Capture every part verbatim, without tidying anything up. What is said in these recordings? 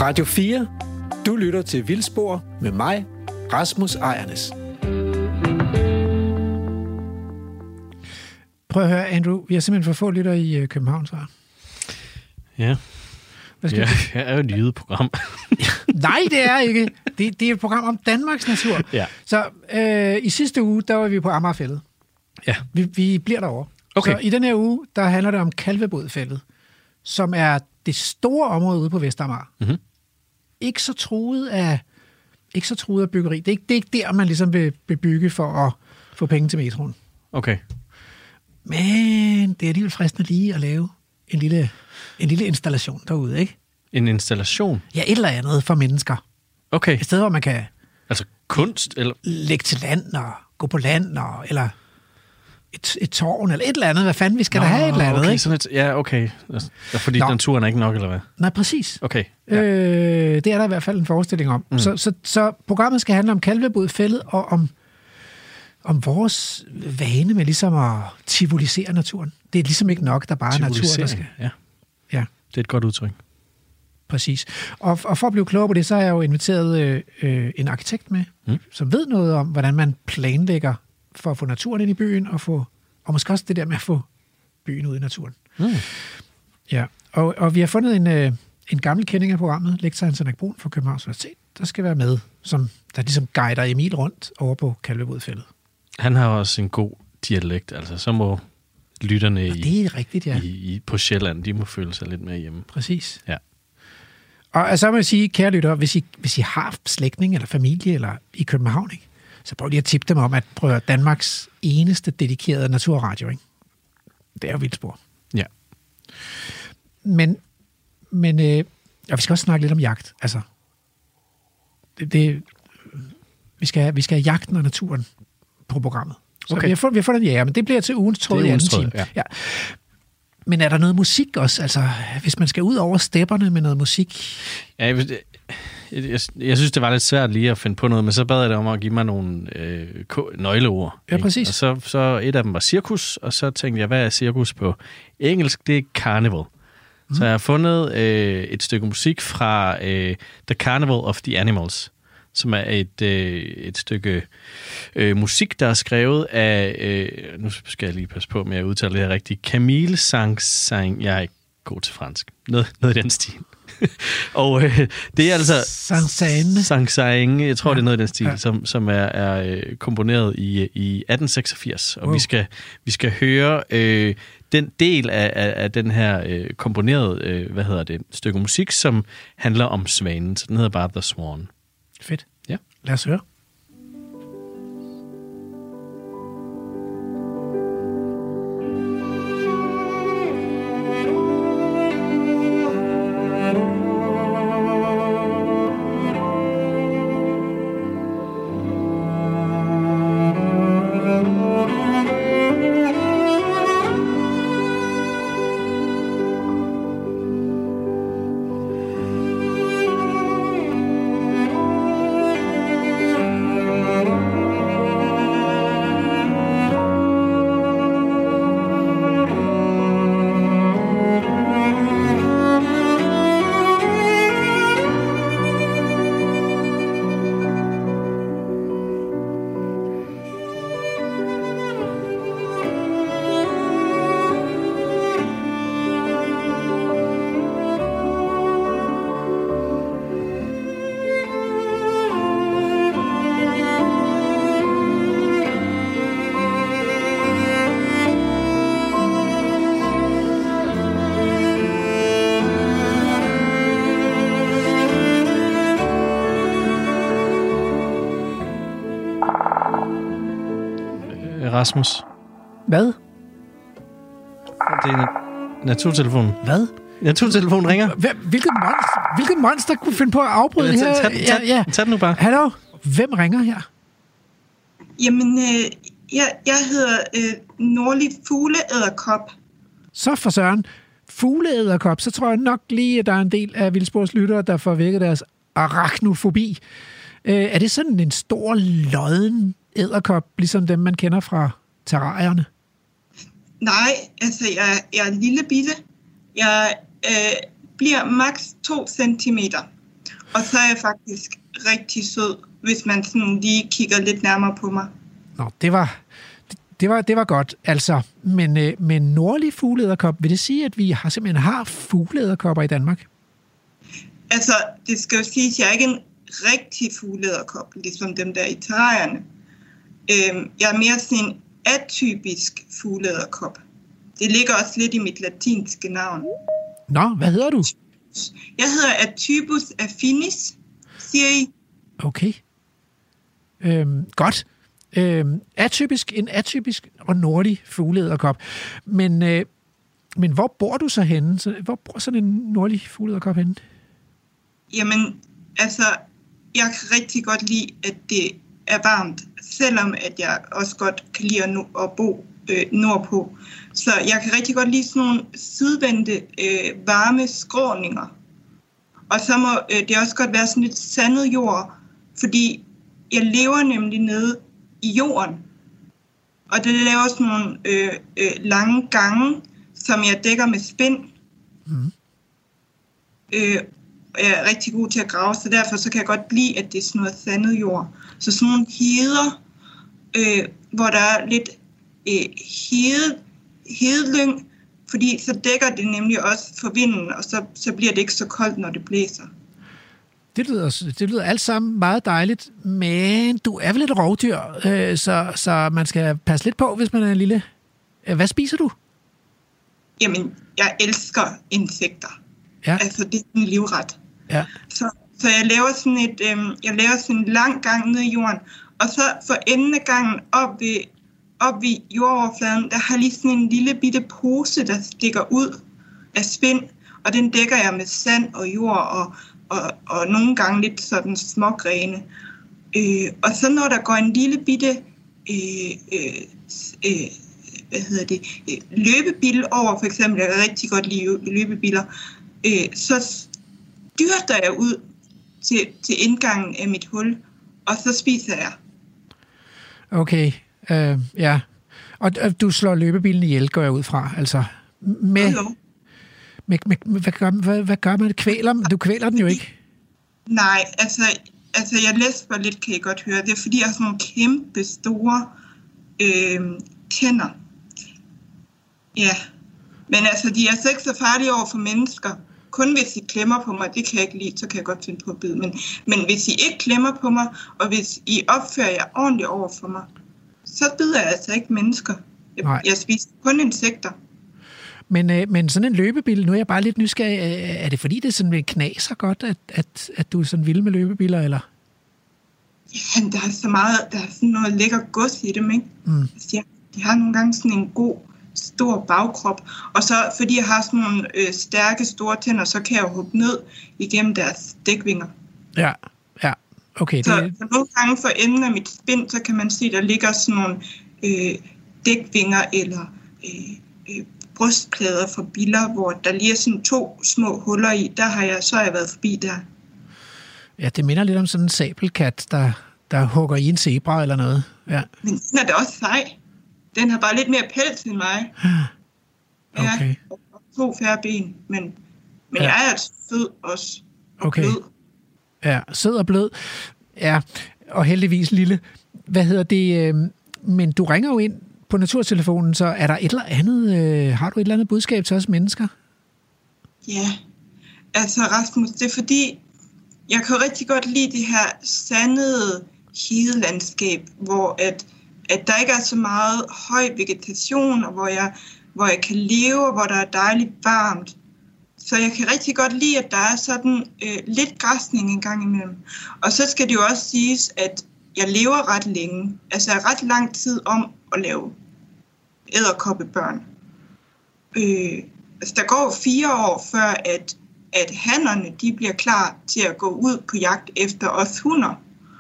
Radio fire. Du lytter til Vildspor med mig, Rasmus Ejernes. Prøv at høre, Andrew. Vi har simpelthen for få lytter i øh, København, så. Ja. Hvad skal Ja, du? jeg er jo et jydeprogram. Nej, det er ikke. Det, det er et program om Danmarks natur. Ja. Så øh, i sidste uge, der var vi på Amagerfældet. Ja. Vi, vi bliver derovre. Okay. Så i den her uge, der handler det om Kalvebodfældet, som er det store område ude på Vestamager. Mm-hmm. Ikke så truet af, ikke så truet af byggeri. Det er, ikke, det er ikke der, man ligesom vil bebygge for at få penge til metroen. Okay. Men det er alligevel fristende lige at lave en lille, en lille installation derude, ikke? En installation? Ja, et eller andet for mennesker. Okay. Et sted, hvor man kan Altså kunst? Eller? lægge til land og gå på land, og, eller et, et tårn, eller et eller andet. Hvad fanden, vi skal Nå, da have et eller andet, okay, ikke? Sådan et, ja, okay. Altså, fordi Nå. naturen er ikke nok, eller hvad? Nej, præcis. Okay. Ja. Øh, det er der i hvert fald en forestilling om. Mm. Så, så, så programmet skal handle om Kalvebodfældet og om, om vores vane med ligesom at tivolisere naturen. Det er ligesom ikke nok, der bare er natur, der skal. Ja. Ja. Det er et godt udtryk. Præcis. Og, og for at blive klogere på det, så har jeg jo inviteret øh, øh, en arkitekt med, mm. som ved noget om, hvordan man planlægger for at få naturen ind i byen, og, få, og måske også det der med at få byen ud i naturen. Mm. Ja, og, og vi har fundet en, øh, en gammel kending af programmet, lektor Hans Henrik Brun fra Københavns Universitet, der skal være med, som der ligesom guider Emil rundt over på Kalvebodfældet. Han har også en god dialekt, altså så må lytterne Og i, det er rigtigt, ja. i, i, på Sjælland, de må føle sig lidt mere hjemme. Præcis. Ja. Og så må jeg sige, kære lytter, hvis I, hvis I har slægtning eller familie eller i København, ikke, så prøv lige at tippe dem om, at prøve Danmarks eneste dedikerede naturradio, ikke? Det er jo Vildspor. Ja. Men, men øh, og vi skal også snakke lidt om jagt. Altså, det, det, vi, skal, vi skal have jagten og naturen på programmet. Så Okay. vi har fundet, vi har fundet en jæger, men det bliver til ugens tråd i anden time. Ja. Ja. Men er der noget musik også? Altså, hvis man skal ud over stepperne med noget musik? Ja, jeg, jeg, jeg, jeg synes, det var lidt svært lige at finde på noget, men så bad jeg dig om at give mig nogle øh, nøgleord. Ja, ikke? præcis. Og så, så et af dem var cirkus, og så tænkte jeg, hvad er cirkus på engelsk? Det er carnival. Mm. Så jeg har fundet øh, et stykke musik fra øh, The Carnival of the Animals, som er et, øh, et stykke øh, musik, der er skrevet af, øh, nu skal jeg lige passe på med at udtale det her rigtigt, Camille Saint-Saëns. Jeg er ikke god til fransk. Noget, noget i den stil. Og øh, det er altså Saint-Saëns. Saint-Saëns, jeg tror, Ja. det er noget i den stil, Ja. som, som er, er øh, komponeret i, i atten seksogfirs. Og Wow. vi, skal, vi skal høre øh, den del af, af, af den her øh, komponerede øh, hvad hedder det, stykke musik, som handler om svanen. Så den hedder bare The Swan. Fedt. Ja. Lad os høre. Rasmus, Hvad? det er na- naturtelefonen. Hvad? Naturtelefonen ringer. Hvem, hvilket, monster, hvilket monster kunne finde på at afbryde det her? Tag, tag, tag, ja, ja. tag den nu bare. Hallo? Hvem ringer her? Jamen, øh, jeg, jeg hedder øh, Nordlig Fugleæderkop. Så for søren. Fugleæderkop, så tror jeg nok lige, at der er en del af Vildspors lyttere, der får vækket deres arachnofobi. Øh, er det sådan en stor, lodden æderkop, ligesom dem, man kender fra terrarierne? Nej, altså, jeg, jeg er lille bitte. Jeg øh, bliver maks to centimeter. Og så er jeg faktisk rigtig sød, hvis man sådan lige kigger lidt nærmere på mig. Nå, det var, det var, det var godt. Altså, men, øh, men nordlig fugleæderkop, vil det sige, at vi har, simpelthen har fugleæderkopper i Danmark? Altså, det skal jo siges, at jeg er ikke en rigtig fugleæderkop, ligesom dem der i terrarierne. Øhm, jeg er mere sådan en atypisk fugleæderkop. Det ligger også lidt i mit latinske navn. Nå, hvad hedder du? Jeg hedder Atypus affinis, siger I. Okay. Øhm, godt. Øhm, atypisk, en atypisk og nordlig fugleæderkop. Men, øh, men hvor bor du så henne? Hvor bor sådan en nordlig fugleæderkop henne? Jamen, altså, jeg kan rigtig godt lide, at det er varmt, selvom at jeg også godt kan lide at, no- at bo øh, nordpå. Så jeg kan rigtig godt lide sådan nogle sidvendte, øh, varme skråninger. Og så må øh, det også godt være sådan lidt sandet jord, fordi jeg lever nemlig nede i jorden. Og det laver sådan nogle øh, øh, lange gange, som jeg dækker med spind. Mm. Øh, jeg er rigtig god til at grave, så derfor så kan jeg godt lide, at det er sådan noget sandet jord. Så sådan nogle heder, øh, hvor der er lidt øh, hede, hedelyng, fordi så dækker det nemlig også for vinden, og så, så bliver det ikke så koldt, når det blæser. Det lyder, det lyder alt sammen meget dejligt, men du er vel et rovdyr, øh, så, så man skal passe lidt på, hvis man er en lille... Hvad spiser du? Jamen, jeg elsker insekter. Ja. Altså, det er en livret. Ja. Så, så jeg laver sådan et, øh, jeg laver sådan en lang gang ned i jorden, og så for enden af gangen op ved, op ved jordoverfladen, der har lige sådan en lille bitte pose, der stikker ud af spind, og den dækker jeg med sand og jord og, og, og nogle gange lidt sådan smågrene. Øh, og så når der går en lille bitte øh, øh, øh, hvad hedder det, løbebil over, for eksempel, jeg kan rigtig godt lide løbebiler, øh, så styrter jeg ud til, til indgangen af mit hul, og så spiser jeg. Okay, øh, ja. Og, og du slår løbebilen ihjel, går jeg ud fra, altså. Med, med, med, med, hvad, gør, hvad, hvad gør man? Kvæler, du kvæler den jo ikke? Nej, altså, altså jeg læsper lidt, kan I godt høre. Det er fordi, jeg har sådan nogle kæmpe store øh, tænder. Ja, men altså, de er altså ikke så farlige over for mennesker. Kun hvis I klemmer på mig, det kan jeg ikke lide, så kan jeg godt finde på at bide. Men, men hvis I ikke klemmer på mig, og hvis I opfører jer ordentligt over for mig, så bider jeg altså ikke mennesker. Jeg, jeg spiser kun insekter. Men, øh, men sådan en løbebil, nu er jeg bare lidt nysgerrig. Er det fordi, det sådan knaser godt, at, at, at du er sådan vild med løbebiler, eller? Ja, der er så meget, der er sådan noget lækker gods i dem, ikke? Mm. Ja, de har nogle gange sådan en god, stor bagkrop, og så fordi jeg har sådan nogle øh, stærke, store tænder, så kan jeg jo hoppe ned igennem deres dækvinger. Ja, ja, okay. Så, det... så nogle gange for enden af mit spind, så kan man se, der ligger sådan nogle øh, dækvinger eller øh, øh, brystplader fra biller, hvor der lige er sådan to små huller i. Der har jeg, så har jeg været forbi der. Ja, det minder lidt om sådan en sabelkat, der, der hugger i en zebra eller noget. Ja. Men den er da også sej. Den har bare lidt mere pels end mig. Okay. Ja, og to færre ben, men, men ja. Jeg er sød også. Okay. Blød. Ja, sød og blød. Ja, og heldigvis lille. Hvad hedder det? Øh, men du ringer jo ind på naturtelefonen, så er der et eller andet, øh, har du et eller andet budskab til os mennesker? Ja, altså Rasmus, det er fordi, jeg kan rigtig godt lide det her sandede hedelandskab, hvor at at der ikke er så meget høj vegetation, og hvor jeg, hvor jeg kan leve, og hvor der er dejligt varmt. Så jeg kan rigtig godt lide, at der er sådan øh, lidt græsning en gang imellem. Og så skal det jo også siges, at jeg lever ret længe. Altså jeg er ret lang tid om at lave edderkoppebørn. Øh, altså der går fire år før, at, at hannerne de bliver klar til at gå ud på jagt efter os hunder.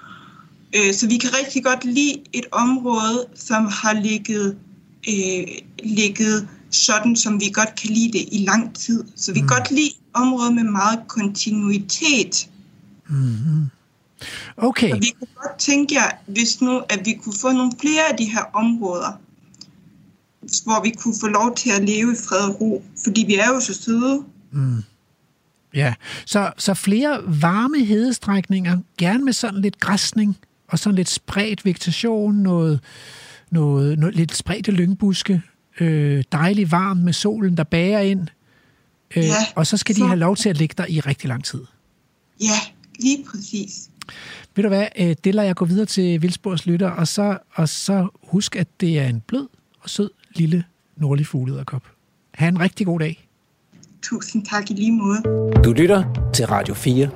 Så vi kan rigtig godt lide et område, som har ligget, øh, ligget sådan, som vi godt kan lide det i lang tid. Så vi kan mm. godt lide et område med meget kontinuitet. Mm-hmm. Okay. Så vi kunne godt tænke jer, hvis nu, at vi kunne få nogle flere af de her områder, hvor vi kunne få lov til at leve i fred og ro. Fordi vi er jo så søde. Mm. Ja, så, så flere varme hedestrækninger, gerne med sådan lidt græsning, og sådan lidt spredt vegetation, noget, noget, noget lidt spredte lyngbuske, øh, dejligt varmt med solen, der bager ind, øh, Ja, og så skal de så- have lov til at ligge der i rigtig lang tid. Ja, lige præcis. Ved du hvad, øh, det lader jeg gå videre til Vildspors lytter, og så, og så husk, at det er en blød og sød lille nordlig fuglederkop. Ha' en rigtig god dag. Tusind tak i lige måde. Du lytter til Radio fire.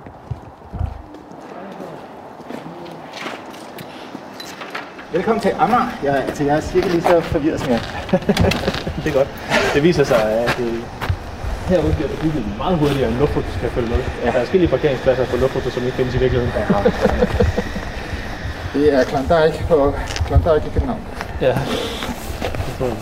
Velkommen til Amager. Jeg, altså, jeg er cirka lige så forvirret som jeg. Det er godt. Det viser sig, at det herude bliver der bygget meget hurtigere, end luftfoto skal følge med. Ja. Der er forskellige parkeringspladser på luftfoto, som ikke findes i virkeligheden. Ja. Det er Klondike på Klondike i København. Ja. Det tror jeg.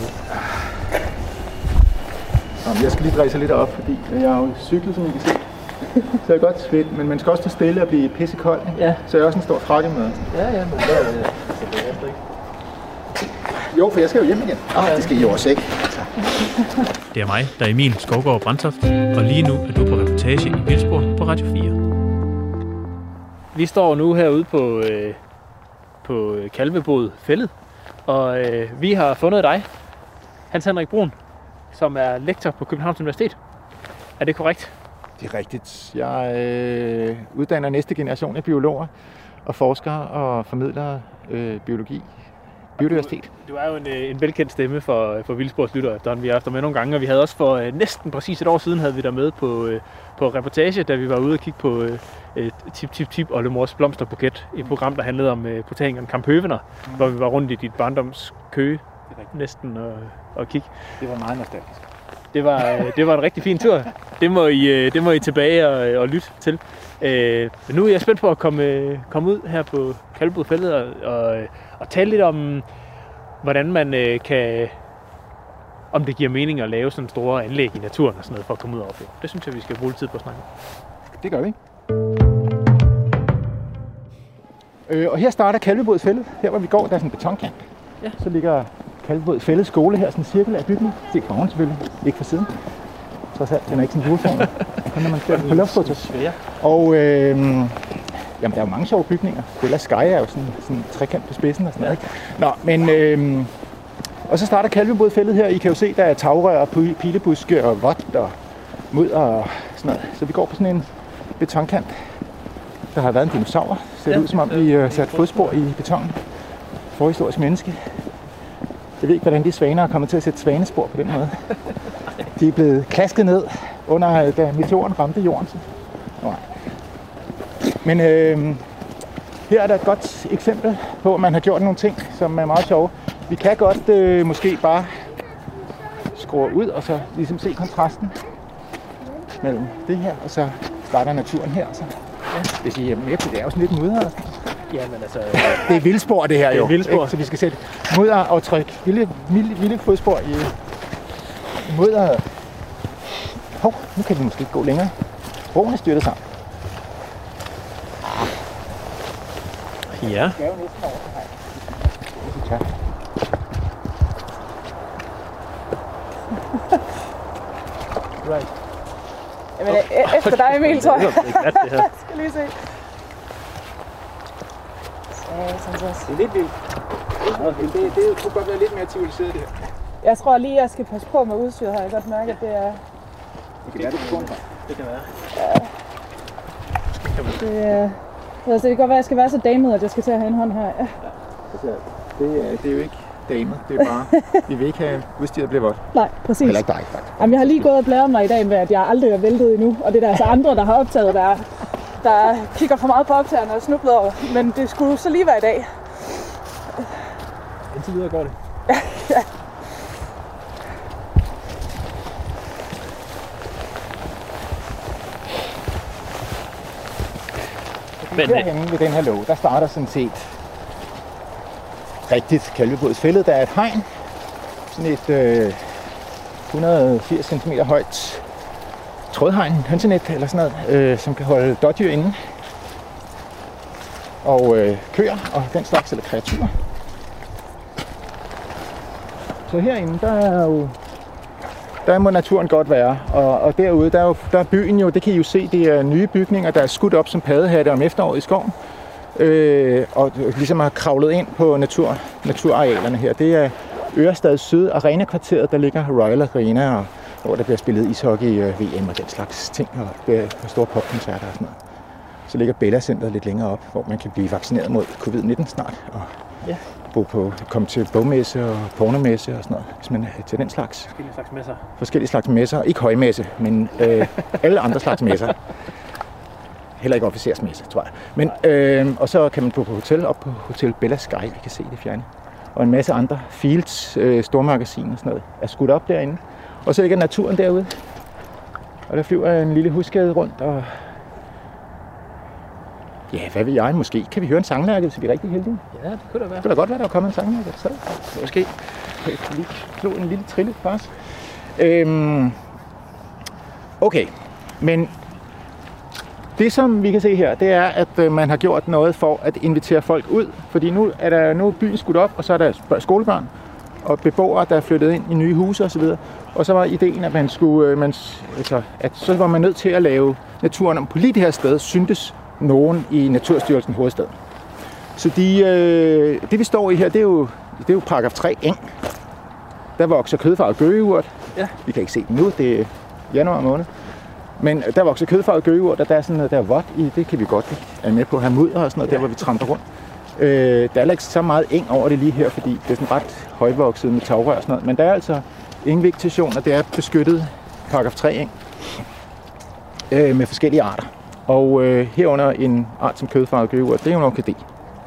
Nå, jeg skal lige dreje sig lidt op, fordi jeg har jo cyklet, som I kan se. Så jeg er godt svedt, men man skal også stå stille og blive pissekold. Ja. Så jeg er også en stor frakke med. Ja, ja, men det er det. Er ikke. Jo, for jeg skal jo hjem igen. Ah, det skal I jo også ikke. Det er mig, der er Emil Skovgaard Brandtoft, og lige nu er du på reportage i Vildspor på Radio fire. Vi står nu herude på, øh, på Kalvebod Fællet, og øh, vi har fundet dig, Hans Henrik Brun, som er lektor på Københavns Universitet. Er det korrekt? Det er rigtigt. Jeg øh, uddanner næste generation af biologer og forskere og formidler øh, biologi. Biodiversitet. Du er jo en, en velkendt stemme for, for Vildspors lytter efterhånden. Vi har haft dig med nogle gange, og vi havde også for øh, næsten præcis et år siden havde vi dig med på, øh, på reportage, da vi var ude og kigge på øh, Tip Tip Tip Oldemors blomsterbuket, et program, der handlede om øh, portrætteringen Kamp Høvener, mm. hvor vi var rundt i dit barndoms køge næsten og, og kigge. Det var meget nostalgisk. Det var, øh, det var en rigtig fin tur. Det må I, øh, det må I tilbage og, og lytte til. Øh, men nu er jeg spændt på at komme, komme ud her på Kalvebod Fællet og, og, og tale lidt om, hvordan man øh, kan, om det giver mening at lave sådan store anlæg i naturen og sådan noget for at komme ud og opleve. Det synes jeg, vi skal bruge lidt tid på at snakke om. Det gør vi. Øh, og her starter Kalvebod Fællet. Her hvor vi går, der er sådan en betonkant. Ja. Så ligger Kalvebod Fællet skole her, sådan en cirkel af bygning. Se fra oven selvfølgelig, ikke fra siden. Trods alt, den er ikke sådan hjulformet. Kun når man ser den på luftfoto. Og øh, jamen, der er jo mange sjove bygninger. Bella Sky er jo sådan en trekant på spidsen og sådan noget. Nå, men øh, og så starter Kalvebod Fællet her. I kan jo se, der er tagrør, pilebuske og vådt og mudder og sådan noget. Så vi går på sådan en betonkant. Der har været en dinosaur. Ser det ud som om, vi har sat fodspor i betonen. Forhistorisk menneske. Jeg ved ikke, hvordan de svaner er kommet til at sætte svanespor på den måde. De er blevet klasket ned under, da meteoren ramte jorden. Nej. Men øh, her er der et godt eksempel på, at man har gjort nogle ting, som er meget sjove. Vi kan godt øh, måske bare skrue ud og så ligesom se kontrasten mellem det her, og så starter naturen her. Så. Ja. Hvis I er med på det, er jo sådan lidt mudder. Jamen altså... Det er vildspor, det her jo. Det er vildspor. Ikke? Så vi skal sætte mudderaftryk, vilde, vilde, vilde fodspor i mudder. Hov, nu kan vi måske ikke gå længere. Broen er styrtet sammen. Ja. Det er jo næsten over her. Ja. Right. Jamen, e- efter dig, Emil, tror jeg. Det er glat, det her. Jeg skal lige se. Sådan så. Det er lidt vildt. Det, det kunne godt være lidt mere civiliseret, det her. Jeg tror lige, jeg skal passe på med udstyret her. Jeg kan godt mærke, at det er... Det kan være, du kan Det kan være. Det, er... altså, det kan godt være, at jeg skal være så damet, at jeg skal til at have en hånd her. Ja. Altså, det, er, det er jo ikke damer, det er bare, vi vil ikke have udstyret bliver vådt. Nej, præcis. Heller ikke dig, faktisk. Jamen, jeg har lige gået og blæret mig i dag med, at jeg aldrig er væltet endnu. Og det er der altså andre, der har optaget, der, der kigger for meget på optagerne og snubler over. Men det skulle så lige være i dag. Indtil videre går det. Ja. Men, Herhenne ved den her låge, der starter sådan set rigtigt Kalvebods Fællet. Der er et hegn, sådan et øh, et hundrede og firs centimeter højt trådhegn, hønsenet eller sådan noget, øh, som kan holde dårdyr inde. Og øh, køer og den slags eller kreaturer. Så herinde, der er jo Der må naturen godt være. Og, og derude, der er, jo, der er byen jo, det kan I jo se, det er nye bygninger, der er skudt op som paddehatte om efteråret i skoven. Øh, og ligesom har kravlet ind på natur, naturarealerne her. Det er Ørestad Syd Arena-kvarteret, der ligger Royal Arena, og, hvor der bliver spillet ishockey, V M og den slags ting, og store popkoncerter og sådan noget. Så ligger Bella Center lidt længere op, hvor man kan blive vaccineret mod covid nitten snart. Og ja. Bo på, komme til bogmesse og pornomesse og sådan noget, hvis man er til den slags. Forskellige slags messer. Forskellige slags messer. Ikke højmesse, men øh, alle andre slags messer. Heller ikke officersmesse, tror jeg. Men, øh, og så kan man bo på hotel, op på Hotel Bella Sky, vi kan se det fjerne. Og en masse andre Fields, øh, stormagasiner og sådan noget, er skudt op derinde. Og så ligger naturen derude. Og der flyver en lille husskade rundt, og ja, hvad ved jeg? Måske kan vi høre en sanglærke, så vi er rigtig heldige. Ja, det kunne da være. Det kunne da godt være, der var kommet en sanglærke. Så måske kan vi lige slå en lille trille for os. Øhm, okay, men det som vi kan se her, det er, at man har gjort noget for at invitere folk ud. Fordi nu er der nu er byen skudt op, og så er der skolebørn og beboere, der er flyttet ind i nye huse osv. Og så var ideen, at man skulle, man, altså, at så var man nødt til at lave naturen om på lige det her sted, syntes nogen i Naturstyrelsen Hovedstad. Så de, øh, det vi står i her, det er jo, det er jo paragraf tre eng. Der vokser kødfarvet gøgeurt. Ja. Vi kan ikke se den nu, det er januar måned. Men der vokser kødfarvet gøgeurt, og der er sådan noget, der er vådt i. Det kan vi godt er med på at have mudder og sådan noget, ja. Der hvor vi tramper rundt. Øh, der er ikke så meget eng over det lige her, fordi det er sådan ret højvokset med tagrør og sådan noget. Men der er altså ingen vegetation, og det er beskyttet paragraf tre eng øh, med forskellige arter. Og øh, herunder en art som kødfarvet gøgeurt, det er jo en orkidé.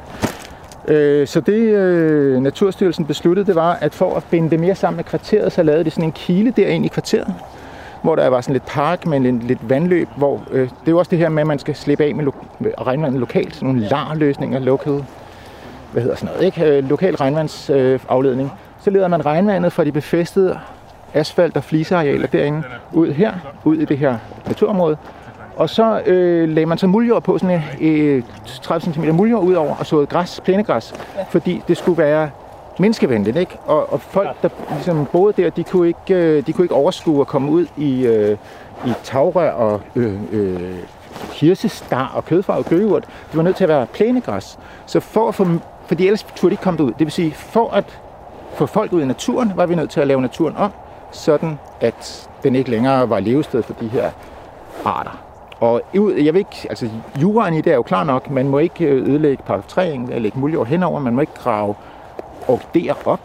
Øh, så det øh, Naturstyrelsen besluttede, det var, at for at binde det mere sammen med kvarteret, så lavede de sådan en kile derinde i kvarteret, hvor der var sådan lidt park med lidt, lidt vandløb, hvor øh, det er jo også det her med, at man skal slippe af med, lo- med regnvandet lokalt, sådan nogle larløsninger, local, hvad hedder sådan noget, ikke? Lokal regnvandsafledning. Øh, så leder man regnvandet fra de befæstede asfalt- og flisearealer derinde ud her, ud i det her naturområde. Og så øh, lagde man så muldjord på, sådan øh, tredive centimeter muldjord ud over, og såede græs, plænegræs, fordi det skulle være menneskevenligt, ikke? Og, og folk, der ligesom boede der, de kunne ikke, øh, de kunne ikke overskue at komme ud i, øh, i tagrør og øh, øh, hirsestar og kødfarvet gøgeurt. Det var nødt til at være plænegræs. Så for at få, fordi ellers turde de ikke komme ud. Det vil sige, for at få folk ud i naturen, var vi nødt til at lave naturen om, sådan at den ikke længere var levested for de her arter. Og jeg ved ikke, altså juraen i det er jo klar nok, man må ikke ødelægge paragraf tre eller lægge muldjord henover, man må ikke grave orkidéer op,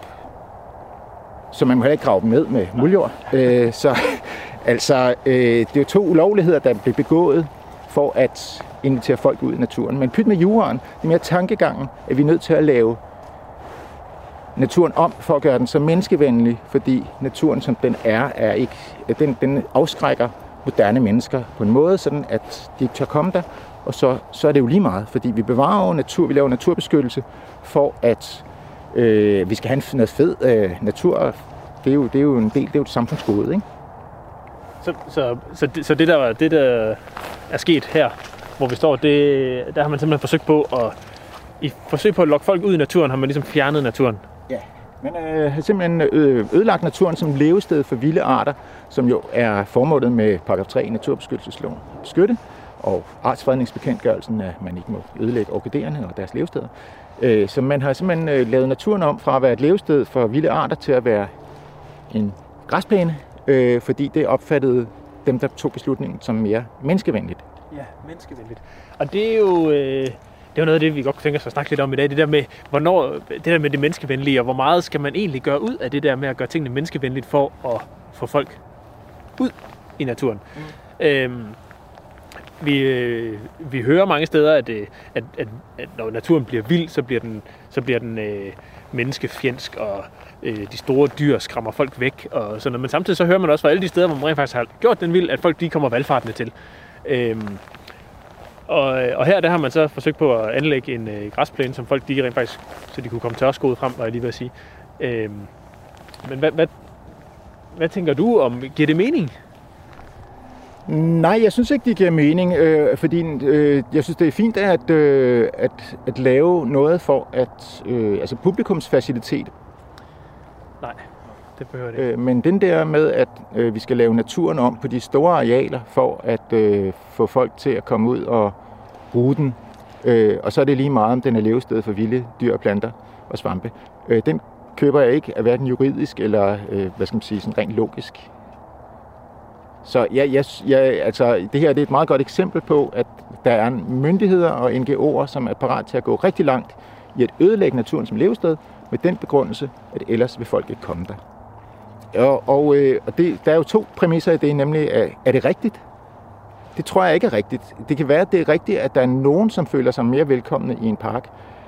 så man må heller ikke grave dem ned med muldjord. Øh, så altså, øh, det er jo to ulovligheder, der blev begået for at invitere folk ud i naturen. Men pyt med juraen, det er mere tankegangen, at vi er nødt til at lave naturen om for at gøre den så menneskevenlig, fordi naturen, som den er, er ikke, den, den afskrækker moderne mennesker på en måde, sådan at de ikke tør komme der, og så, så er det jo lige meget, fordi vi bevarer natur, vi laver naturbeskyttelse for at øh, vi skal have noget fed øh, natur. Det er, jo, det er jo en del, det er jo et samfundsgode, ikke? Så, så, så, det, så det, der, det, der er sket her, hvor vi står, det, der har man simpelthen forsøgt på at, i forsøg på at lokke folk ud i naturen, har man ligesom fjernet naturen. Ja, man øh, har simpelthen ødelagt naturen som levested for vilde arter, som jo er formålet med paragraf tre i naturbeskyttelsesloven beskytte, og artsfredningsbekendtgørelsen, at man ikke må ødelægge orkidéerne og deres levesteder. Øh, så man har simpelthen øh, lavet naturen om fra at være et levested for vilde arter til at være en græsplæne, øh, fordi det opfattede dem, der tog beslutningen, som mere menneskevenligt. Ja, menneskevenligt. Og det er jo... Øh Det er jo noget af det, vi godt tænker os at snakke lidt om i dag. Det der med, hvornår, det der med det menneskevenlige, og hvor meget skal man egentlig gøre ud af det der med at gøre tingene menneskevenligt for at få folk ud i naturen. Mm. Øhm, vi, øh, vi hører mange steder, at, at, at, at når naturen bliver vild, så bliver den, så bliver den øh, menneskefjendsk, og øh, de store dyr skræmmer folk væk. Og sådan noget. Men samtidig så hører man også fra alle de steder, hvor man rent faktisk har gjort den vild, at folk de kommer valfartende til. Øhm, Og, og her der har man så forsøgt på at anlægge en øh, græsplæne, som folk de rent faktisk, så de kunne komme til os gået frem, var jeg lige ved at sige. Øhm, men hvad, hvad, hvad tænker du om, giver det mening? Nej, jeg synes ikke, det giver mening, øh, fordi øh, jeg synes, det er fint at, øh, at, at lave noget for at, øh, altså publikumsfacilitet. Nej. det behøver det ikke. Øh, men den der med, at øh, vi skal lave naturen om på de store arealer, for at øh, få folk til at komme ud og bruge den, øh, og så er det lige meget, om den er levested for vilde dyr, planter og svampe. Øh, den køber jeg ikke af hverken juridisk eller, øh, hvad skal man sige, sådan rent logisk. Så ja, jeg, jeg, altså, det her det er et meget godt eksempel på, at der er myndigheder og N G O'er, som er parat til at gå rigtig langt i at ødelægge naturen som levested, med den begrundelse, at ellers vil folk ikke komme der. Og, og, øh, og det, der er jo to præmisser i det, nemlig, er, er det rigtigt? Det tror jeg ikke er rigtigt. Det kan være, at det er rigtigt, at der er nogen, som føler sig mere velkomne i en park,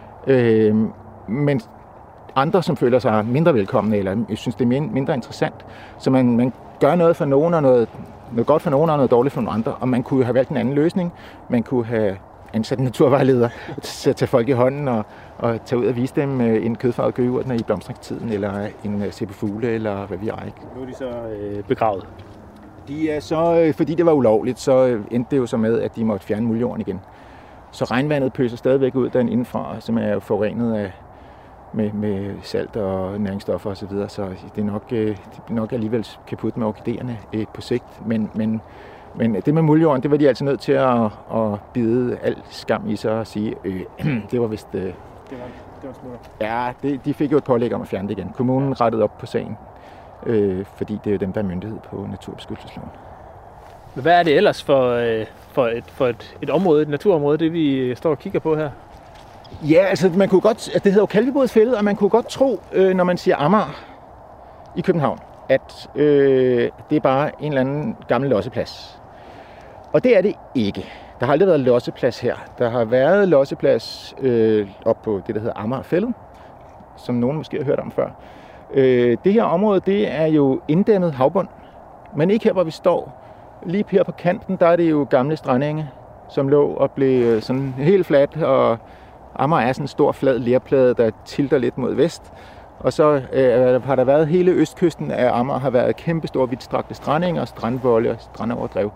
øh, men andre, som føler sig mindre velkomne, eller jeg synes, det er mindre interessant. Så man, man gør noget for nogen, og noget, noget godt for nogen, og noget dårligt for nogle andre. Og man kunne have valgt en anden løsning. Man kunne have ansat en naturvejleder til at tage folk i hånden og, og tage ud og vise dem en kødfarvet gøgeurtner i blomstringstiden, eller en se på fugle, eller hvad vi er ikke. Nu er de så øh, begravet. De er så, fordi det var ulovligt, så endte det jo så med, at de måtte fjerne muljorden igen. Så regnvandet pøser stadigvæk ud derinde indenfra, som er forurenet af Med, med salt og næringsstoffer osv., så, videre. Så det er nok, det er nok alligevel kaput med orkideerne eh, på sigt. Men, men, men det med muljorden, det var de altså nødt til at, at bide al skam i sig og sige, øh, det var vist... Øh, det var, det var smutter. Ja, det, de fik jo et pålæg om at fjerne det igen. Kommunen rettede op på sagen, øh, fordi det er jo dem, der er myndighed på naturbeskyttelsesloven. Men hvad er det ellers for, øh, for, et, for et, et område, et naturområde, det vi står og kigger på her? Ja, altså man kunne godt, det hedder jo Kalvebodets Fælled, og man kunne godt tro, øh, når man siger Amager i København, at øh, det er bare en eller anden gammel losseplads. Og det er det ikke. Der har aldrig været losseplads her. Der har været losseplads øh, op på det, der hedder Amager Fælled, som nogen måske har hørt om før. Øh, det her område, det er jo inddæmmet havbund, men ikke her, hvor vi står. Lige her på kanten, der er det jo gamle strandenge, som lå og blev sådan helt fladt, og Amager er sådan en stor flad lerplade, der tilter lidt mod vest. Og så øh, har der været hele østkysten af Amager, har været kæmpe store vidtstrakte strandinger, strandvolde og strandoverdrev.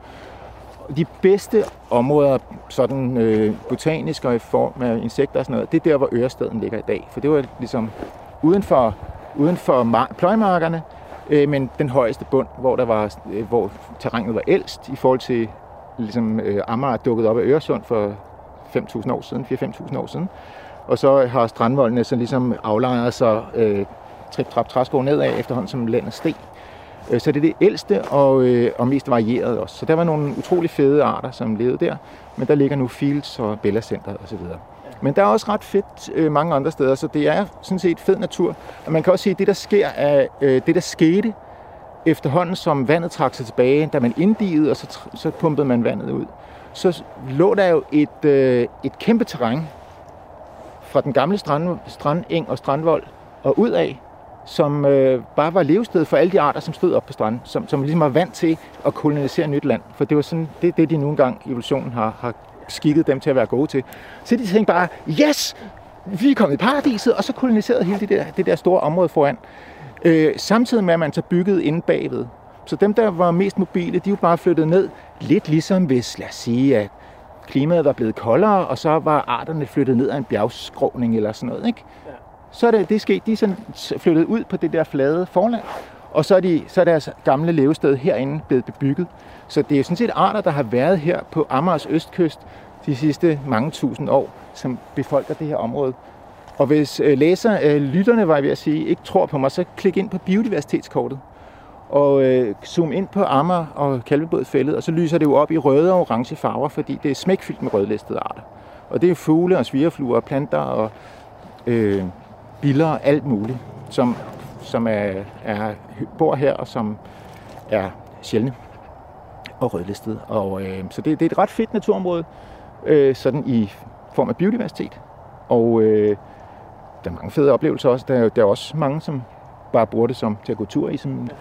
De bedste områder, sådan øh, botanisk og i form af insekter og sådan noget, det er der, hvor Ørestaden ligger i dag. For det var ligesom uden for, uden for mar- pløjmarkerne, øh, men den højeste bund, hvor, der var, øh, hvor terrænet var ældst i forhold til ligesom, øh, Amager dukket op af Øresund for fem tusind år siden, fire til fem tusind år siden. Og så har strandvoldene så ligesom aflejret sig øh, trip-trap-træsko nedad efterhånden som landet steg. Så det er det ældste og, øh, og mest varieret også. Så der var nogle utrolig fede arter, som levede der, men der ligger nu Fields og Bella Center osv. Men der er også ret fedt øh, mange andre steder, så det er sådan set fed natur. Og man kan også sige, at det der sker af øh, det der skete efterhånden, som vandet trak sig tilbage, da man inddigede, og så, så pumpede man vandet ud. Så lå der jo et, øh, et kæmpe terræn fra den gamle strand, strandeng og strandvold og ud af, som øh, bare var levested for alle de arter, som stod op på stranden, som, som ligesom var vant til at kolonisere nyt land. For det var sådan, det, det de nogle gange i evolutionen har, har skikket dem til at være gode til. Så de tænkte bare, yes, vi er kommet i paradiset, og så koloniserede hele det der, det der store område foran. Øh, samtidig med, at man så byggede inde bagved. Så dem, der var mest mobile, de er jo bare flyttet ned, lidt ligesom hvis, lad os sige, at klimaet var blevet koldere, og så var arterne flyttet ned af en bjergskråning eller sådan noget, ikke? Ja. Så er det, det er sket, de er sådan flyttet ud på det der flade forland, og så er, de, så er deres gamle levested herinde blevet bebygget. Så det er sådan set arter, der har været her på Amagers østkyst de sidste mange tusind år, som befolker det her område. Og hvis øh, læser, øh, lytterne, var jeg ved at sige, ikke tror på mig, så klik ind på biodiversitetskortet og øh, zoom ind på Amager og Kalvebodets Fælled, og så lyser det jo op i røde og orange farver, fordi det er smækfyldt med rødlistede arter. Og det er fugle og svirrefluer og planter og øh, biller og alt muligt, som, som er, er, bor her og som er sjældne og rødlistede. Og, øh, så det, det er et ret fedt naturområde, øh, sådan i form af biodiversitet. Og øh, der er mange fede oplevelser også. Der er, der er også mange, som bare bruger det som til at gå tur i, som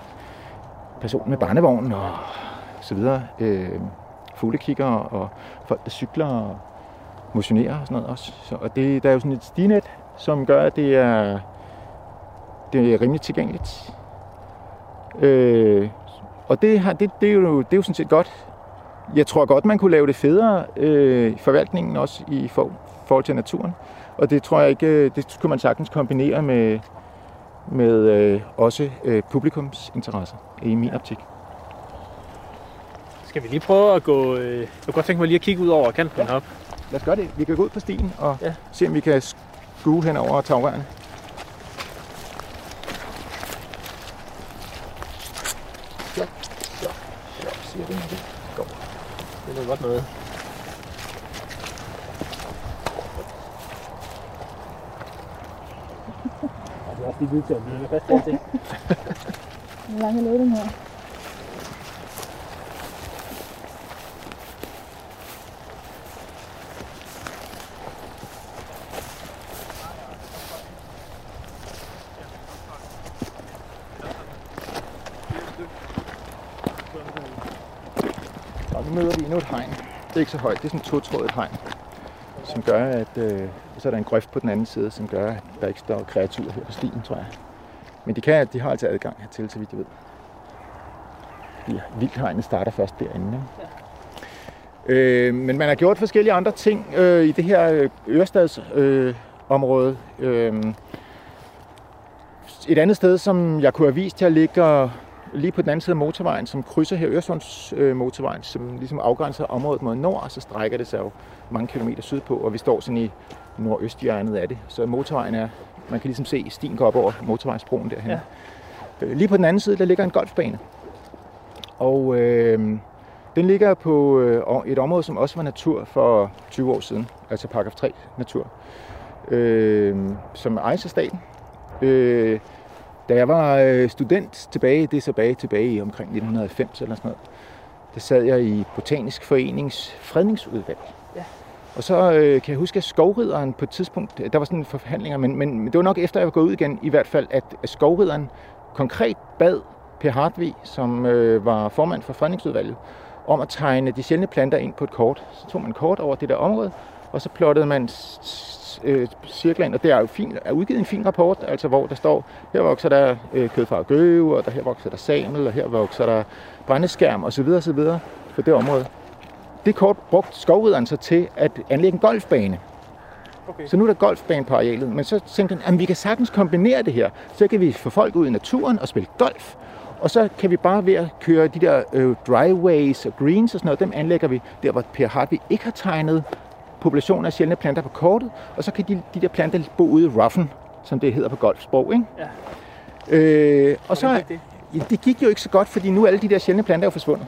person med barnevogn og så videre. Øh, fuglekikker og folk, der cykler og motionerer og sådan noget også. Så, og det, der er jo sådan et stinet, som gør, at det er, det er rimelig tilgængeligt. Øh, og det, har, det, det, er jo, det er jo sådan set godt. Jeg tror godt, man kunne lave det federe øh, i forvaltningen også i for, forhold til naturen. Og det tror jeg ikke, det skulle man sagtens kombinere med, med øh, også øh, publikumsinteresser i min optik. Skal vi lige prøve at gå... Øh, jeg kunne godt tænke mig lige at kigge ud over kanten ja. herop. Lad os gøre det. Vi kan gå ud på stien og ja. se, om vi kan skue hen over tagrørene. Ja, ja, ja, siger det, det går. Det er noget godt noget. Det er også lige vidt til at blive fast til alting. Hvor lang er ledning her? Og nu møder vi endnu et hegn. Det er ikke så højt, det er sådan et totrådet hegn, som gør, at øh, så er der en grøft på den anden side, som gør, at der ikke står kreaturer her på stien, tror jeg. Men de, kan, de har altså adgang hertil, så vidt jeg ved. De vildhegnet starter først derinde. Ja. Øh, men man har gjort forskellige andre ting øh, i det her Ørestads-område. Øh, øh, et andet sted, som jeg kunne have vist til at ligge lige på den anden side af motorvejen, som krydser her Øresunds øh, motorvejen, som ligesom afgrænser området mod nord, og så strækker det sig jo mange kilometer sydpå, og vi står sådan i nordøsthjørnet af det. Så motorvejen er, man kan ligesom se stien gå op over motorvejsbroen derhen. Ja. Lige på den anden side, der ligger en golfbane. Og øh, den ligger på øh, et område, som også var natur for tyve år siden, altså paragraf tre natur, øh, som ejes af staten. Øh, Da jeg var student tilbage, det er tilbage, tilbage i omkring nitten halvfems eller sådan noget, der sad jeg i Botanisk Forenings fredningsudvalg. Ja. Og så øh, kan jeg huske, at Skovridderen på et tidspunkt, der var sådan forhandlinger, men, men det var nok efter, jeg var gået ud igen i hvert fald, at Skovridderen konkret bad Per Hartvig, som øh, var formand for fredningsudvalget, om at tegne de sjældne planter ind på et kort. Så tog man kort over det der område, og så plottede man øh, cirkler ind, og det er jo fint, er udgivet en fin rapport, altså hvor der står, her vokser der øh, kødfarvet gøve, og der, her vokser der samel, og her vokser der brændeskærm osv. osv. på det område. Det kort brugte Skovridderen så til at anlægge en golfbane. Okay. Så nu er der golfbane på arealet, men så tænkte han, at vi kan sagtens kombinere det her, så kan vi få folk ud i naturen og spille golf, og så kan vi bare ved at køre de der øh, dryways og greens og sådan noget, dem anlægger vi der, hvor Per Hartvig ikke har tegnet populationer af sjældne planter på kortet, og så kan de, de der planter bo ude i roughen, som det hedder på golfsprog, ikke? Ja. Øh, og så, det? Ja, det gik jo ikke så godt, fordi nu er alle de der sjældne planter jo forsvundet.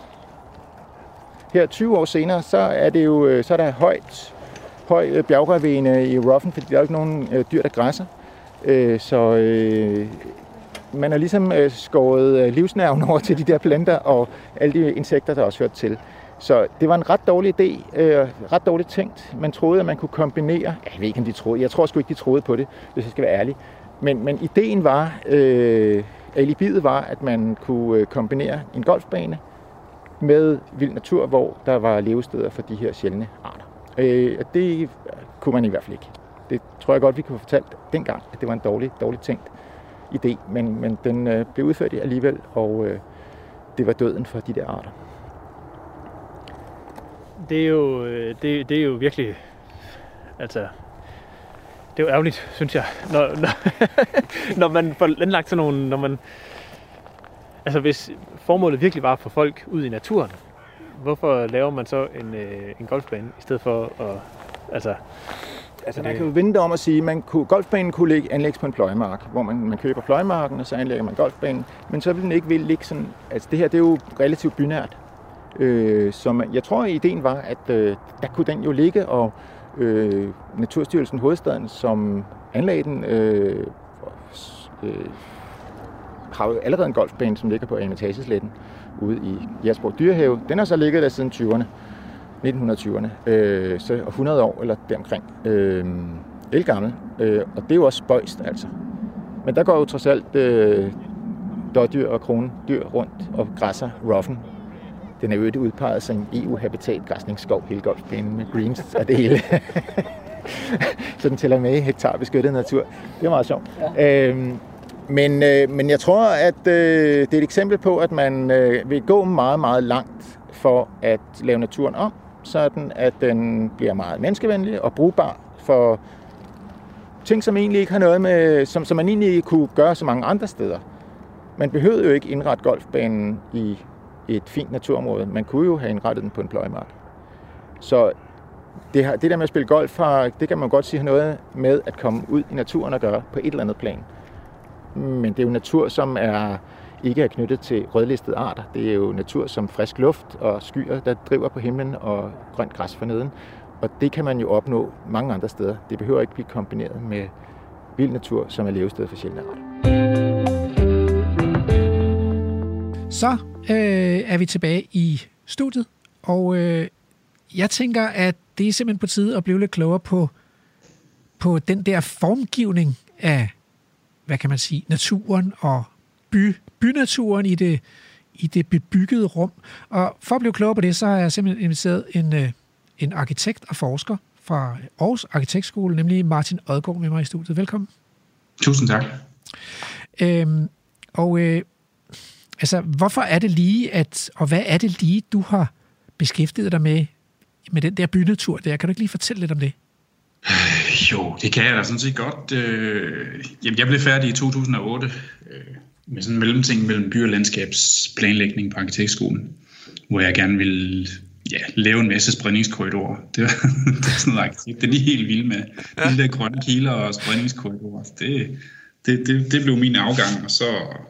Her tyve år senere, så er det jo, så er der højt, høj bjergravene i roughen, fordi der er jo ikke nogen øh, dyr, der græsser. Øh, så øh, man har ligesom øh, skåret livsnerven over til de der planter, og alle de insekter, der også hørt til. Så det var en ret dårlig idé, øh, ret dårligt tænkt. Man troede, at man kunne kombinere, jeg ved ikke, om de troede, jeg tror sgu ikke, de troede på det, hvis jeg skal være ærlig. Men, men ideen var, øh, alibiet var, at man kunne kombinere en golfbane med vild natur, hvor der var levesteder for de her sjældne arter. Øh, og det kunne man i hvert fald ikke. Det tror jeg godt, vi kunne få fortalt dengang, at det var en dårlig, dårligt tænkt idé, men, men den øh, blev udført alligevel, og øh, det var døden for de der arter. Det er jo, det, det er jo virkelig, altså, det er jo ærgerligt, synes jeg, når, når, når man får anlagt sådan nogle, når man, altså hvis formålet virkelig var at få folk ud i naturen, hvorfor laver man så en, en golfbane i stedet for at, altså... Altså man kan jo vende det om at sige, at man kunne, golfbanen kunne ligge, anlægges på en pløjemark, hvor man, man køber pløjemarken, og så anlægger man golfbanen, men så vil den ikke vil ligge sådan, altså det her, det er jo relativt bynært. Øh, som jeg tror, ideen var, at øh, der kunne den jo ligge, og øh, Naturstyrelsen Hovedstaden, som anlagde den, øh, øh, har jo allerede en golfbane, som ligger på Eremitagesletten ude i Jægersborg Dyrehave. Den har så ligget der siden tyverne, nitten tyverne, øh, så hundrede år eller deromkring. Øh, elgammel, øh, og det er jo også spøjst, altså. Men der går jo trods alt øh, dårdyr og krondyr rundt og græsser roughen. Den er jo ikke udpeget som en E U-habitat-græsningsskov, hele golfbanen med greens og det hele. Så den tæller med i hektar beskyttet natur. Det er meget sjovt. Ja. Øhm, men, øh, men jeg tror, at øh, det er et eksempel på, at man øh, vil gå meget, meget langt for at lave naturen om, sådan at den bliver meget menneskevenlig og brugbar for ting, som egentlig ikke har noget med, som, som man egentlig kunne gøre så mange andre steder. Man behøvede jo ikke indrette golfbanen i et fint naturområde. Man kunne jo have indrettet den på en pløjemark. Så det, her, det der med at spille golf, har, det kan man godt sige har noget med at komme ud i naturen og gøre på et eller andet plan. Men det er jo natur, som er, ikke er knyttet til rødlistede arter. Det er jo natur som frisk luft og skyer, der driver på himlen og grønt græs forneden. Og det kan man jo opnå mange andre steder. Det behøver ikke blive kombineret med vild natur, som er levested for sjældne arter. Så øh, er vi tilbage i studiet, og øh, jeg tænker, at det er simpelthen på tide at blive lidt klogere på, på den der formgivning af, hvad kan man sige, naturen og by, bynaturen i det, i det bebyggede rum. Og for at blive klogere på det, så har jeg simpelthen inviteret en, øh, en arkitekt og forsker fra Aarhus Arkitektskole, nemlig Martin Odgaard, med mig i studiet. Velkommen. Tusind tak. Øhm, og øh, altså, hvorfor er det lige, at, og hvad er det lige, du har beskæftiget dig med, med den der bynatur der? Kan du ikke lige fortælle lidt om det? Øh, jo, det kan jeg da sådan set godt. Øh, jamen, jeg blev færdig i to tusind og otte øh, med sådan en mellemting mellem by- og landskabsplanlægning på arkitektskolen, hvor jeg gerne ville ja, lave en masse spredningskorridorer. Det, var, det er sådan noget arkitekt, det er lige helt vildt med. Ja. De der grønne kiler og spredningskorridorer. Det, det, det, det blev min afgang, og så,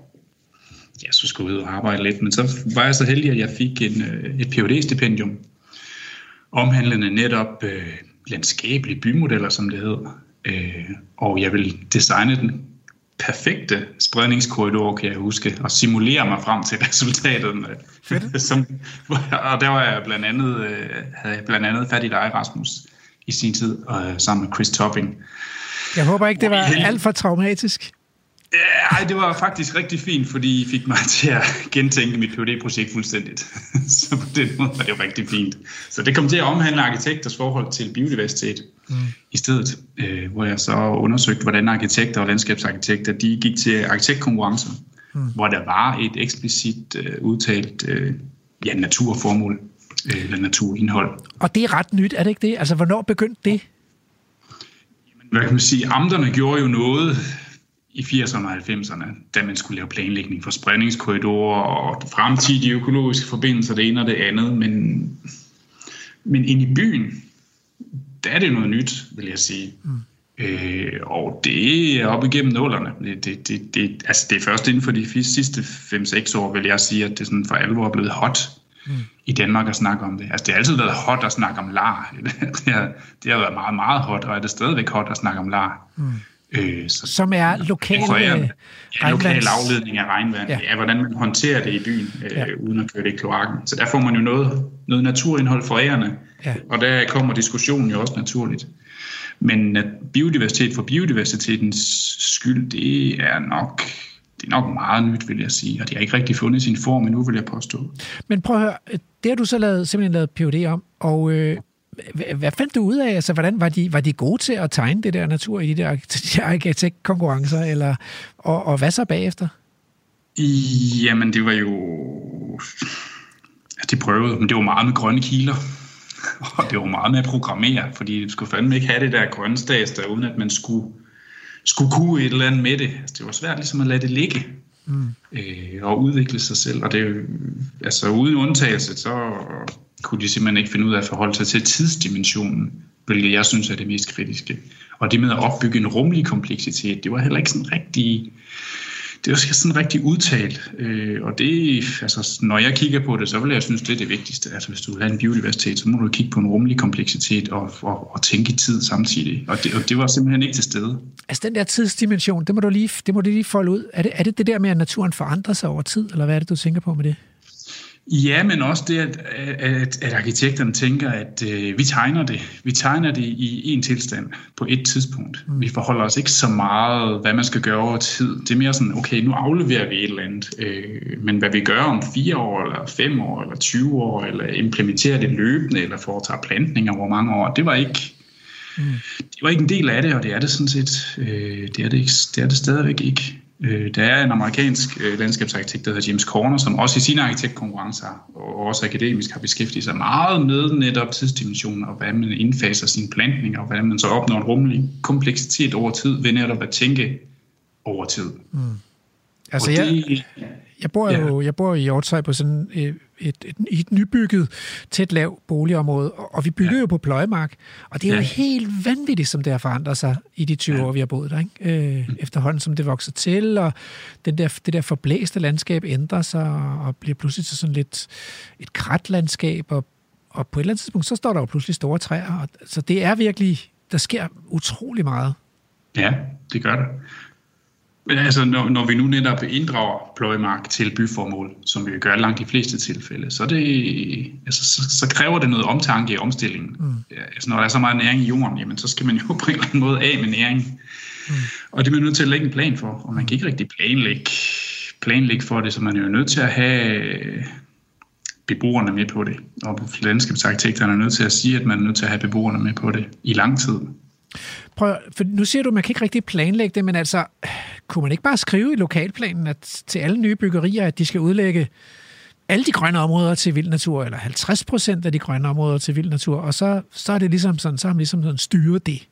ja, så skulle jeg ud og arbejde lidt. Men så var jeg så heldig, at jeg fik en, et P H D-stipendium, omhandlende netop øh, landskabelige bymodeller, som det hedder. Øh, og jeg vil designe den perfekte spredningskorridor, kan jeg huske, og simulere mig frem til resultatet. Som, og der var jeg blandt andet, øh, havde jeg blandt andet fat i dig, Rasmus, i sin tid, og sammen med Chris Topping. Jeg håber ikke, det var alt for traumatisk. Ja, det var faktisk rigtig fint, fordi I fik mig til at gentænke mit P H D-projekt fuldstændigt. Så på den måde var det jo rigtig fint. Så det kom til at omhandle arkitekters forhold til biodiversitet mm. i stedet, øh, hvor jeg så undersøgte, hvordan arkitekter og landskabsarkitekter, de gik til arkitektkonkurrencer, mm. hvor der var et eksplicit øh, udtalt øh, ja, naturformål øh, eller naturindhold. Og det er ret nyt, er det ikke det? Altså, hvornår begyndte det? Jamen, hvad kan man sige? Amterne gjorde jo noget i firserne og halvfemserne, da man skulle lave planlægning for spredningskorridorer og fremtidige økologiske forbindelser, det ene og det andet, men, men ind i byen, der er det noget nyt, vil jeg sige. Mm. Øh, og det er op igennem nullerne. Det, det, det, det, altså det er først inden for de sidste fem seks år, vil jeg sige, at det sådan for alvor er blevet hot mm. i Danmark at snakke om det. Altså det har altid været hot at snakke om lar. Det har, det har været meget, meget hot, og er det stadigvæk hot at snakke om lar. Mm. Øh, så, som er lokale ja, lokal afledning af regnvand. Ja. Ja, hvordan man håndterer det i byen, øh, ja. uden at køre det i kloakken. Så der får man jo noget, noget naturindhold forærende, ja. Og der kommer diskussionen jo også naturligt. Men at biodiversitet for biodiversitetens skyld, det er nok, det er nok meget nyt, vil jeg sige. Og det har ikke rigtig fundet sin form endnu, vil jeg påstå. Men prøv at høre, det har du så lavet, simpelthen lavet P H D om, og øh, hvad fandt du ud af? Altså, hvordan var de, var de gode til at tegne det der natur i de der, de der arkitektkonkurrencer, eller, og, og hvad så bagefter? Jamen, det var jo... Ja, de prøvede, men det var meget med grønne kiler. Og det var meget med at programmere, fordi du skulle fandme ikke have det der grønne stads der, uden at man skulle, skulle kunne et eller andet med det. Altså, det var svært ligesom at lade det ligge mm. øh, og udvikle sig selv. Og det, altså uden undtagelse, så kunne de simpelthen ikke finde ud af at forholde sig til tidsdimensionen, hvilket jeg synes er det mest kritiske. Og det med at opbygge en rummelig kompleksitet, det var heller ikke sådan rigtig... Det var sådan rigtig udtalt, øh, og det, altså, når jeg kigger på det, så vil jeg synes, det er det vigtigste. Altså, hvis du vil have en biodiversitet, så må du kigge på en rummelig kompleksitet og, og, og tænke i tid samtidig. Og det, og det var simpelthen ikke til stede. Altså, den der tidsdimension, det må du lige, det må du lige folde ud. Er det, er det det der med, at naturen forandrer sig over tid, eller hvad er det, du tænker på med det? Ja, men også det, at, at, at arkitekterne tænker, at øh, vi tegner det. Vi tegner det i en tilstand på et tidspunkt. Mm. Vi forholder os ikke så meget, hvad man skal gøre over tid. Det er mere sådan, okay, nu afleverer vi et eller andet. Øh, men hvad vi gør om fire år, eller fem år, eller tyve år, eller implementerer det løbende, eller foretager plantninger over mange år, det var ikke, mm. det var ikke en del af det, og det er det sådan set. Øh, det, er det, ikke, det er det stadigvæk ikke. Der er en amerikansk landskabsarkitekt, der hedder James Corner, som også i sine arkitektkonkurrencer og også akademisk har beskæftiget sig meget med netop tidsdimensioner, og hvordan man indfaser sine plantninger, og hvordan man så opnår en rummelig kompleksitet over tid ved netop at tænke over tid. Mm. Altså, jeg, jeg, bor jo, ja. jeg bor i Hjortshøj på sådan et, et, et, et nybygget, tæt lav boligområde, og vi bygger ja. jo på pløjemark, og det er ja. jo helt vanvittigt, som det har forandret sig i de tyve ja. år, vi har boet der, ikke? Øh, mm. Efterhånden, som det vokser til, og den der, det der forblæste landskab ændrer sig, og bliver pludselig til sådan lidt et kratlandskab, og, og på et eller andet tidspunkt, så står der jo pludselig store træer, og, så det er virkelig, der sker utrolig meget. Ja, det gør det. Men altså, når, når vi nu netop inddrager pløjemark til byformål, som vi gør langt de fleste tilfælde, så, det, altså, så, så kræver det noget omtanke i omstillingen. Mm. Altså, når der er så meget næring i jorden, jamen, så skal man jo på en eller anden måde af med næring. Mm. Og det er man nødt til at lægge en plan for, og man kan ikke rigtig planlægge, planlægge for det, så man er jo nødt til at have beboerne med på det. Og landskabsarkitekterne er nødt til at sige, at man er nødt til at have beboerne med på det i lang tid. Prøv, for nu siger du, at man kan ikke rigtig planlægge det, men altså, kunne man ikke bare skrive i lokalplanen at til alle nye byggerier, at de skal udlægge alle de grønne områder til vild natur, eller halvtreds procent af de grønne områder til vild natur, og så, så er det ligesom sådan, så har man ligesom sådan styret det.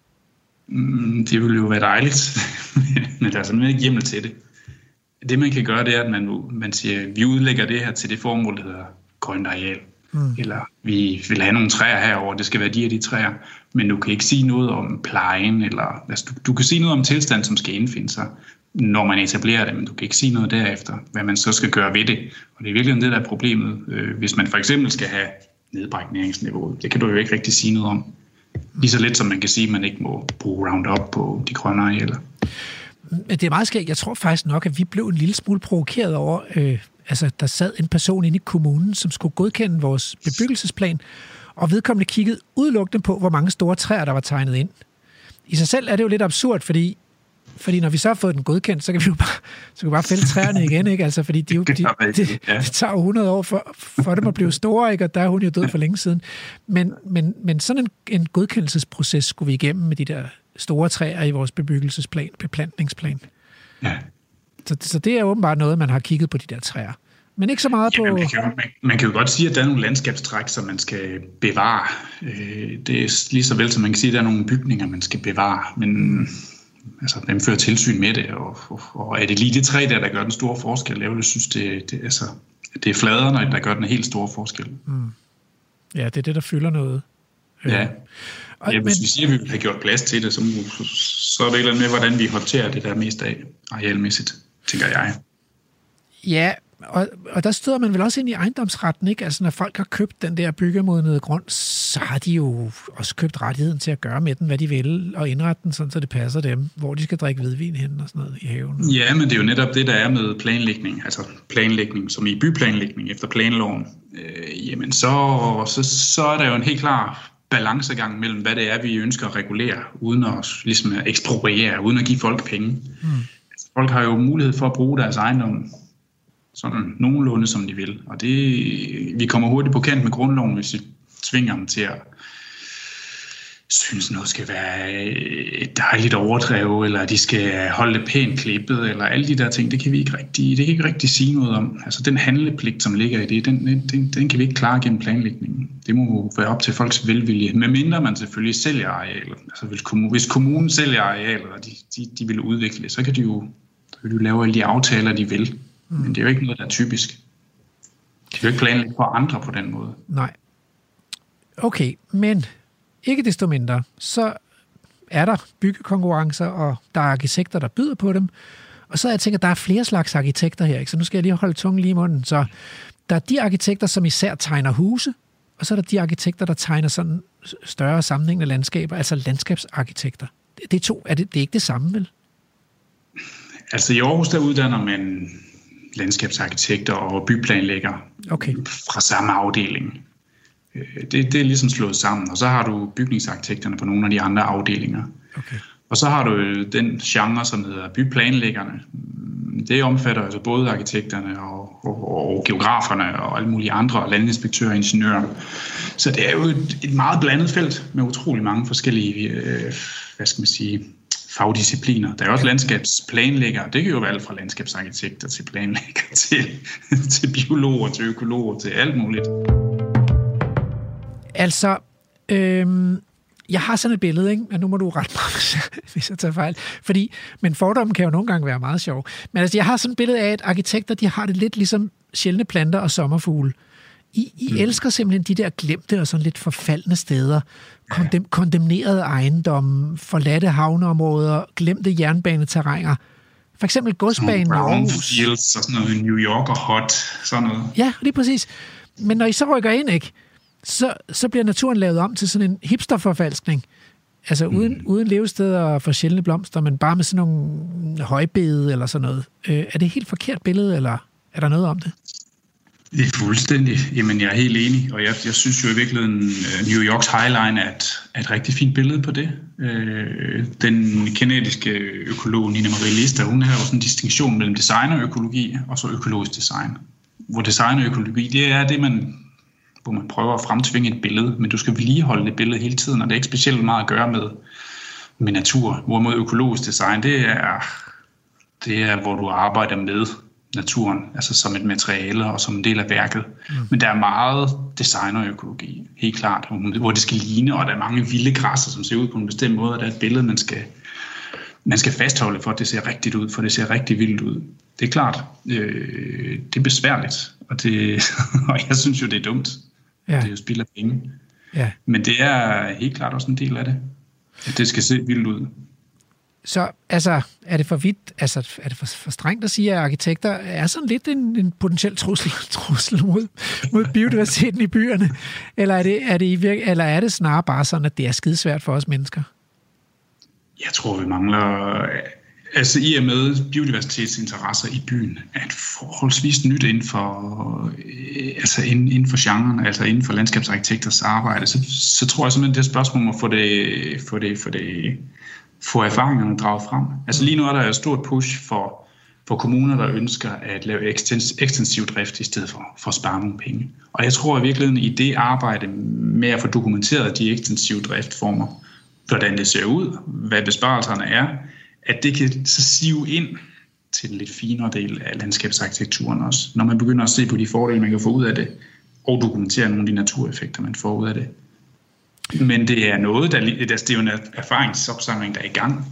Mm, det ville jo være dejligt, men der er simpelthen ikke hjemmel til det. Det man kan gøre, det er, at man, man siger, at vi udlægger det her til det formål, der hedder grønt areal. Mm. Eller vi vil have nogle træer herover, det skal være de og de træer, men du kan ikke sige noget om plejen, eller altså, du, du kan sige noget om tilstand, som skal indfinde sig, når man etablerer det, men du kan ikke sige noget derefter, hvad man så skal gøre ved det. Og det er virkelig det, der er problemet, øh, hvis man for eksempel skal have nedbragt næringsniveauet. Det kan du jo ikke rigtig sige noget om. Lige så lidt som man kan sige, at man ikke må bruge Roundup på de grønne arealer. Men det er meget skægt. Jeg tror faktisk nok, at vi blev en lille smule provokeret over, øh, altså der sad en person inde i kommunen, som skulle godkende vores bebyggelsesplan, og vedkommende kiggede udelukkende på, hvor mange store træer, der var tegnet ind. I sig selv er det jo lidt absurd, fordi, fordi når vi så har fået den godkendt, så kan vi jo bare, så kan vi bare fælde træerne igen, ikke? Altså, fordi de, de, de, de, det tager jo hundrede år for, for dem at blive store, ikke? Og der er hun jo død for længe siden. Men, men, men sådan en, en godkendelsesproces skulle vi igennem med de der store træer i vores bebyggelsesplan, beplantningsplan. Ja. Så, så det er åbenbart noget, man har kigget på de der træer. Men ikke så meget på... Ja, man, kan jo, man, man kan jo godt sige, at der er nogle landskabstræk, som man skal bevare. Det er lige så vel, som man kan sige, at der er nogle bygninger, man skal bevare. Men altså, hvem fører tilsyn med det? Og, og, og er det lige det træ der, der gør den store forskel? Jeg vil synes, det, det, altså, det er fladerne, der gør den helt store forskel. Mm. Ja, det er det, der fylder noget. Ja. Og, ja, hvis men... vi siger, at vi vil have gjort plads til det, så, så er det et eller andet med, hvordan vi håndterer det der mest af arealmæssigt, tænker jeg. Ja, og, og der støder man vel også ind i ejendomsretten, ikke? Altså, når folk har købt den der byggemodnede grund, så har de jo også købt rettigheden til at gøre med den, hvad de vil, og indrette den, sådan, så det passer dem, hvor de skal drikke hvidvin hen og sådan noget i haven. Ja, men det er jo netop det, der er med planlægning, altså planlægning, som i byplanlægning efter planloven. Øh, jamen, så, så, så er der jo en helt klar balancegang mellem, hvad det er, vi ønsker at regulere, uden at, ligesom at ekspropriere, uden at give folk penge. Mm. Altså, folk har jo mulighed for at bruge deres ejendom sådan nogenlunde, som de vil. Og det, vi kommer hurtigt på kant med grundloven, hvis vi tvinger dem til at synes, noget skal være et dejligt overdrev, eller de skal holde det pænt klippet, eller alle de der ting, det kan vi ikke rigtig, det kan ikke rigtig sige noget om. Altså den handlepligt, som ligger i det, den, den, den kan vi ikke klare gennem planlægningen. Det må være op til folks velvilje, medmindre man selvfølgelig sælger arealer. Altså hvis, kommun, hvis kommunen sælger arealer, og de, de, de vil udvikle, så kan de jo, så kan de jo lave alle de aftaler, de vil. Mm. Men det er jo ikke noget, der er typisk. De kan jo ikke planlægge for andre på den måde. Nej. Okay, men ikke desto mindre, så er der byggekonkurrencer, og der er arkitekter, der byder på dem. Og så jeg tænker, der er flere slags arkitekter her, ikke? Så nu skal jeg lige holde tungen lige i munden. Så der er de arkitekter, som især tegner huse, og så er der de arkitekter, der tegner sådan større sammenhængende landskaber, altså landskabsarkitekter. Det er to. Er det, det er ikke det samme, vel? Altså i Aarhus, der uddanner man landskabsarkitekter og byplanlægger okay. fra samme afdeling. Det, det er ligesom slået sammen, og så har du bygningsarkitekterne på nogle af de andre afdelinger. Okay. Og så har du den genre, som hedder byplanlæggerne. Det omfatter altså både arkitekterne og, og, og geograferne og alle mulige andre, landinspektører og ingeniører. Så det er jo et, et meget blandet felt med utrolig mange forskellige, øh, hvad skal man sige, fagdiscipliner. Der er også landskabsplanlæggere. Det kan jo være alt fra landskabsarkitekter til planlæggere, til, til biologer, til økologer, til alt muligt. Altså, øhm, jeg har sådan et billede, ikke? Og nu må du rette mig, hvis jeg tager fejl. Fordi, men fordommen kan jo nogle gange være meget sjov. Men altså, jeg har sådan et billede af, at arkitekter, de har det lidt ligesom sjældne planter og sommerfugle. I, I mm. elsker simpelthen de der glemte og sådan lidt forfaldne steder, kondem, kondemnerede ejendomme, forladte havneområder, glemte jernbaneterrænger. For eksempel godsbanen i Aarhus. Brownfields og sådan noget, New York og hot, sådan noget. Ja, lige præcis. Men når I så rykker ind, ikke, så, så bliver naturen lavet om til sådan en hipsterforfalskning. Altså mm. uden, uden levesteder for sjældne blomster, men bare med sådan nogle højbede eller sådan noget. Øh, er det et helt forkert billede, eller er der noget om det? Det er fuldstændig. Jamen, jeg er helt enig, og jeg, jeg synes jo i virkeligheden, New Yorks Highline er et, er et rigtig fint billede på det. Øh, den kanadiske økolog Nina Marie Lister, hun har jo sådan en distinktion mellem design og økologi, og så økologisk design. Hvor design og økologi, det er det, man, hvor man prøver at fremtvinge et billede, men du skal vedligeholde det billede hele tiden, og det er ikke specielt meget at gøre med, med natur. Hvorimod økologisk design, det er, det er, hvor du arbejder med naturen, altså som et materiale og som en del af værket. Mm. Men der er meget design og økologi, helt klart, hvor det skal ligne, og der er mange vilde græsser, som ser ud på en bestemt måde, og der er et billede, man skal, man skal fastholde, for at det ser rigtigt ud, for det ser rigtig vildt ud. Det er klart, øh, det er besværligt, og, det, og jeg synes jo, det er dumt. Ja. Det er jo spild af penge. Ja. Men det er helt klart også en del af det, at det skal se vildt ud. Så altså, er det for vidt, altså er det for, for strengt at sige, at arkitekter er sådan lidt en, en potentiel trussel, trussel mod, mod biodiversiteten i byerne? Eller er, det, er det i virke, eller er det snarere bare sådan, at det er skidesvært for os mennesker? Jeg tror, vi mangler... Altså i og med biodiversitetsinteresser i byen er et forholdsvis nyt inden for, altså inden for genren, altså inden for landskabsarkitekters arbejde, så, så tror jeg simpelthen, det er et spørgsmål om at få det... Få det, få det få erfaringerne draget frem. Altså lige nu er der et stort push for, for kommuner, der ønsker at lave ekstens, ekstensiv drift i stedet for, for at spare nogle penge. Og jeg tror i virkeligheden i det arbejde med at få dokumenteret de ekstensive driftformer, hvordan det ser ud, hvad besparelserne er, at det kan så sive ind til den lidt finere del af landskabsarkitekturen også. Når man begynder at se på de fordele, man kan få ud af det, og dokumentere nogle af de natureffekter, man får ud af det. Men det er noget, der, det er jo en erfaringsopsamling, der er i gang.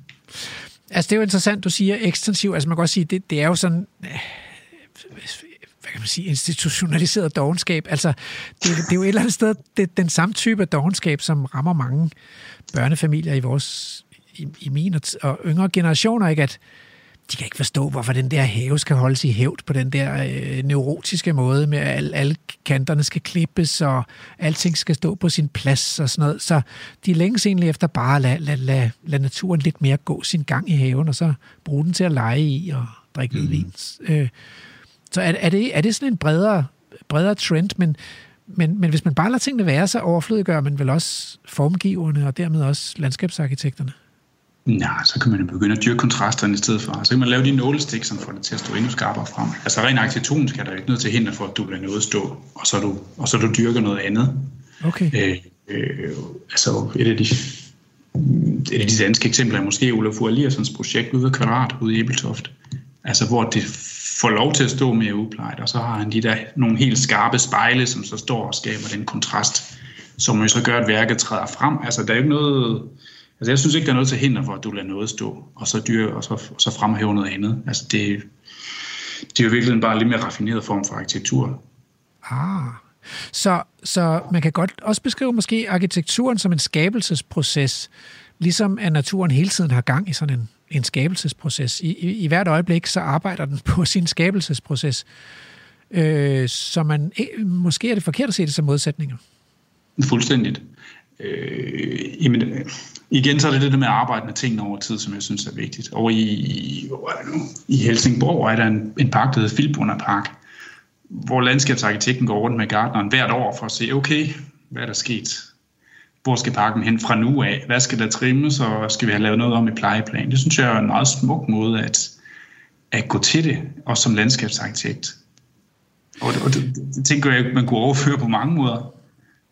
Altså det er jo interessant, du siger ekstensiv. Altså man kan godt sige, det, det er jo sådan, hvad kan man sige, institutionaliseret dovenskab. Altså det, det er jo et eller andet sted det, den samme type af dovenskab, som rammer mange børnefamilier i vores, i, i min og, og yngre generationer, ikke? At de kan ikke forstå, hvorfor den der have skal holdes i hævd på den der øh, neurotiske måde, med at alle, alle kanterne skal klippes, og alting skal stå på sin plads og sådan noget. Så de længes egentlig efter bare at lade, lade, lade, lade naturen lidt mere gå sin gang i haven, og så bruge den til at lege i og drikke mm. hvidvin. Øh, så er, er, det, er det sådan en bredere, bredere trend, men, men, men hvis man bare lader tingene være, så overflødiggør man vel også formgiverne, og dermed også landskabsarkitekterne? Nej, så kan man begynde at dyrke kontrasterne i stedet for. Så kan man lave de nålestik, som får det til at stå endnu skarpere frem. Altså rent arkitektonisk er der ikke noget til hinder for, at du lader noget stå, og så du, og så du dyrker noget andet. Okay. Øh, øh, altså et af de, et af de danske eksempler er måske Olaf Eliassons projekt ude ved Kvadrat, ude i Ebeltoft. Altså hvor det får lov til at stå mere udplejet, og så har han de der nogle helt skarpe spejle, som så står og skaber den kontrast, som jo så gør, at værket træder frem. Altså der er jo ikke noget... Altså, jeg synes ikke, der er noget til hinder for, at du lader noget stå, og så dyr, og så, og så fremhæve noget andet. Altså, det, det er jo virkelig bare en lidt mere raffineret form for arkitektur. Ah, så, så man kan godt også beskrive måske arkitekturen som en skabelsesproces, ligesom at naturen hele tiden har gang i sådan en, en skabelsesproces. I, i, I hvert øjeblik, så arbejder den på sin skabelsesproces. Øh, så man, måske er det forkert at se det som modsætninger. Fuldstændigt. Øh, jamen, igen så er det det der med at arbejde med tingene over tid, som jeg synes er vigtigt. Og i, hvor er det nu? I Helsingborg er der en, en park, der hedder Filbona Park, hvor landskabsarkitekten går rundt med gartneren hvert år for at se, okay, hvad er der sket? Hvor skal parken hen fra nu af? Hvad skal der trimmes, og skal vi have lavet noget om i plejeplan? Det synes jeg er en meget smuk måde at, at gå til det, også som landskabsarkitekt. Og det, og det, det tænker jeg, man kunne overføre på mange måder.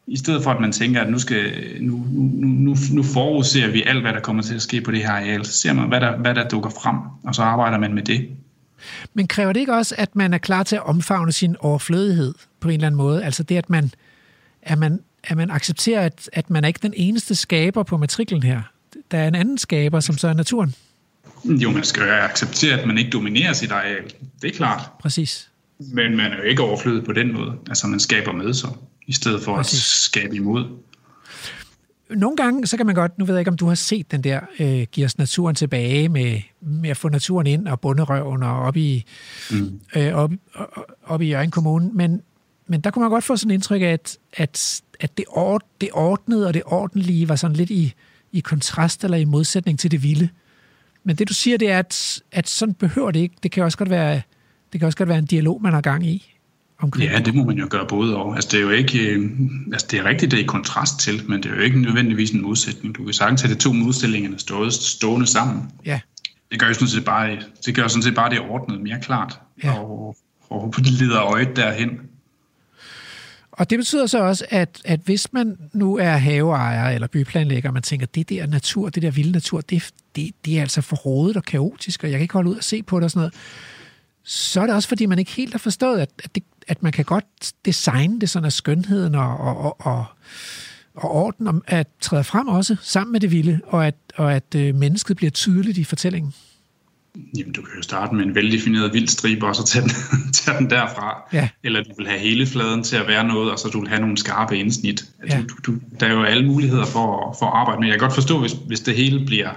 I stedet for, at man tænker, at nu, skal, nu, nu, nu, nu forudser vi alt, hvad der kommer til at ske på det her areal. Så ser man, hvad der, hvad der dukker frem, og så arbejder man med det. Men kræver det ikke også, at man er klar til at omfavne sin overflødighed på en eller anden måde? Altså det, at man, at man, at man accepterer, at, at man er ikke den eneste skaber på matriklen her. Der er en anden skaber, som så er naturen. Jo, man skal jo acceptere, at man ikke dominerer sit areal. Det er klart. Præcis. Men man er jo ikke overflødig på den måde. Altså man skaber med så, i stedet for Præcis. At skabe imod. Nogle gange, så kan man godt, nu ved jeg ikke, om du har set den der, øh, giver os naturen tilbage med, med at få naturen ind og bunderøven og op i, mm. øh, op, op i Hjørring Kommune, men, men der kunne man godt få sådan et indtryk af, at, at, at det, ord, det ordnede og det ordentlige var sådan lidt i, i kontrast eller i modsætning til det vilde. Men det du siger, det er, at, at sådan behøver det ikke. Det kan også godt være, det kan også godt være en dialog, man har gang i. Omkring. Ja, det må man jo gøre både og. Altså det er jo ikke, øh, altså det er rigtigt, det er i kontrast til, men det er jo ikke nødvendigvis en modsætning. Du kan sagtens have de to modstillinger stående, stående sammen. Ja. Det gør jo sådan set bare, det gør sådan set bare det ordnet mere klart, ja. og, og leder øjet derhen. Og det betyder så også, at, at hvis man nu er haveejer eller byplanlægger, og man tænker, det der natur, det der vilde natur, det, det, det er altså for rodet og kaotisk, og jeg kan ikke holde ud og se på det og sådan noget, så er det også, fordi man ikke helt har forstået, at, at, det, at man kan godt designe det sådan, at skønheden og, og, og, og orden at træde frem også sammen med det vilde, og at, og at øh, mennesket bliver tydeligt i fortællingen. Jamen, du kan jo starte med en veldefineret vild stribe, og så tage den, tage den derfra. Ja. Eller du vil have hele fladen til at være noget, og så du vil have nogle skarpe indsnit. Ja. Du, du, der er jo alle muligheder for, for at arbejde med. Jeg kan godt forstå, hvis, hvis det hele bliver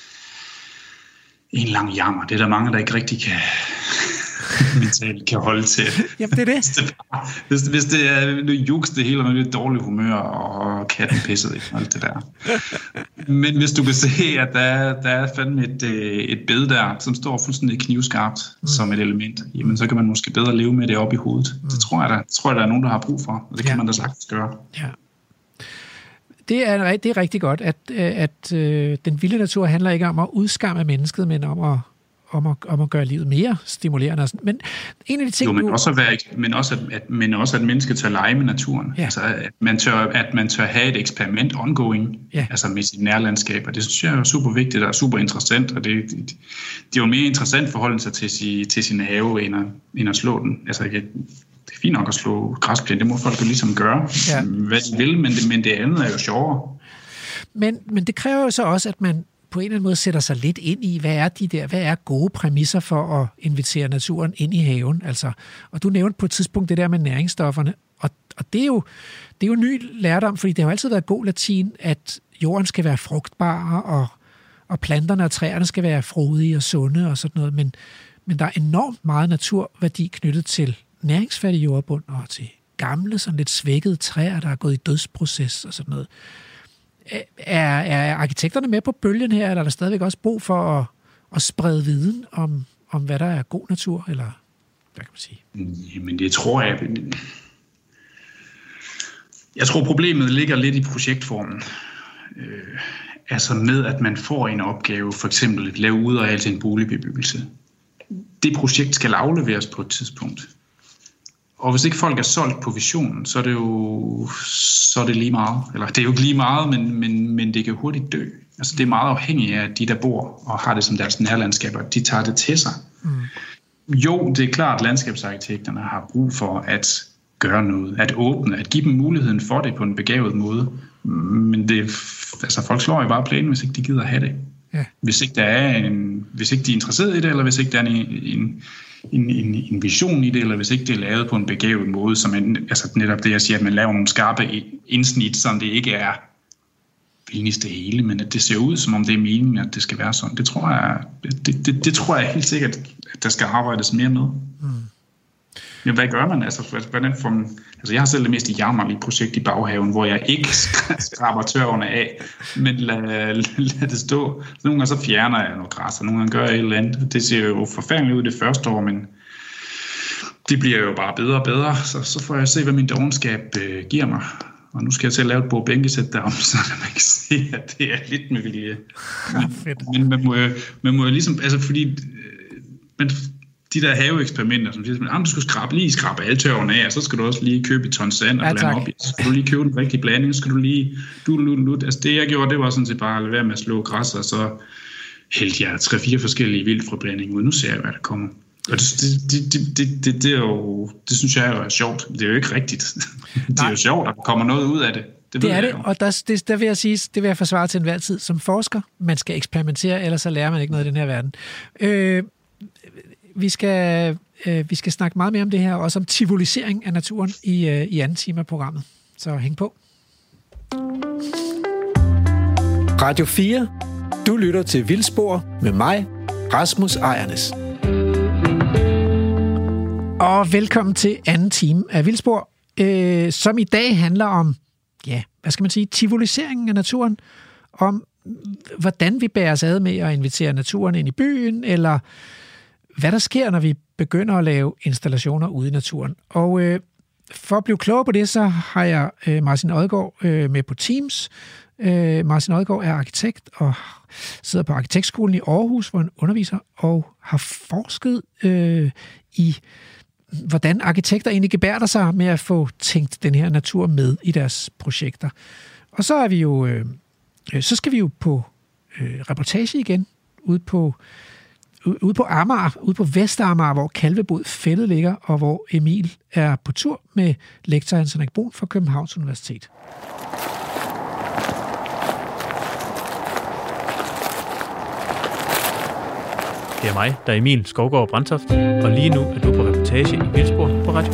en lang jammer. Det er der mange, der ikke rigtig kan... mentalt kan holde til. Jamen, det er det. Hvis det, bare, hvis, hvis det er juks det hele, og man er lidt dårlig humør, og katten pisset, ikke? Alt det der. Men hvis du kan se, at der er, der er fandme et, et bed der, som står fuldstændig knivskarpt mm. som et element, jamen så kan man måske bedre leve med det op i hovedet. Mm. Det tror jeg, der, tror jeg, der er nogen, der har brug for, og det kan ja. man da sagtens gøre. Ja. Det er, det er rigtig godt, at, at, at den vilde natur handler ikke om at udskamme mennesket, men om at Om at, om at gøre livet mere stimulerende. Men en af de ting, jo, men, du... også at være, men, også at, at, men også at mennesket tør lege med naturen. Ja. Altså, at man, tør, at man tør have et eksperiment ongoing, ja. altså med sit nærlandskab. Og det synes jeg er super vigtigt og super interessant. Og det, det, det er jo mere interessant forholde sig til, sig, til sin have, end at, end at slå den. Altså, det er fint nok at slå græsplæne. Det må folk jo ligesom gøre, ja. hvad de vil, men det, men det andet er jo sjovere. Men, men det kræver jo så også, at man på en eller anden måde sætter sig lidt ind i, hvad er de der, hvad er gode præmisser for at invitere naturen ind i haven, altså. Og du nævnte på et tidspunkt det der med næringsstofferne, og, og det er jo det er jo ny lærdom, fordi det har jo altid været god latin, at jorden skal være frugtbar, og, og planterne og træerne skal være frodige og sunde og sådan noget, men, men der er enormt meget naturværdi knyttet til næringsfattig jordbund og til gamle, sådan lidt svækkede træer, der er gået i dødsproces og sådan noget. Er, er arkitekterne med på bølgen her, eller er der stadigvæk også brug for at, at sprede viden om, om, hvad der er god natur, eller hvad kan man sige? Jamen det tror jeg... Jeg tror problemet ligger lidt i projektformen. Øh, altså med, at man får en opgave, for eksempel at lave udareal til en boligbebyggelse. Det projekt skal afleveres på et tidspunkt. Og hvis ikke folk er solgt på visionen, så er det jo så er det lige meget. Eller det er jo ikke lige meget, men, men, men det kan hurtigt dø. Altså det er meget afhængigt af de, der bor og har det som deres nærlandskaber. De tager det til sig. Mm. Jo, det er klart, at landskabsarkitekterne har brug for at gøre noget. At åbne, at give dem muligheden for det på en begavet måde. Men det, altså folk slår jo bare plænen, hvis ikke de gider have det. Ja. Hvis ikke der er en, hvis ikke de er interesseret i det, eller hvis ikke der er en, en En, en, en vision i det, eller hvis ikke det er lavet på en begavet måde, som en, altså netop det, jeg siger, at man laver nogle skarpe indsnit, som det ikke er vildest det hele, men at det ser ud, som om det er meningen, at det skal være sådan. Det tror jeg, det, det, det tror jeg helt sikkert, at der skal arbejdes mere med. Mm. Ja, hvad gør man? Altså, hvordan får man, altså, jeg har selv det mest jammerlige projekt i baghaven, hvor jeg ikke skraber tørverne af, men lader lad det stå. Så nogle gange så fjerner jeg noget græs, og nogle gange gør jeg et eller andet. Det ser jo forfærdeligt ud det første år, men det bliver jo bare bedre og bedre. Så, så får jeg se, hvad min dovenskab øh, giver mig. Og nu skal jeg til at lave et bord-bænkesæt derom, så man kan se, at det er lidt med vilje. Men, men man, må jo, man må jo ligesom, altså fordi... Men, de der haveeksperimenter, som siger, at du skal skrabe, lige skrabe alle tørverne af, og så skal du også lige købe et ton sand og ja, blande op i. Så skal du lige købe den rigtige blanding, så skal du lige du Altså det, jeg gjorde, det var sådan set bare at lade være med at slå græs, og så hældte jeg tre-fire forskellige vildfrøblandinger ud. Nu ser jeg, hvad der kommer. Og det, det, det, det, det, det, er jo, det synes jeg er sjovt. Det er jo ikke rigtigt. Det er jo sjovt, at der kommer noget ud af det. Det, det er det, og der, det, der vil jeg sige, det vil jeg forsvare til enhver tid som forsker. Man skal eksperimentere, ellers så lærer man ikke noget i den her verden. Øh, vi, skal, øh, vi skal snakke meget mere om det her, også om tivolisering af naturen i, øh, i anden time af programmet. Så hæng på. Radio fire. Du lytter til Vildspor med mig, Rasmus Ejernes. Og velkommen til anden time af Vildspor, øh, som i dag handler om, ja, hvad skal man sige, tivoliseringen af naturen, om hvordan vi bærer os ad med at invitere naturen ind i byen, eller hvad der sker, når vi begynder at lave installationer ude i naturen. Og øh, for at blive klogere på det, så har jeg øh, Martin Odgaard øh, med på Teams. Øh, Martin Odgaard er arkitekt og sidder på Arkitektskolen i Aarhus, hvor han underviser og har forsket øh, i hvordan arkitekter egentlig gebærder sig med at få tænkt den her natur med i deres projekter. Og så er vi jo, øh, så skal vi jo på øh, reportage igen ude på ude på Amager, ude på Vestamager, hvor Kalvebod Fælled ligger, og hvor Emil er på tur med lektor Hans Henrik Bruun fra Københavns Universitet. Det er mig, der er Emil Skovgaard Brandtoft, og lige nu er du på reportage i Vildspor på Radio.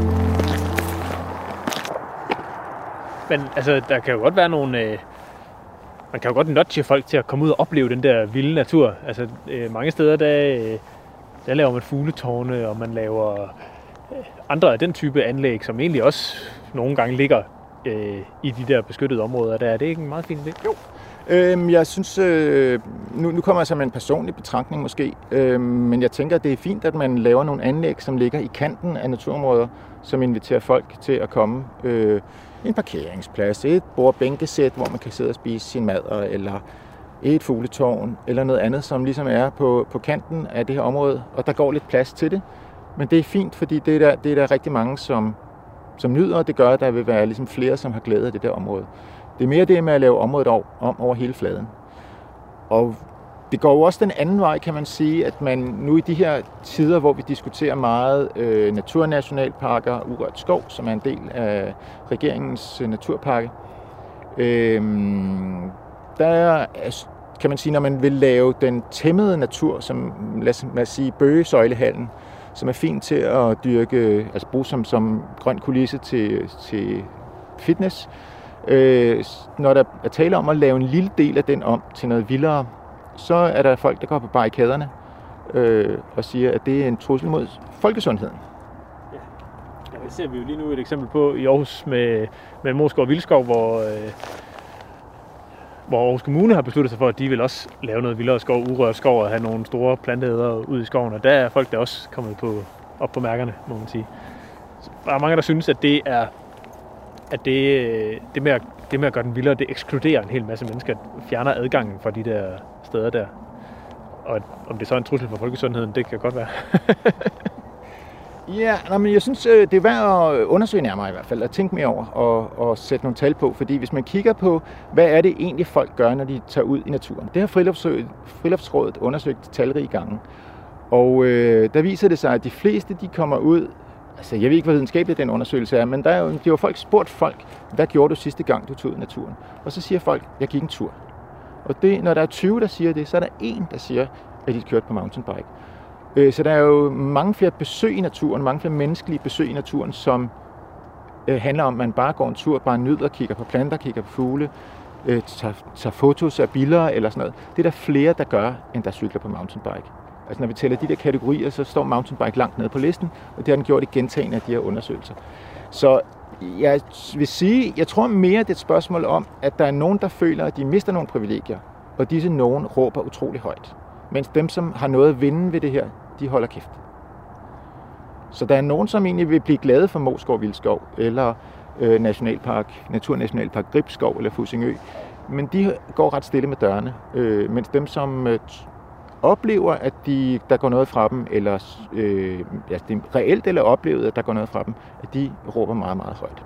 Men altså, der kan jo godt være nogle... Øh, man kan jo godt nudge folk til at komme ud og opleve den der vilde natur. Altså, øh, mange steder, der, øh, der laver man fugletårne, og man laver øh, andre af den type anlæg, som egentlig også nogle gange ligger øh, i de der beskyttede områder. Der er det ikke en meget fin idé? Jo. Øhm, jeg synes, øh, nu, nu kommer jeg som en personlig betragtning måske, øh, men jeg tænker, at det er fint, at man laver nogle anlæg, som ligger i kanten af naturområder, som inviterer folk til at komme. Øh, en parkeringsplads, et bord-bænkesæt, hvor man kan sidde og spise sin mad, eller et fugletårn, eller noget andet, som ligesom er på, på kanten af det her område, og der går lidt plads til det. Men det er fint, fordi det er der, det er der rigtig mange, som, som nyder, og det gør, at der vil være ligesom flere, som har glæde af det der område. Det er mere det med at lave området om over hele fladen. Og det går jo også den anden vej, kan man sige, at man nu i de her tider, hvor vi diskuterer meget øh, naturnationalparker, urørt skov, som er en del af regeringens øh, naturpakke, øh, der kan man sige, når man vil lave den tæmmede natur, som lad os, lad os sige Bøgesøjlehallen, som er fint til at dyrke, altså bruge som, som grøn kulisse til, til fitness, Øh, når der er tale om at lave en lille del af den om til noget vildere, så er der folk, der går på barrikaderne øh, og siger, at det er en trussel mod folkesundheden. Ja, ja, det ser vi jo lige nu et eksempel på i Aarhus med, med Moskov Vildskov, hvor, øh, hvor Aarhus Kommune har besluttet sig for, at de vil også lave noget vildere skov, urørt skov og have nogle store planteædere ud i skoven, og der er folk, der også kommet på, op på mærkerne, må man sige. Så der er mange, der synes, at det er at det, det, med at, det med at gøre den vildere, det ekskluderer en hel masse mennesker, fjerner adgangen fra de der steder der. Og om det så er en trussel for folkesundheden, det kan godt være. Ja, nej, men jeg synes, det er værd at undersøge nærmere i hvert fald, at tænke mere over og, og sætte nogle tal på. Fordi hvis man kigger på, hvad er det egentlig folk gør, når de tager ud i naturen. Det har Friluftsrådet undersøgt talrige gange. Og øh, der viser det sig, at de fleste de kommer ud. Altså, jeg ved ikke, hvor videnskabelig den undersøgelse er, men der er jo, de har folk spurgt folk, hvad gjorde du sidste gang, du tog ud i naturen? Og så siger folk, jeg gik en tur. Og det, når der er tyve, der siger det, så er der en, der siger, at de kørte på mountainbike. Så der er jo mange flere besøg i naturen, mange flere menneskelige besøg i naturen, som handler om, at man bare går en tur, bare nyder, kigger på planter, kigger på fugle, tager, tager fotos af billeder eller sådan noget. Det er der flere, der gør, end der cykler på mountainbike. Altså når vi tæller de der kategorier, så står mountainbike langt nede på listen, og det har den gjort i gentagende af de her undersøgelser. Så jeg vil sige, jeg tror mere, det er et spørgsmål om, at der er nogen, der føler, at de mister nogle privilegier, og disse nogen råber utrolig højt. Mens dem, som har noget at vinde ved det her, de holder kæft. Så der er nogen, som egentlig vil blive glade for Moskov Vildskov, eller øh, Nationalpark, Naturnationalpark Gribskov eller Fussingø, men de går ret stille med dørene, øh, mens dem, som øh, oplever, at de, der går noget fra dem, eller øh, ja, det er reelt eller oplevet, at der går noget fra dem, at de råber meget, meget højt.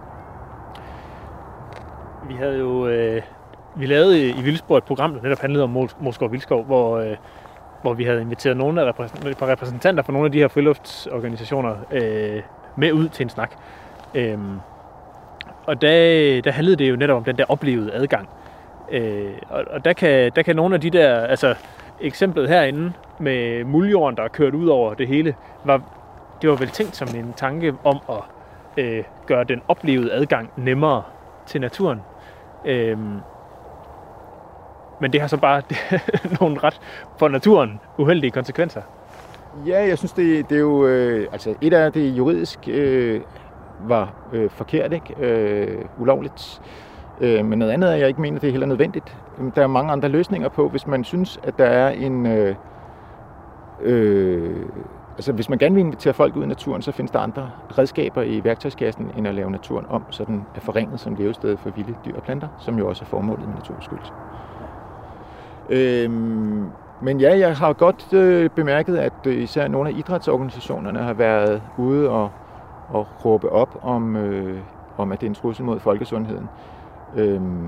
Vi havde jo, øh, vi lavede i Vildspor et program, der netop handlede om Moesgaard Vildskov, hvor, øh, hvor vi havde inviteret nogle af repræsentanter, repræsentanter for nogle af de her friluftsorganisationer øh, med ud til en snak. Øhm, og der, der handlede det jo netop om den der oplevede adgang. Øh, og og der, kan, der kan nogle af de der, altså eksemplet herinde med muldjorden, der er kørt ud over det hele, var, det var vel tænkt som en tanke om at øh, gøre den oplevede adgang nemmere til naturen. Øhm, men det har så bare nogle ret for naturen uheldige konsekvenser. Ja, jeg synes, det, det er jo... Øh, altså, et af det juridisk øh, var øh, forkert, ikke? Øh, ulovligt. Øh, men noget andet er, jeg ikke mener, det er heller nødvendigt. Der er mange andre løsninger på, hvis man synes, at der er en... Øh, øh, altså, hvis man gerne vil invitere folk ud i naturen, så findes der andre redskaber i værktøjskassen, end at lave naturen om, så den er forringet som levested for vilde dyr og planter, som jo også er formålet med naturbeskyttelse. Øh, Men ja, jeg har godt øh, bemærket, at øh, især nogle af idrætsorganisationerne har været ude og, og råbe op om, øh, om, at det er en trussel mod folkesundheden. Øhm,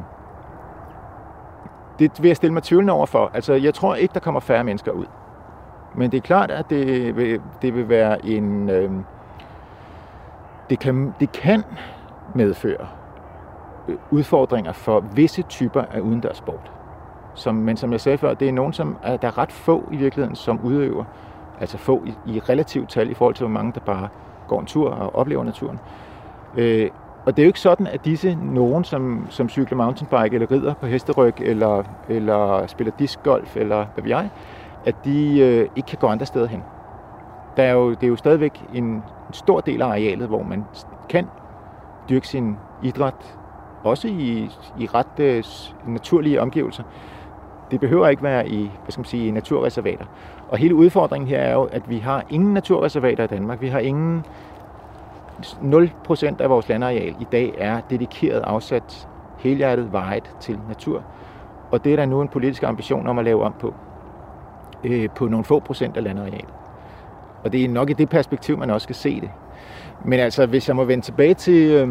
det vil jeg stille mig tvivlende over for. Altså, jeg tror ikke, der kommer færre mennesker ud. Men det er klart, at det vil, det vil være en... Øh, det, kan, det kan medføre udfordringer for visse typer af udendørssport. Som, men som jeg sagde før, det er nogen, som er, der er ret få i virkeligheden, som udøver. Altså få i, i relativt tal i forhold til, hvor mange der bare går en tur og oplever naturen. Øh, og det er jo ikke sådan, at disse nogen, som, som cykler mountainbike eller rider på hesteryg, eller, eller spiller discgolf, eller hvad ved jeg, at de øh, ikke kan gå andre steder hen. Der er jo, det er jo stadigvæk en, en stor del af arealet, hvor man kan dyrke sin idræt, også i, i ret øh, naturlige omgivelser. Det behøver ikke være i, hvad skal man sige, naturreservater. Og hele udfordringen her er jo, at vi har ingen naturreservater i Danmark. Vi har ingen... nul procent af vores landareal i dag er dedikeret afsat helhjertet vejet til natur. Og det er der nu en politisk ambition om at lave om på. Øh, på nogle få procent af landarealet. Og det er nok i det perspektiv, man også skal se det. Men altså, hvis jeg må vende tilbage til... Øh,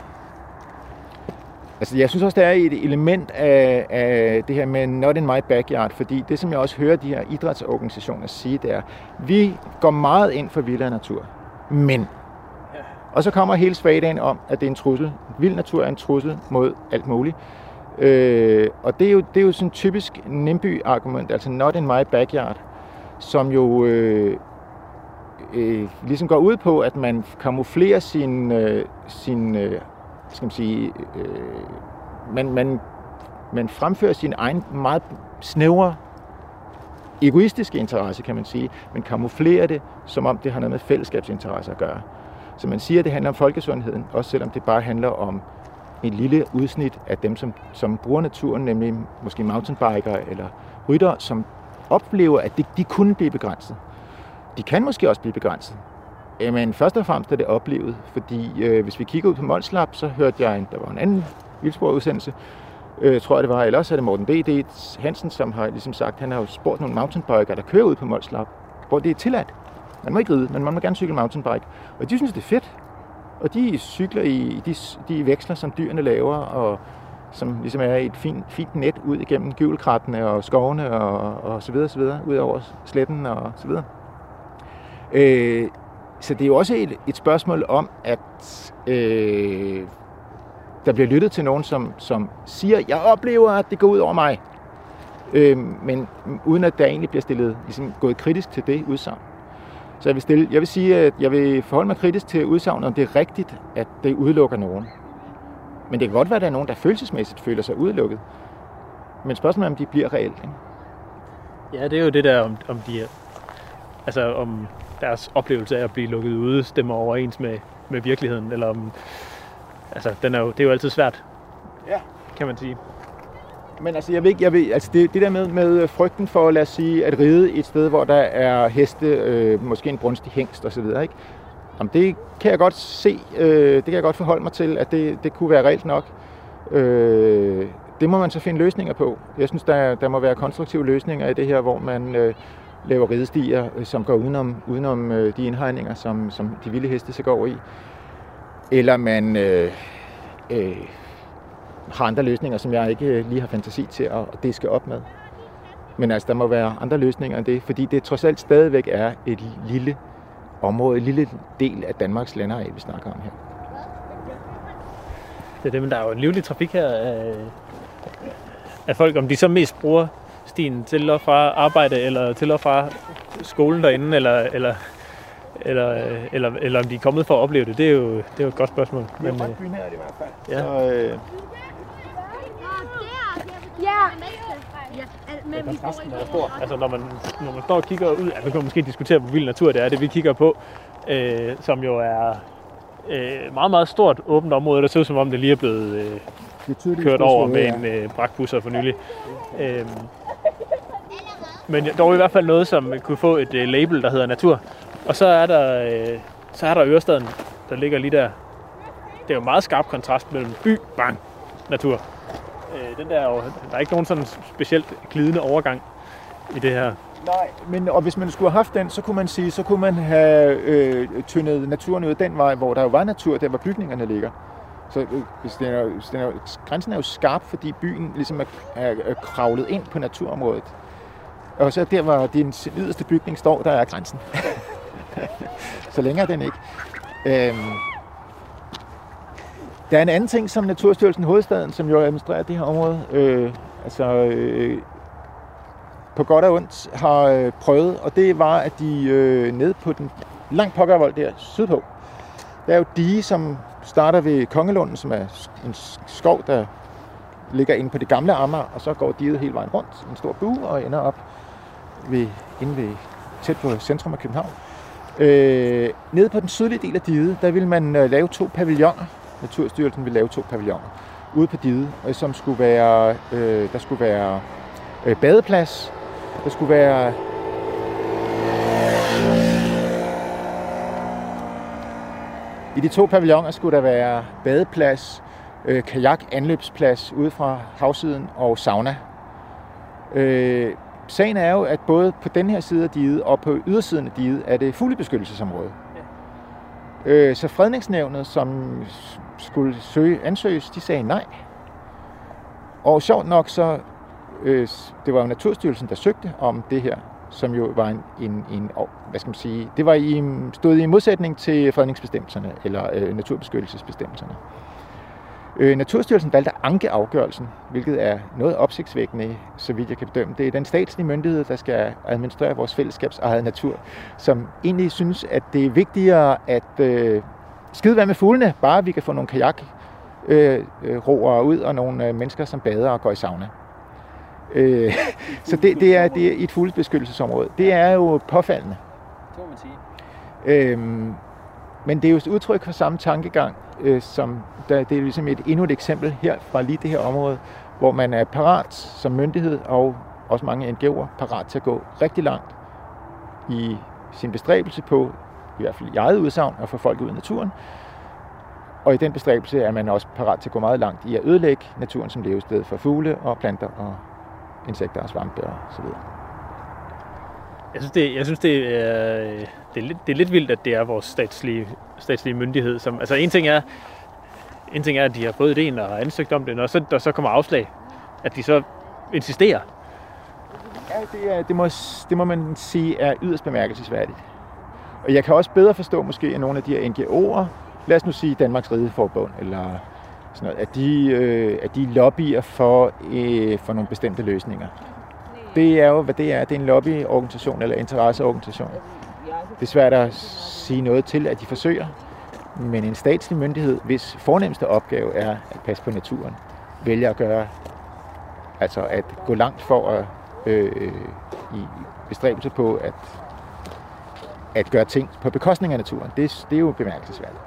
Altså, jeg synes også, der er et element af, af det her med not in my backyard, fordi det, som jeg også hører de her idrætsorganisationer sige, det er, vi går meget ind for vild natur, men... Og så kommer hele svagdagen om, at det er en trussel. Vild natur er en trussel mod alt muligt. Øh, og det er jo, det er jo sådan en typisk NIMBY-argument, altså not in my backyard, som jo øh, øh, ligesom går ud på, at man kamuflerer sin... Øh, sin øh, skal man sige, øh, man, man, man fremfører sin egen meget snævre, egoistiske interesse, kan man sige, men kamuflerer det, som om det har noget med fællesskabsinteresse at gøre. Så man siger, at det handler om folkesundheden, også selvom det bare handler om et lille udsnit af dem, som, som bruger naturen, nemlig måske mountainbikere eller ryttere, som oplever, at de, de kunne blive begrænset. De kan måske også blive begrænset. Men først og fremmest er det oplevet, fordi øh, hvis vi kigger ud på Molslap, så hørte jeg, en, der var en anden vildsporudsendelse, øh, tror jeg det var, eller også er det Morten B D Hansen, som har ligesom sagt, han har jo spurgt nogle mountainbikere, der kører ud på Molslap, hvor det er tilladt. Man må ikke ride, men man må gerne cykle mountainbike. Og de synes, det er fedt. Og de cykler i de, de veksler, som dyrene laver, og som ligesom er et fint, fint net ud igennem gyvelkrattene og skovene og, og så videre, så videre, ud over sletten og så videre. Øh, Så det er jo også et, et spørgsmål om, at øh, der bliver lyttet til nogen, som, som siger, jeg oplever, at det går ud over mig. Øh, men uden at der egentlig bliver stillet, ligesom gået kritisk til det udsagn. Så jeg vil, stille, jeg vil sige, at jeg vil forholde mig kritisk til udsagnet, om det er rigtigt, at det udelukker nogen. Men det kan godt være, at der er nogen, der følelsesmæssigt føler sig udelukket. Men spørgsmålet er, om de bliver reelt. Ikke? Ja, det er jo det der, om, om de er, altså om deres oplevelse af at blive lukket ude stemmer overens med, med virkeligheden, eller om, altså den er jo, det er jo altid svært, ja, kan man sige. Men altså, jeg ved ikke, jeg ved, altså det, det der med, med frygten for, lad os sige, at ride et sted, hvor der er heste, øh, måske en brunstig hængst osv., ikke? Jamen, det kan jeg godt se, øh, det kan jeg godt forholde mig til, at det, det kunne være reelt nok. Øh, det må man så finde løsninger på. Jeg synes, der, der må være konstruktive løsninger i det her, hvor man øh, laver ridestier, øh, som går udenom, udenom øh, de indhegninger, som, som de vilde heste så går i. Eller man øh, øh, har andre løsninger, som jeg ikke lige har fantasi til at, at diske op med. Men altså, der må være andre løsninger end det, fordi det trods alt stadigvæk er et lille område, en lille del af Danmarks landareal, vi snakker om her. Det er det, men der er jo en livlig trafik her af, af folk, om de så mest bruger stien til og fra arbejde, eller til og fra skolen derinde, eller, eller, eller, eller, eller om de er kommet for at opleve det, det er jo, det er jo et godt spørgsmål. Det er jo ret bynært i hvert fald. Ja. Så, øh... Ja, kontrasten er stor. Altså, når man, når man står og kigger ud, altså, man kan måske diskutere, hvor vild natur det er, det vi kigger på, øh, som jo er øh, meget, meget stort åbent område, der ser ud som om det lige er blevet øh, det kørt over med en øh, brakbusser for nylig. Øh, men dog i hvert fald noget, som kunne få et øh, label, der hedder natur. Og så er der, øh, så er der Ørestaden, der ligger lige der. Det er jo meget skarp kontrast mellem by, bang, natur. Den der, der er ikke nogen sådan specielt glidende overgang i det her. Nej, men og hvis man skulle have haft den, så kunne man sige, så kunne man have øh, tyndet naturen ud den vej, hvor der jo var natur, der hvor bygningerne ligger. Så øh, den er, den er, grænsen er jo skarp, fordi byen ligesom er, er, er kravlet ind på naturområdet. Og så der, hvor din yderste bygning står, der er grænsen. Så længere er den ikke. Øhm, Der er en anden ting, som Naturstyrelsen Hovedstaden, som jo administrerer det her område, øh, altså øh, på godt og ondt har øh, prøvet, og det var, at de øh, nede på den langt pokkervold der sydpå, der er jo dige, som starter ved Kongelunden, som er en skov, der ligger inde på det gamle Amager, og så går diget hele vejen rundt, en stor bue, og ender op ved, inde ved, tæt på centrum af København. Øh, nede på den sydlige del af diget, der vil man øh, lave to pavilloner. Naturstyrelsen vil lave to pavilloner ude på diget, som skulle være, øh, der skulle være øh, badeplads, der skulle være i de to pavilloner skulle der være badeplads, øh, kajak, anløbsplads ude fra havsiden og sauna. Øh, sagen er jo, at både på den her side af diget og på ydersiden af diget er det fuglebeskyttelsesområde. Øh, så fredningsnævnet, som skulle søge, ansøges, de sagde nej. Og sjovt nok så, øh, det var jo Naturstyrelsen, der søgte om det her, som jo var en, en, en hvad skal man sige, det var i, stod i modsætning til fredningsbestemmelserne, eller øh, naturbeskyttelsesbestemmelserne. Øh, Naturstyrelsen valgte at anke afgørelsen, hvilket er noget opsigtsvækkende, så vidt jeg kan bedømme. Det er den statslige myndighed, der skal administrere vores fællesskabs eget natur, som egentlig synes, at det er vigtigere at øh, skide være med fuglene, bare vi kan få nogle kajakroere øh, ud og nogle øh, mennesker, som bader og går i sauna. Øh, så det, det, er, det er et fuglebeskyttelsesområde. Det er jo påfaldende. Det må man sige. Øh, men det er jo et udtryk for samme tankegang, øh, som der, det er ligesom et endnu et eksempel her fra lige det her område, hvor man er parat som myndighed og også mange N G O'er parat til at gå rigtig langt i sin bestræbelse på, i hvert fald i eget udsagn, at få folk ud i naturen. Og i den bestræbelse er man også parat til at gå meget langt i at ødelægge naturen som levested for fugle og planter og insekter og svampe og så videre. Jeg synes, det, jeg synes det, er, det, er lidt, det er lidt vildt, at det er vores statslige, statslige myndighed. Som, altså en ting er, en ting er, at de har fået idéen og har ansøgt om det, og så, der så kommer afslag, at de så insisterer. Ja, det, er, det, må, det må man sige er yderst bemærkelsesværdigt. Og jeg kan også bedre forstå måske, at nogle af de her N G O'er, lad os nu sige Danmarks Rideforbund, eller sådan noget, at de, øh, at de lobbyer for, øh, for nogle bestemte løsninger. Det er jo, hvad det er. Det er en lobbyorganisation eller interesseorganisation. Det er svært at sige noget til, at de forsøger. Men en statslig myndighed, hvis fornemmeste opgave er at passe på naturen, vælger at gøre, altså at gå langt for at øh, i bestræbelse på at, at gøre ting på bekostning af naturen. Det, det er jo bemærkelsesværdigt.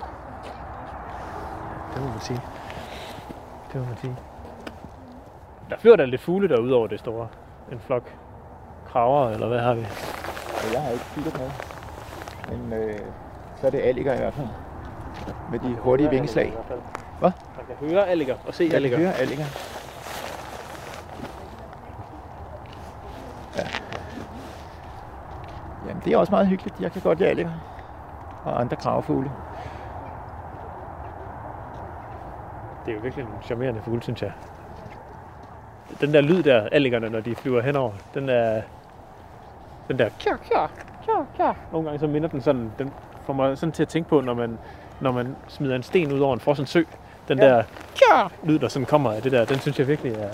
Det må man sige. Det må man sige. Der flyver der lidt fugle derude over det store. En flok kraver, eller hvad har vi? Jeg har ikke kigget med. Men øh, så er det alliger i hvert fald. Med de hurtige vingeslag. Hvad? Man kan høre alliger og se alliger. Man kan høre alliger. det er også meget hyggeligt. Jeg kan godt lide alliger og andre kravefugle. Det er jo virkelig en charmerende fugle, synes jeg. Den der lyd der, alligerne, når de flyver henover, den er... Den der... Kjør, kjør, kjør, kjør. Nogle gange så minder den sådan... Den får mig sådan til at tænke på, når man, når man smider en sten ud over en frossen sø. Den ja. der... Kjør, lyd, der sådan kommer af det der, den synes jeg virkelig er...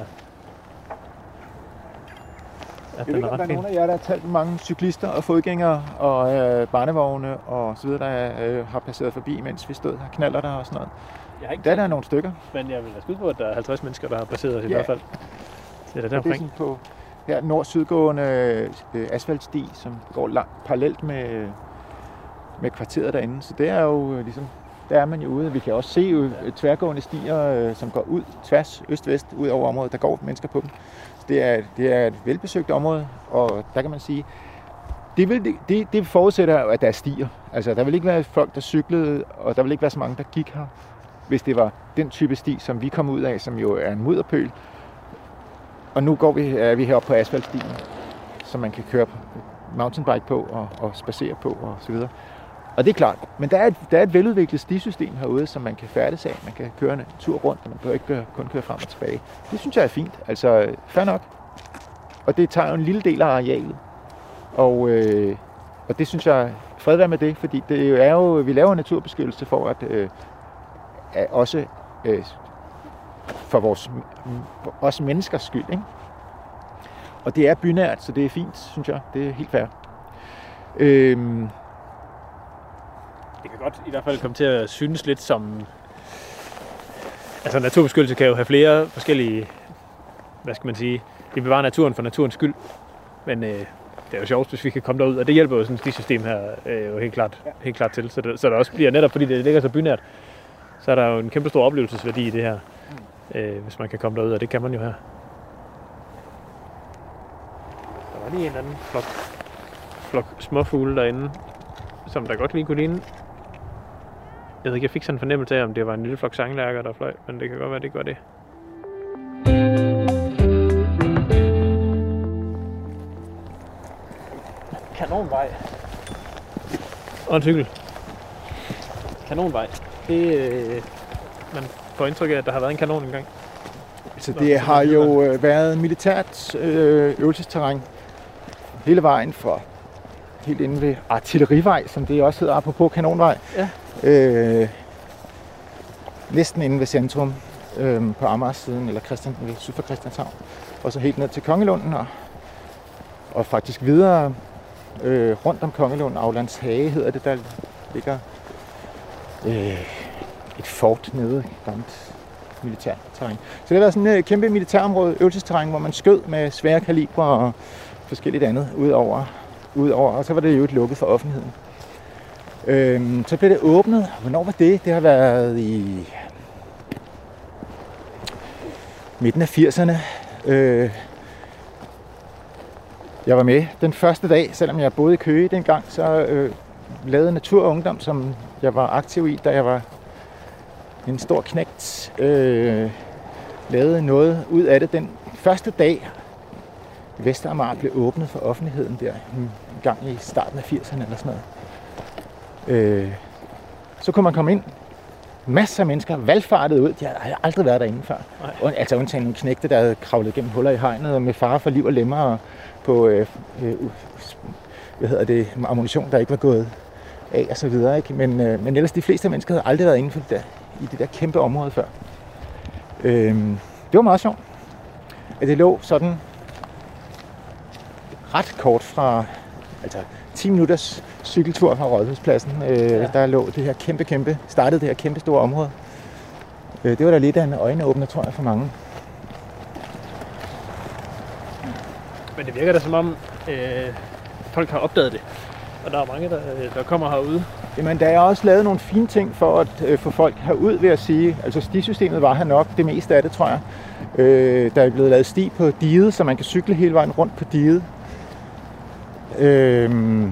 Jeg ved ikke, om der er nogen af jer, der har talt med mange cyklister og fodgængere og øh, barnevogne og så videre, der øh, har passeret forbi, mens vi stod her, knaller der og sådan noget. Jeg har ikke der er der nogle stykker. Men jeg vil da skyde på, at der er halvtreds mennesker, der har passeret os i ja. hvert fald. Det er der deromkring. Det er sådan på her nord-sydgående øh, asfaltsti, som går langt parallelt med, med kvarteret derinde. Så det er jo øh, ligesom, der er man jo ude. Vi kan også se øh, tværgående stier, øh, som går ud tværs øst-vest ud over området. Der går mennesker på dem. Så det er, det er et velbesøgt område, og der kan man sige, det, vil, det, det forudsætter at der er stier. Altså, der vil ikke være folk, der cyklede, og der vil ikke være så mange, der gik her, hvis det var den type sti, som vi kom ud af, som jo er en mudderpøl. Og nu går vi, er vi heroppe på asfaltstien, som man kan køre mountainbike på og, og spacere på og så videre. Og det er klart, men der er, et, der er et veludviklet stisystem herude, som man kan færdes af. Man kan køre en tur rundt, og man behøver ikke kun køre frem og tilbage. Det synes jeg er fint. Altså, fair nok. Og det tager jo en lille del af arealet. Og, øh, og det synes jeg, fred være med det, fordi det er jo, vi laver naturbeskyttelse for at øh, også øh, for vores for os menneskers skyld, ikke? Og det er bynært, så det er fint, synes jeg. Det er helt fair. Øhm, Det kan godt i hvert fald komme til at synes lidt som... Altså naturbeskyttelse kan jo have flere forskellige... Hvad skal man sige? Vi bevarer naturen for naturens skyld. Men øh, det er jo sjovt, hvis vi kan komme derud. Og det hjælper jo sådan et system her øh, jo helt klart, helt klart til. Så, det, så der også bliver netop, fordi det ligger så bynært, så er der jo en kæmpe stor oplevelsesværdi i det her. Øh, hvis man kan komme derud, og det kan man jo her. Der var lige en anden flok, flok småfugle derinde, som der godt lige kunne ligne. Jeg ved ikke, jeg fik sådan en fornemmelse af, om det var en lille flok sanglærker, der fløj, men det kan godt være, det gør det. Kanonvej. Og en cykel. Kanonvej. Det, øh, man får indtryk af, at der har været en kanon engang. Så det har jo været militært øh, øvelsesterræn hele vejen fra helt inde ved Artillerivej, som det også hedder, apropos Kanonvej. Ja. Øh, næsten inde ved centrum øh, på Amagersiden, eller Christian, syd for Christianshavn. Og så helt ned til Kongelunden, og, og faktisk videre øh, rundt om Kongelunden, Aulands Hage hedder det, der ligger øh, et fort nede, gammelt militært terræn. Så det var sådan et kæmpe militærområde, øvelsesterræn, hvor man skød med svære kaliber og forskelligt andet udover, udover og så var det jo et lukket for offentligheden. Øhm, så blev det åbnet. Hvornår var det? Det har været i midten af firserne. Øh, jeg var med den første dag, selvom jeg boede i Køge dengang, så øh, lavede Natur og Ungdom, som jeg var aktiv i, da jeg var en stor knægt, øh, lavede noget ud af det. Den første dag, Vesteramager blev åbnet for offentligheden der, en gang i starten af firserne eller sådan noget. Øh, så kunne man komme ind. Masser af mennesker valgfartede ud. De havde aldrig været derinde før. Og, altså undtagen nogle knægte, der havde kravlet gennem huller i hegnet og med fare for liv og lemmer og på øh, øh, hvad hedder det, ammunition, der ikke var gået af og så videre. Ikke? Men, øh, men ellers de fleste mennesker havde aldrig været inde for det der, i det der kæmpe område før. Øh, det var meget sjovt. At det lå sådan ret kort fra, altså ti minutters cykeltur fra Rådhuspladsen. Øh, ja. Der lå det her kæmpe, kæmpe, startede det her kæmpe store område. Øh, det var da lidt af en øjenåbner, tror jeg, for mange. Men det virker da som om, øh, folk har opdaget det. Og der er mange, der, der kommer herude. Jamen, der er også lavet nogle fine ting for at øh, få folk herud, ved at sige, altså stisystemet var her nok, det meste af det, tror jeg. Øh, der er blevet lavet sti på diget, så man kan cykle hele vejen rundt på diget. Øh,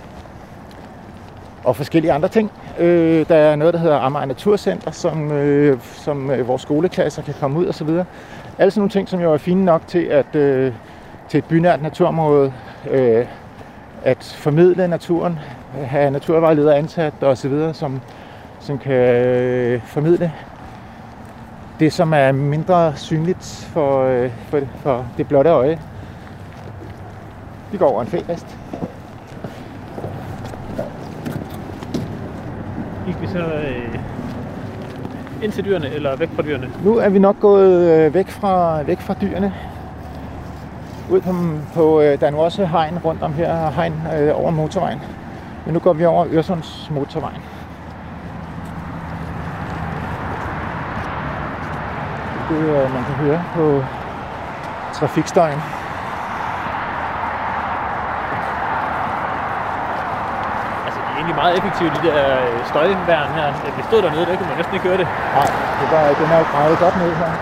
og forskellige andre ting. Øh, der er noget, der hedder Amager Naturcenter, som, øh, som øh, vores skoleklasser kan komme ud og så videre. Alle sådan nogle ting, som jo er fine nok til, at, øh, til et bynært naturområde, øh, at formidle naturen, have naturvejledere ansat og så videre, som, som kan øh, formidle det, som er mindre synligt for, øh, for, for det blotte øje. Vi går over en fælast. Gik vi så øh, ind til dyrene, eller væk fra dyrene? Nu er vi nok gået øh, væk, fra, væk fra dyrene. Ud på, på øh, der er nu også hegn rundt om her, hegn øh, over motorvejen. Men nu går vi over Øresunds motorvejen. Det øh, man kan høre på trafikstøjen. Altså, det er egentlig meget effektivt, de der støjværn her. Vi stod dernede, der kunne man næsten ikke høre det. Nej, det var, den er jo gravet godt ned her.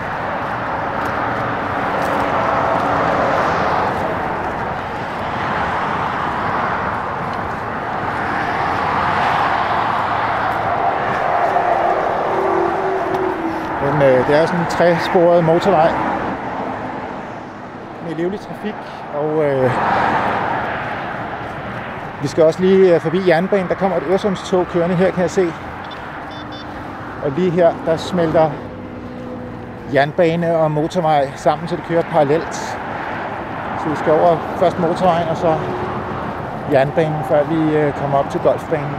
Men øh, det er sådan en tresporet motorvej med livlig trafik, og øh, vi skal også lige forbi jernbanen. Der kommer et Øresundstog kørende her, kan jeg se. Og lige her, der smelter jernbane og motorvej sammen, så det kører parallelt. Så vi skal over først motorvejen og så jernbanen, før vi øh, kommer op til golfbanen.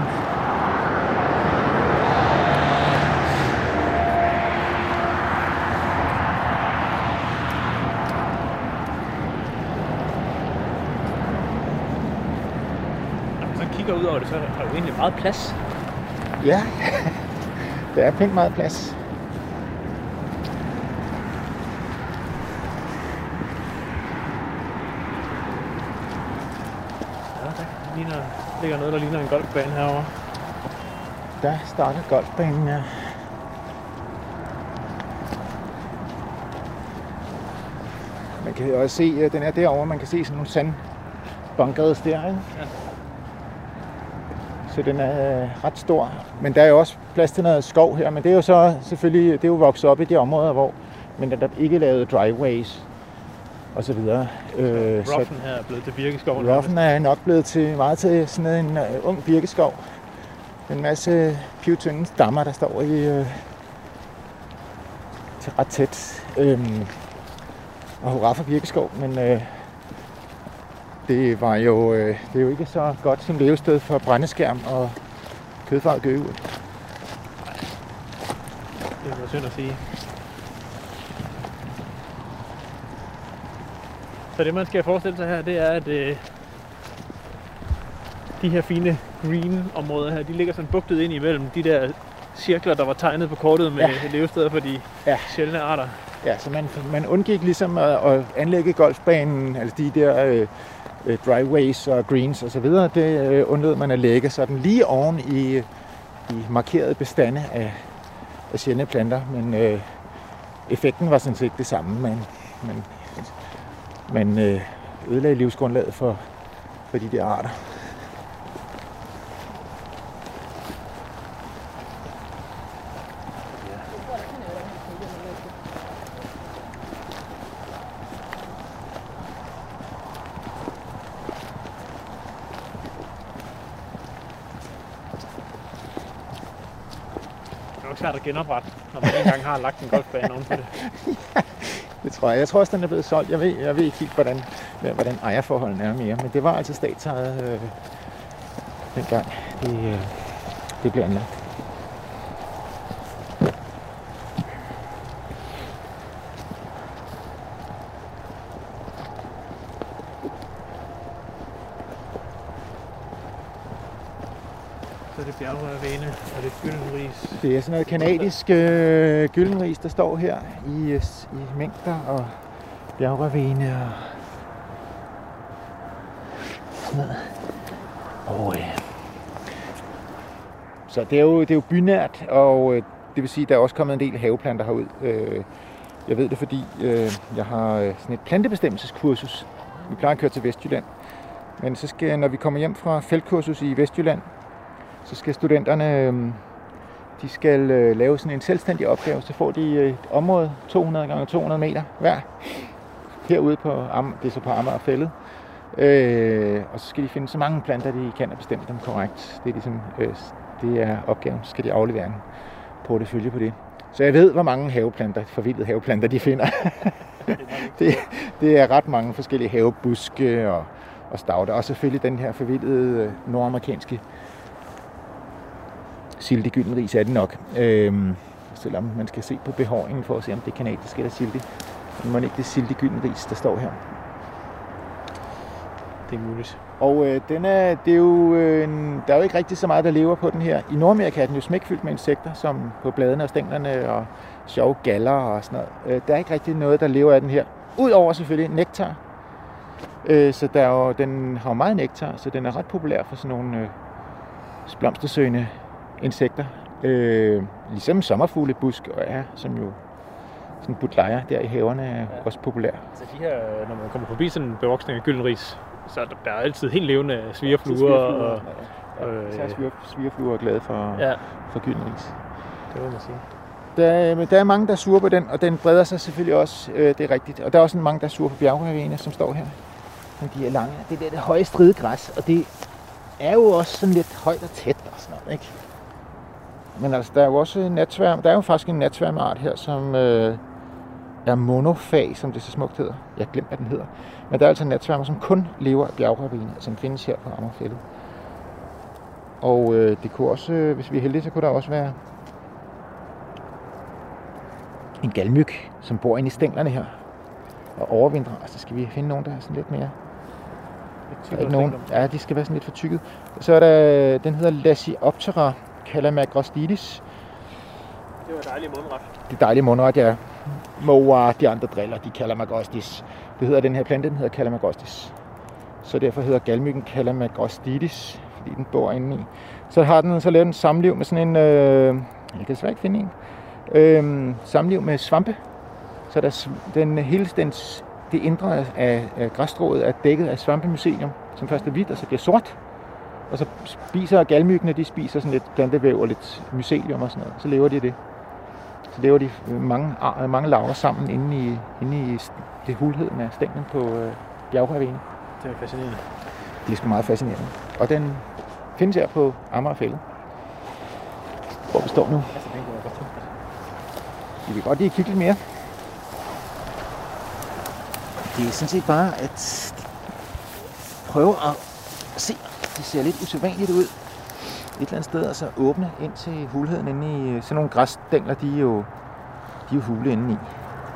Ud over det, så er der jo egentlig meget plads. Ja, der er pænt meget plads. Ja, der ligner, ligger noget, der ligner en golfbane herovre. Der starter golfbanen, ja. Man kan også se, at den er derovre. Man kan se sådan nogle sandbunkers der, ikke? Ja. Så den er ret stor. Men der er jo også plads til noget skov her, men det er jo så selvfølgelig, det er jo vokset op i de områder, hvor men der er ikke lavet driveways og så videre. Øh, Ruffen her er blevet til birkeskov. Ruffen er nok blevet til meget til sådan en uh, ung birkeskov. En masse pivtynde stammer, der står i uh, til ret tæt. Øhm, og hurra for birkeskov, men uh, det var jo, øh, det er jo ikke så godt som levested for brændeskærm og kødfarvet gøgeuld. Det er synd at sige. Så det man skal forestille sig her, det er, at øh, de her fine green områder her, de ligger sådan bugtet ind imellem de der cirkler, der var tegnet på kortet med ja. levesteder for de ja. sjældne arter. Ja, så man, man undgik ligesom at, at anlægge golfbanen, altså de der øh, driveways og greens og så videre, det øh, undlod man at lægge sådan lige oven i, i markerede bestande af, af sjældne planter, men øh, effekten var sådan set det samme, men man, man øh, ødelagde livsgrundlaget for, for de der arter. Svært at genoprette, når man engang har lagt en golfbane oven på det. Ja, det tror jeg. Jeg tror også, den er blevet solgt. Jeg ved, jeg ved ikke helt, hvordan, hvordan ejerforholdene er mere, men det var altså statsejet øh, dengang det, øh, det blev anlagt. Så er det bjergrøvene, og det er gyldenris. Det er sådan noget kanadisk øh, gyldenris, der står her i, i mængder, og bjergrøvene og sådan noget. Og, øh. Så det er, jo, det er jo bynært, og øh, det vil sige, at der er også kommet en del haveplanter herud. Øh, jeg ved det, fordi øh, jeg har sådan et plantebestemmelseskursus. Vi plejer at køre til Vestjylland. Men så skal, når vi kommer hjem fra feltkursus i Vestjylland, så skal studenterne, de skal lave sådan en selvstændig opgave, så får de et område to hundrede gange to hundrede meter hver, herude på, det er så på Amager Fælled, Øh, og så skal de finde så mange planter, de kan og bestemme dem korrekt. Det er, ligesom, øh, det er opgaven. Så skal de aflevere en portefølje på det. Så jeg ved, hvor mange haveplanter, forvildede haveplanter, de finder. det, det er ret mange forskellige havebuske og, og stauder. Og selvfølgelig den her forvildede nordamerikanske sildig gyldenris er det nok. Øhm, selvom man skal se på behåringen for at se, om det er kanadisk eller sildig. Men må ikke det sildig gyldenris, der står her. Det er muligt. Og øh, den er, det er jo, øh, der er jo ikke rigtig så meget, der lever på den her. I Nordamerika er den jo smækfyldt med insekter, som på bladene og stænglerne og sjove galler og sådan noget. Øh, der er ikke rigtig noget, der lever af den her. Udover selvfølgelig nektar. Øh, så der er jo, den har jo meget nektar, så den er ret populær for sådan nogle øh, blomstersøgende insekter. Øh, ligesom sommerfuglebusk og er, som jo sådan butlejer der i haverne er ja. også populær. Så de her, når man kommer forbi sådan en bevoksning af gyldenris, så er der, der er altid helt levende svigerfluer. Og, ja, ja. Så er svigerfluer er glade for, ja. for gyldenris. Det vil man sige. Der, der er mange, der er sure på den, og den breder sig selvfølgelig også, øh, det er rigtigt. Og der er også mange, der er sure på bjergravene, som står her. Men de er lange. Det er det, det høje stridegræs, og det er jo også sådan lidt højt og tæt og sådan noget, ikke? Men altså, der er jo også natsværm. Der er jo faktisk en natsværmart her, som øh, er monofag, som det så smukt hedder. Jeg har glemt, hvad den hedder. Men der er altså natsværmer, som kun lever af bjergraviner, som findes her på Amagerfællet. Og øh, det kunne også, øh, hvis vi er heldige, så kunne der også være en galmyg, som bor inde i stænglerne her og overvintrer. Altså skal vi finde nogen, der er sådan lidt mere... Der er ikke nogen. Ja, de skal være sådan lidt for tykket. Så er der, den hedder Lasioptera calamagrostis. Det var dejlig mundret. Det er dejlig mundret, ja. Moa, de andre driller, de calamagrostis. Det hedder den her plante, den hedder calamagrostis. Så derfor hedder galmyggen calamagrostis, fordi den bor inde i. Så har den så lavet en samliv med sådan en, øh, jeg kan desværre ikke finde en, øh, samliv med svampe. Så der, den, hele dens, det indre af, af græsstrået er dækket af svampemycelium, som først er hvidt og så bliver sort. Og så spiser galmyggene, de spiser sådan lidt plantevæv og lidt mycelium og sådan noget. Så lever de det. Så lever de mange, mange larver sammen inde i, inde i det hulheden af stænglen på øh, bjergravene. Det er fascinerende. Det er sgu meget fascinerende. Og den findes her på Amagerfællet, hvor vi står nu. Altså, den kan jeg godt tænke. Vi vil godt lige kigge lidt mere. Det er sådan set bare at prøve at se. Det ser lidt usædvanligt ud. Et eller andet sted, altså åbne ind til hulheden inde i sådan nogle græsstængler, de er jo, de er jo hule inde i.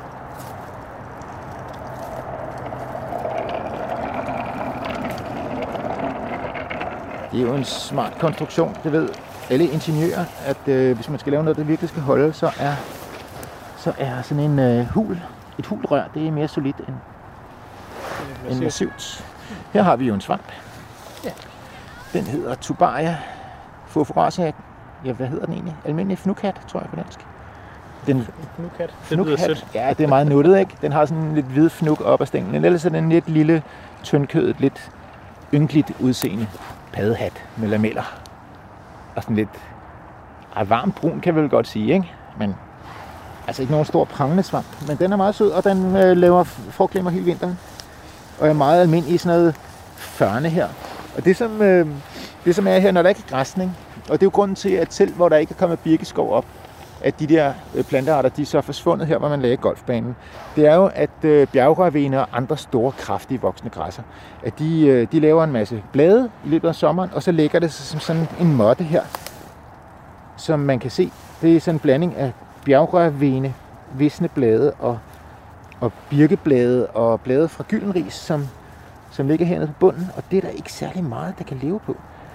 Det er jo en smart konstruktion, det ved alle ingeniører, at øh, hvis man skal lave noget, der virkelig skal holde, så er, så er sådan en øh, hul, et hulrør, det er mere solidt end, end massivt. Her har vi jo en svamp. Ja. Den hedder Tubaria furfuracea. Ja, hvad hedder den egentlig? Almindelig fnukhat, tror jeg på dansk. Den fnukhat. Fnukhat. Ja, det er meget nuttet, ikke? Den har sådan en lidt hvid fnuk op ad stænglen. Ellers er den en lidt lille, tyndkødet, lidt ynkeligt udseende paddehat med lameller. Og sådan lidt ej, varmt brun, kan vi vel godt sige, ikke? Men altså ikke nogen stor prangende svamp. Men den er meget sød, og den øh, laver frugtlemmer hele vinteren. Og er meget almindelig i sådan noget førne her. Og det som, øh, det som er her, når der ikke er græsning, og det er jo grunden til, at selv hvor der ikke er kommet birkeskov op, at de der øh, plantearter, de er så forsvundet her, hvor man lagde golfbanen, det er jo, at øh, bjergravene og andre store, kraftige voksne græsser, at de, øh, de laver en masse blade i løbet af sommeren, og så lægger det sig som sådan en måtte her, som man kan se. Det er sådan en blanding af bjergravene, visne blade og, og birkeblade og blade fra gyldenris, som som ligger hernede på bunden, og det er der ikke særlig meget, der kan leve på.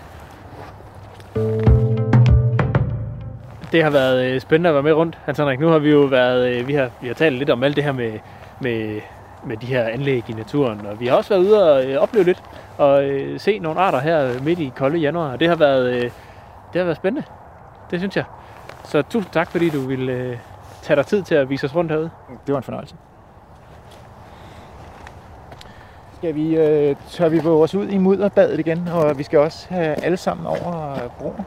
Det har været spændende at være med rundt, Hans Henrik. Nu har vi jo været, vi har, vi har talt lidt om alt det her med, med, med de her anlæg i naturen, og vi har også været ude og opleve lidt, og se nogle arter her midt i kolde januar, og det har været, det har været spændende. Det synes jeg. Så tusind tak, fordi du ville tage dig tid til at vise os rundt herude. Det var en fornøjelse. Skal vi, øh, tør vi vores ud i mudderbadet igen, og vi skal også have alle sammen over broen.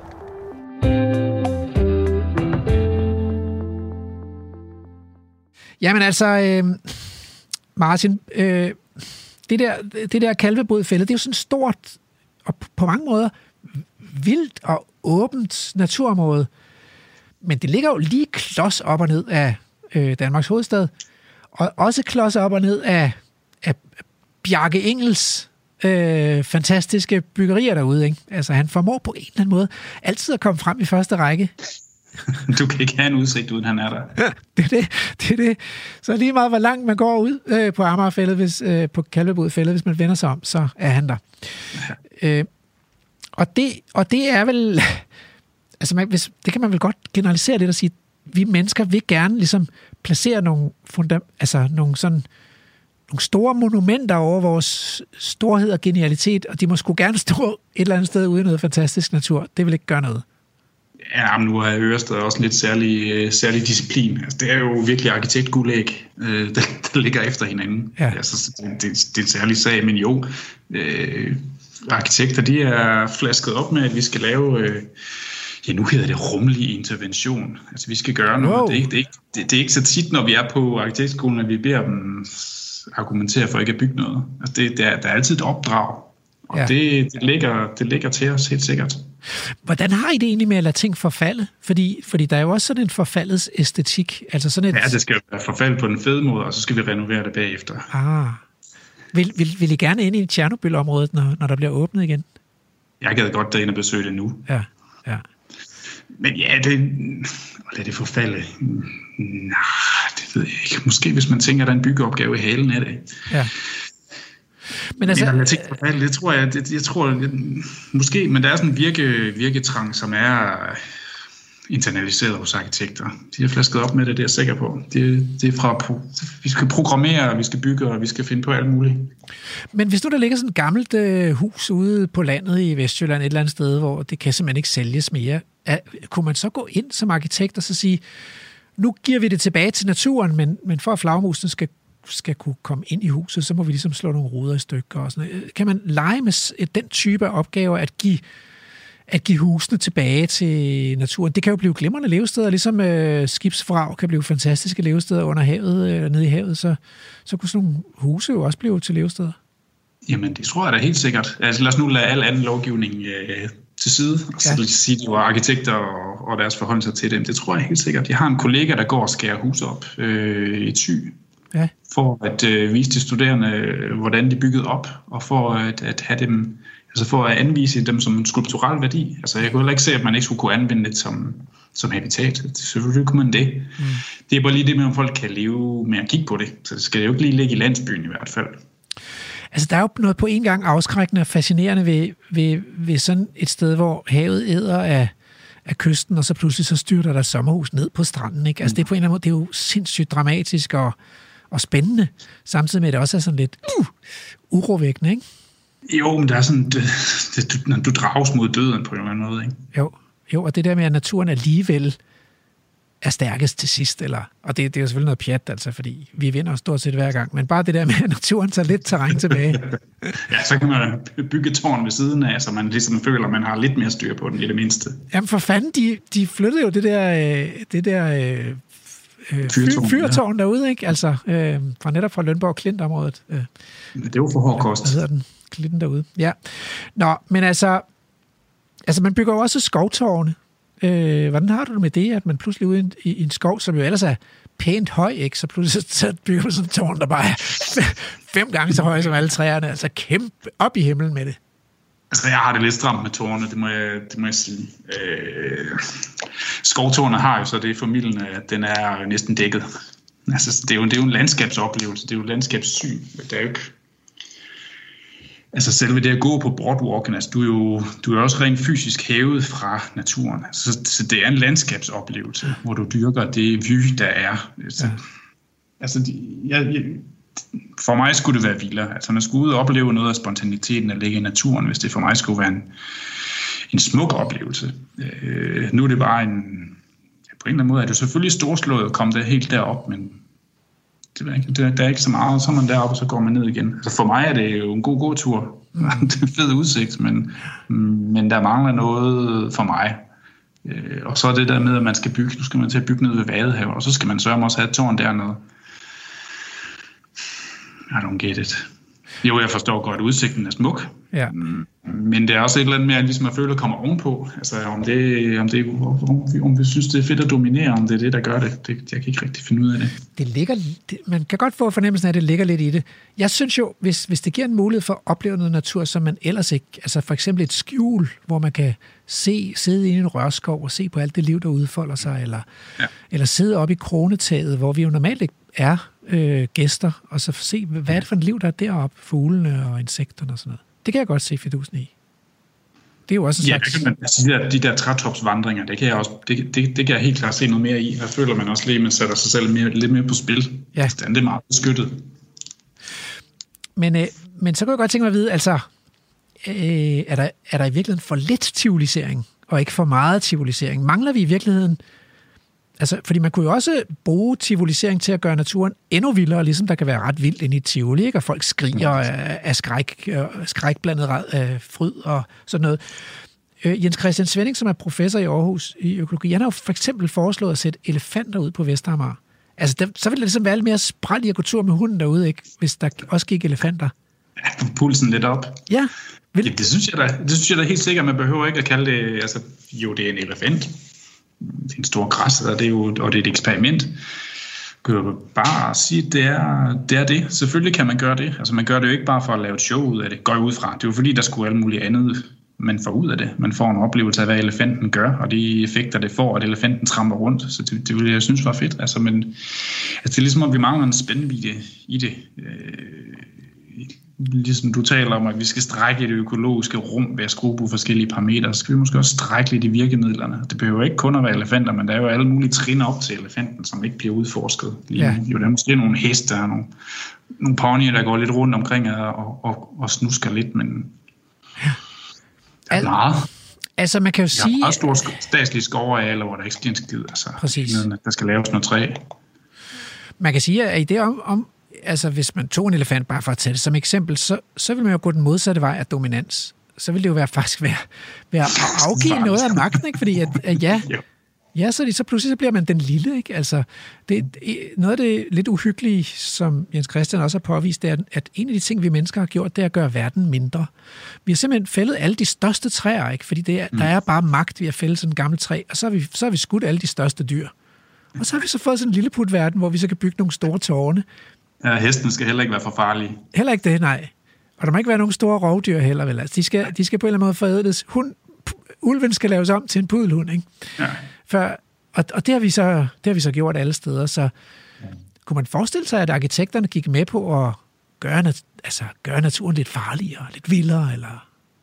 Jamen altså, øh, Martin, øh, det der, det der Kalvebod-fælde, det er jo sådan stort, og på mange måder vildt og åbent naturområde. Men det ligger jo lige klods op og ned af øh, Danmarks hovedstad, og også klods op og ned af, af Bjarke Ingels øh, fantastiske byggerier derude. Ikke? Altså, han formår på en eller anden måde altid at komme frem i første række. Du kan ikke have en udsigt, uden han er der. Ja, det er det. det, er det. Så lige meget, hvor langt man går ud øh, på Amagerfældet, hvis, øh, på Kalvebodfældet, hvis man vender sig om, så er han der. Ja. Øh, og, det, og det er vel... Altså, man, hvis, det kan man vel godt generalisere lidt og sige, vi mennesker vil gerne ligesom placere nogle, funda, altså nogle, sådan, nogle store monumenter over vores storhed og genialitet, og de må sgu gerne stå et eller andet sted ude i noget fantastisk natur. Det vil ikke gøre noget. Ja, men nu har Ørestad også lidt særlig, særlig disciplin. Altså, det er jo virkelig arkitektguldæg, øh, der, der ligger efter hinanden. Ja. Altså, det, det, det er en særlig sag, men jo, øh, arkitekter, de er flasket op med, at vi skal lave... Øh, Ja, nu hedder det rummelig intervention. Altså, vi skal gøre noget. Wow. Det, er ikke, det, er ikke, det, det er ikke så tit, når vi er på arkitektskolen, at vi beder dem argumentere for ikke at bygge noget. Altså, det, det er, der er altid et opdrag, og ja. det, det, ligger, det ligger til os helt sikkert. Hvordan har I det egentlig med at lade ting forfalde? Fordi, fordi der er jo også sådan en forfaldets æstetik. Altså sådan et... Ja, det skal jo være forfald på den fede måde, og så skal vi renovere det bagefter. Ah. Vil, vil, vil I gerne ind i Tjernobyl-området, når, når der bliver åbnet igen? Jeg gad godt derind og besøge det nu. Ja, ja. Men ja, det, lad det forfalde. Nej, det ved jeg ikke. Måske hvis man tænker, at der er en byggeopgave i halen af det. Ja. Men altså... Men det, forfalde, det tror jeg, det, jeg tror, det, måske, men der er sådan en virke, virketrang, som er internaliseret hos arkitekter. De er flasket op med det, det er jeg sikker på. Det, det er fra, vi skal programmere, vi skal bygge, og vi skal finde på alt muligt. Men hvis nu der ligger sådan et gammelt øh, hus ude på landet i Vestjylland, et eller andet sted, hvor det kan simpelthen ikke sælges mere, er, kunne man så gå ind som arkitekt og så sige, nu giver vi det tilbage til naturen, men, men for at flagmusene skal, skal kunne komme ind i huset, så må vi ligesom slå nogle ruder i stykker og sådan noget. Kan man lege med den type af opgaver at give at give husene tilbage til naturen? Det kan jo blive glimrende levesteder, ligesom øh, skibsvrag kan blive fantastiske levesteder under havet, øh, nede i havet, så, så kunne sådan nogle huse jo også blive til levesteder. Jamen, det tror jeg da helt sikkert. Altså, lad os nu lade al anden lovgivning øh, til side, og så ja. sige, at det var arkitekter og, og deres forhold sig til dem. Det tror jeg helt sikkert. Jeg har en kollega, der går og skærer hus op øh, i Thy, ja. for at øh, vise de studerende, hvordan de byggede op, og for at, at have dem, altså for at anvise dem som en skulptural værdi. Altså, jeg kunne heller ikke se, at man ikke skulle kunne anvende det som, som habitat. Selvfølgelig kunne man det. Mm. Det er bare lige det med, om folk kan leve med at kigge på det. Så det skal jo ikke lige ligge i landsbyen i hvert fald. Altså, der er jo noget på en gang afskrækkende og fascinerende ved, ved, ved sådan et sted, hvor havet æder af, af kysten, og så pludselig så styrter der et sommerhus ned på stranden. Ikke? Altså, det er på en eller anden måde, det er jo sindssygt dramatisk og, og spændende, samtidig med, at det også er sådan lidt uh, urovækkende, ikke? Jo, men der er sådan, det, det, du, du drages mod døden på en eller anden måde, ikke? Jo, jo, og det der med, at naturen alligevel er stærkest til sidst, eller, og det, det er jo selvfølgelig noget pjat, altså, fordi vi vinder stort set hver gang, men bare det der med, at naturen tager lidt terræn tilbage. Ja, så kan man bygge tårn ved siden af, så man ligesom føler, at man har lidt mere styr på den i det mindste. Jamen for fanden, de, de flyttede jo det der, det der øh, fyrtårn, fyrtårn ja. derude, ikke? Altså, øh, fra netop fra Lønborg Klint-området. Øh, det er jo for hård kost. Hvad hedder den? Klinten derude. Ja. Nå, men altså, altså man bygger jo også skovtårne. Øh, hvordan har du det med det, at man pludselig ude i, i en skov, som jo ellers er pænt høj, ikke? Så pludselig så bygger man sådan en tårn, der bare er fem gange så høj som alle træerne, altså kæmpe op i himlen med det. Altså, jeg har det lidt stramt med tårne, det må jeg, det må jeg sige. Øh, skovtårne har jo så det formidlende, at den er næsten dækket. Altså, det er jo, det er jo en landskabsoplevelse, det er jo et landskabssyn. Det er jo ikke... Altså selve det at gå på boardwalken, altså du er jo du er også rent fysisk hævet fra naturen. Altså, så, så det er en landskabsoplevelse, hvor du dyrker det vy, der er. Altså, ja. altså jeg, jeg, for mig skulle det være vildere. Altså man skulle ud og opleve noget af spontaniteten, der ligger i naturen, hvis det for mig skulle være en, en smuk oplevelse. Øh, nu er det bare en... Ja, på en eller anden måde er det selvfølgelig storslået at komme der helt derop, men... Det er, der er ikke så meget, så er man deroppe, og så går man ned igen. Altså for mig er det jo en god gåtur. Det er en fed udsigt, men, men der mangler noget for mig. Og så er det der med, at man skal bygge, nu skal man til at bygge ned ved Vadehavet, og så skal man sørge også have et tårn dernede. I don't get it. Jo, jeg forstår godt, at udsigten er smuk. Ja. Men det er også et eller andet med, at ligesom man føler, kommer ovenpå. Altså, om, det, om, det, om, vi, om vi synes, det er fedt at dominere, om det er det, der gør det. det jeg kan ikke rigtig finde ud af det. Det ligger, det, man kan godt få fornemmelsen af, at det ligger lidt i det. Jeg synes jo, hvis, hvis det giver en mulighed for at opleve noget natur, som man ellers ikke... Altså for eksempel et skjul, hvor man kan se, sidde inde i en rørskov og se på alt det liv, der udfolder sig, eller, ja. eller sidde oppe i kronetaget, hvor vi jo normalt ikke er øh, gæster, og så se, hvad er det for et liv, der er deroppe, fuglene og insekterne og sådan noget. Det kan jeg godt se fidusen i. Det er jo også en slags... Ja, man, altså de der, de der trætopsvandringer, det kan jeg også, det, det, det kan jeg helt klart se noget mere i. Der føler man også lige, man sætter sig selv mere, lidt mere på spil. Ja. Altså, det er meget beskyttet. Men, øh, men så kunne jeg godt tænke mig at vide, altså, øh, er, der, er der i virkeligheden for lidt tivolisering, og ikke for meget tivolisering? Mangler vi i virkeligheden... Altså, fordi man kunne jo også bruge tivolisering til at gøre naturen endnu vildere, ligesom der kan være ret vildt inde i tivoli, ikke? Og folk skriger af, af skræk, skrækblandet af fryd og sådan noget. Øh, Jens Christian Svenning, som er professor i Aarhus i økologi, han har jo for eksempel foreslået at sætte elefanter ud på Vestamager. Altså, der, så ville det ligesom være lidt mere spræl i at gå tur med hunden derude, ikke? Hvis der også gik elefanter. Ja, pulsen lidt op. Ja. Vil... ja det, synes jeg da, det synes jeg da helt sikkert, man behøver ikke at kalde det, altså, jo, det er en elefant. Det er en stor græs, og det er jo og det er et eksperiment. Kan du bare sige, at det er, det er det. Selvfølgelig kan man gøre det. Altså man gør det jo ikke bare for at lave et show ud af det. Går ud fra. Det er jo fordi, der skulle alt muligt andet, man får ud af det. Man får en oplevelse af, hvad elefanten gør, og de effekter, det får, at elefanten tramper rundt. Så det, det ville jeg synes var fedt. Altså, men, altså, det er ligesom, at vi mangler en spændvidde i det. Øh, Ligesom du taler om, at vi skal strække det økologiske rum ved at skrue på forskellige parametre, så skal vi måske også strække lidt i virkemidlerne. Det behøver ikke kun at være elefanter, men der er jo alle mulige trin op til elefanten, som ikke bliver udforsket. Ja. Jo, der er måske nogle heste og nogle, nogle ponyer, der går lidt rundt omkring og, og, og snusker lidt, men ja. Der er meget. Altså man kan jo sige... Der er meget store statslige skovarealer, hvor der ikke sker en skid. Altså, præcis. Der skal laves noget træ. Man kan sige, at i det om... om altså hvis man tog en elefant, bare for at tage det som eksempel, så, så vil man jo gå den modsatte vej af dominans. Så vil det jo være, faktisk være, være at afgive noget af magten, ikke? Fordi at, at ja, ja så, så pludselig så bliver man den lille, ikke? Altså, det, noget af det lidt uhyggelige, som Jens Christian også har påvist, det er, at en af de ting, vi mennesker har gjort, det er at gøre verden mindre. Vi har simpelthen fældet alle de største træer, ikke? Fordi det er, der er bare magt ved at fælde sådan en gammel træ, og så har vi, så har vi skudt alle de største dyr. Og så har vi så fået sådan en lille putverden, hvor vi så kan bygge nogle store tårne. Ja, hesten skal heller ikke være for farlige. Heller ikke det, nej. Og der må ikke være nogen store rovdyr heller, vel? Altså, de, skal, de skal på en eller anden måde forædles. Hund, ulven skal laves om til en pudelhund, ikke? Ja. For, og og det, har vi så, det har vi så gjort alle steder. Så ja. Kunne man forestille sig, at arkitekterne gik med på at gøre, nat, altså, gøre naturen lidt farligere, lidt vildere, eller...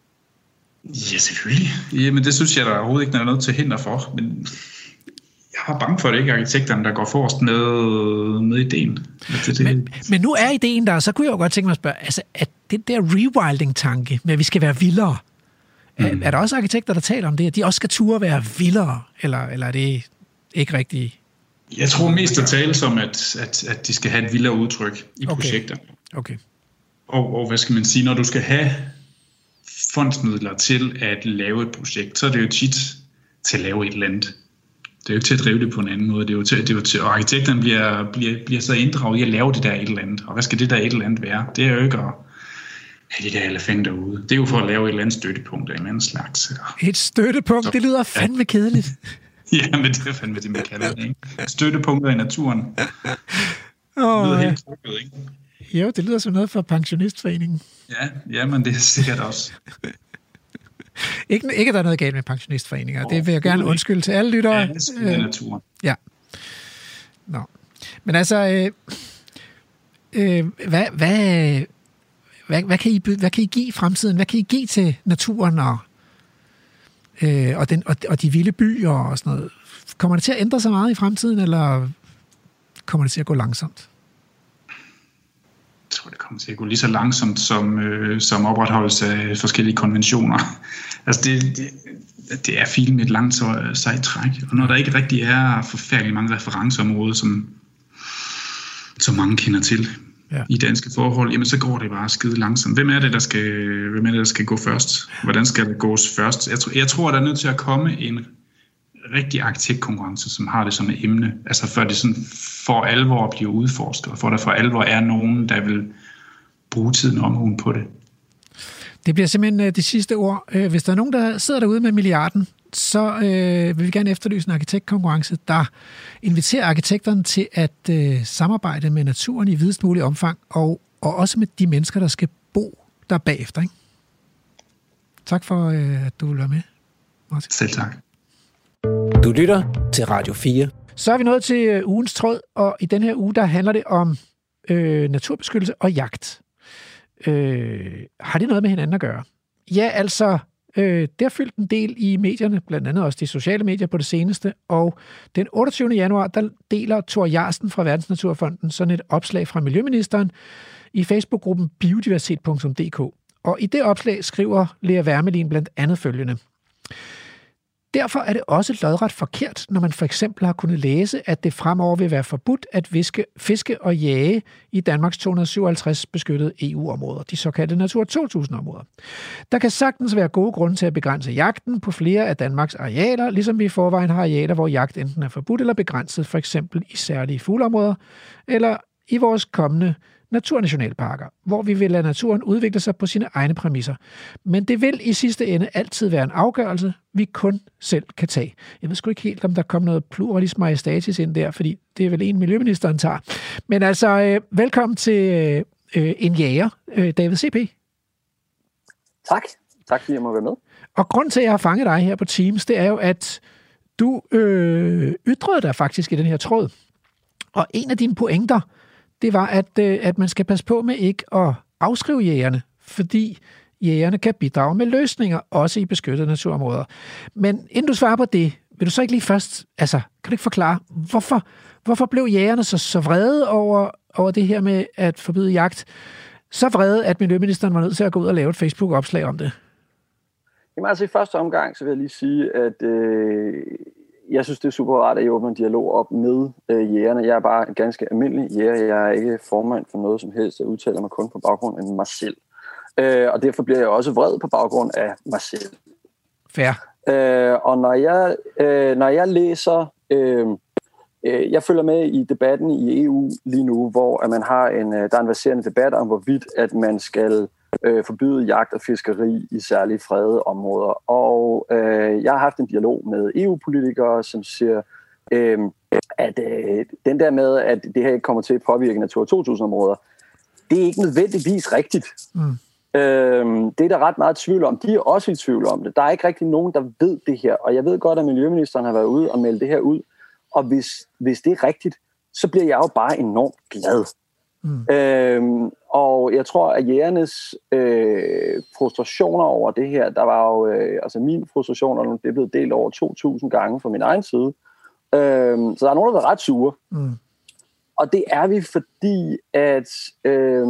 Ja, selvfølgelig. Jamen, det synes jeg, der overhovedet ikke er noget til hinder for, men... Jeg er bange for, at det ikke er arkitekterne, der går forrest med, med ideen. Det, det. Men, men nu er ideen der, så kunne jeg jo godt tænke mig at spørge, altså, at det der rewilding-tanke med, at vi skal være vildere, mm. er, er der også arkitekter, der taler om det, at de også skal turde være vildere, eller, eller er det ikke rigtigt? Jeg tror mest, der tales om, at, at, at de skal have et vildere udtryk i okay. projekter. Okay. Og, og hvad skal man sige, når du skal have fondsmidler til at lave et projekt, så er det jo tit til at lave et eller andet. Det er jo ikke til at drive det på en anden måde. Det er jo til, det er jo til, og arkitekterne bliver, bliver, bliver så inddraget i at lave det der et eller andet. Og hvad skal det der et eller andet være? Det er jo ikke at have de der elefanter ude. Det er jo for at lave et eller andet støttepunkt af en anden slags. Et støttepunkt? Så, det lyder fandme ja. kedeligt. Ja, men det er fandme det, man kalder det, ikke? Støttepunkter i naturen. Oh, det lyder ja. helt trykket, ikke? Jo, det lyder som noget for pensionistforeningen. Ja, ja, men det er sikkert også. Ikke, ikke at der er noget galt med pensionistforeninger. Oh, det vil jeg gerne undskylde til alle lyttere. Ja, det er naturen. Ja. Nå. Men altså, øh, øh, hvad, hvad, hvad, hvad, kan I, hvad kan I give i fremtiden? Hvad kan I give til naturen og, øh, og, den, og, og de vilde byer og sådan noget? Kommer det til at ændre sig meget i fremtiden, eller kommer det til at gå langsomt? Jeg tror, det kommer til at gå lige så langsomt som, øh, som opretholdelse af forskellige konventioner. Altså, det, det, det er film et langt sejt træk. Og når der ikke rigtig er forfærdeligt mange referenceområder, som, som mange kender til ja. i danske forhold, jamen så går det bare skide langsomt. Hvem er det, der skal, hvem er det, der skal gå først? Hvordan skal det gås først? Jeg tror, jeg tror, der er nødt til at komme en rigtig arkitektkonkurrence, som har det som et emne, altså før det sådan for alvor bliver udforsket, og for der for alvor er nogen, der vil bruge tiden om ugen på det. Det bliver simpelthen øh, det sidste ord. Hvis der er nogen, der sidder derude med milliarden, så øh, vil vi gerne efterlyse en arkitektkonkurrence, der inviterer arkitekterne til at øh, samarbejde med naturen i videst mulig omfang, og, og også med de mennesker, der skal bo der bagefter. Ikke? Tak for, øh, at du vil være med, Martin. Selv tak. Du lytter til Radio fire. Så er vi nået til øh, ugens tråd, og i den her uge, der handler det om øh, naturbeskyttelse og jagt. Øh, har det noget med hinanden at gøre? Ja, altså, øh, det har fyldt en del i medierne, blandt andet også de sociale medier på det seneste, og den otteogtyvende januar, der deler Thor Jarsten fra Verdensnaturfonden sådan et opslag fra Miljøministeren i Facebook-gruppen biodiversitet punktum d k. Og i det opslag skriver Lea Wermelin blandt andet følgende. Derfor er det også lodret forkert, når man for eksempel har kunnet læse, at det fremover vil være forbudt at viske, fiske og jage i Danmarks to hundrede og syvoghalvtreds beskyttede E U-områder, de såkaldte Natura to tusind-områder. Der kan sagtens være gode grunde til at begrænse jagten på flere af Danmarks arealer, ligesom vi i forvejen har arealer, hvor jagt enten er forbudt eller begrænset, for eksempel i særlige fugleområder, eller i vores kommende naturnationalparker, hvor vi vil lade naturen udvikle sig på sine egne præmisser. Men det vil i sidste ende altid være en afgørelse, vi kun selv kan tage. Jeg ved sgu ikke helt, om der kom noget pluralis majestatis ind der, fordi det er vel en, miljøministeren tager. Men altså, øh, velkommen til øh, en jæger, øh, David C P. Tak. Tak, fordi jeg må være med. Og grund til, at jeg har fanget dig her på Teams, det er jo, at du øh, ytrede dig faktisk i den her tråd. Og en af dine pointer, det var, at, at man skal passe på med ikke at afskrive jægerne, fordi jægerne kan bidrage med løsninger, også i beskyttede naturområder. Men inden du svarer på det, vil du så ikke lige først, altså, kan du ikke forklare, hvorfor, hvorfor blev jægerne så, så vrede over, over det her med at forbyde jagt? Så vrede, at miljøministeren var nødt til at gå ud og lave et Facebook-opslag om det. Jamen altså i første omgang, så vil jeg lige sige, at øh, jeg synes, det er super rart, at I åbner en dialog op med øh, jægerne. Jeg er bare en ganske almindelig jæger. Jeg er ikke formand for noget som helst. Jeg udtaler mig kun på baggrund af mig selv. Øh, og derfor bliver jeg også vred på baggrund af mig selv. Fair. Øh, og når jeg, øh, når jeg læser... Øh, øh, jeg følger med i debatten i E U lige nu, hvor at man har en, der er en verserende debat om, hvorvidt at man skal øh, forbyde jagt og fiskeri i særligt fredede områder. Og øh, jeg har haft en dialog med E U-politikere, som siger, øh, at øh, den der med, at det her ikke kommer til at påvirke Natura to tusind-områder, det er ikke nødvendigvis rigtigt. Mm. Øh, det er der ret meget tvivl om. De er også i tvivl om det. Der er ikke rigtig nogen, der ved det her. Og jeg ved godt, at miljøministeren har været ude og melde det her ud. Og hvis, hvis det er rigtigt, så bliver jeg jo bare enormt glad. Mm. Øhm, og jeg tror, at jægernes øh, frustrationer over det her, der var jo, øh, altså min frustrationer, det er blevet delt over to tusind gange fra min egen side. Øhm, så der er nogen, der er ret sure. Mm. Og det er vi, fordi at øh,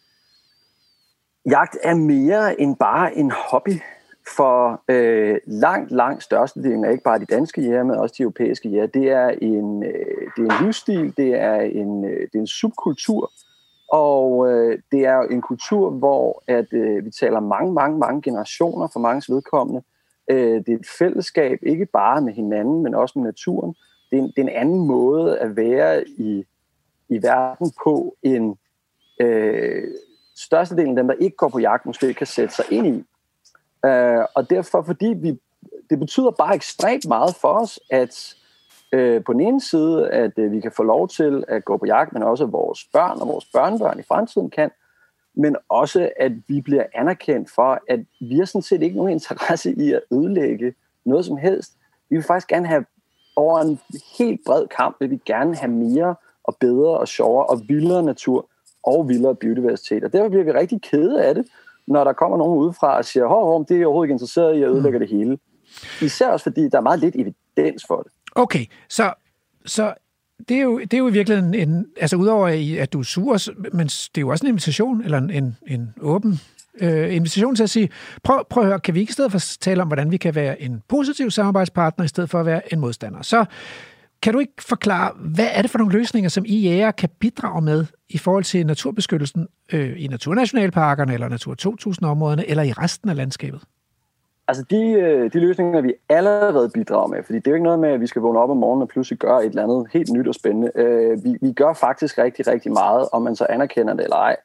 jagt er mere end bare en hobby for øh, langt, langt størstedelen af ikke bare de danske jæger, men også de europæiske jæger. Det er en, øh, det er en livsstil, det er en, øh, det er en subkultur, og øh, det er en kultur, hvor at, øh, vi taler mange, mange, mange generationer for manges vedkommende. Øh, det er et fællesskab, ikke bare med hinanden, men også med naturen. Det er en, det er en anden måde at være i, i verden på, end øh, størstedelen af dem, der ikke går på jagt, måske kan sætte sig ind i. Uh, og derfor, fordi vi, det betyder bare ekstremt meget for os, at uh, på den ene side, at uh, vi kan få lov til at gå på jagt, men også at vores børn og vores børnebørn i fremtiden kan, men også, at vi bliver anerkendt for, at vi har sådan set ikke nogen interesse i at ødelægge noget som helst. Vi vil faktisk gerne have, over en helt bred kamp, vil vi gerne have mere og bedre og sjovere og vildere natur og vildere biodiversitet. Og derfor bliver vi rigtig kede af det, når der kommer nogen udefra og siger, hov, hov, det er jeg overhovedet ikke interesseret i, at ødelægge det hele. Især også, fordi der er meget lidt evidens for det. Okay, så, så det, er jo, det er jo i virkeligheden en, altså udover at du er sur, men det er jo også en invitation, eller en, en, en åben øh, invitation til at sige, prøv, prøv at høre, kan vi ikke i stedet for tale om, hvordan vi kan være en positiv samarbejdspartner, i stedet for at være en modstander? Så kan du ikke forklare, hvad er det for nogle løsninger, som I jæger kan bidrage med i forhold til naturbeskyttelsen øh, i naturnationalparkerne, eller Natura to tusind-områderne, eller i resten af landskabet? Altså de, de løsninger, vi allerede bidrager med, fordi det er jo ikke noget med, at vi skal vågne op om morgenen og pludselig gøre et eller andet helt nyt og spændende. Øh, vi, vi gør faktisk rigtig, rigtig meget, om man så anerkender det eller ej.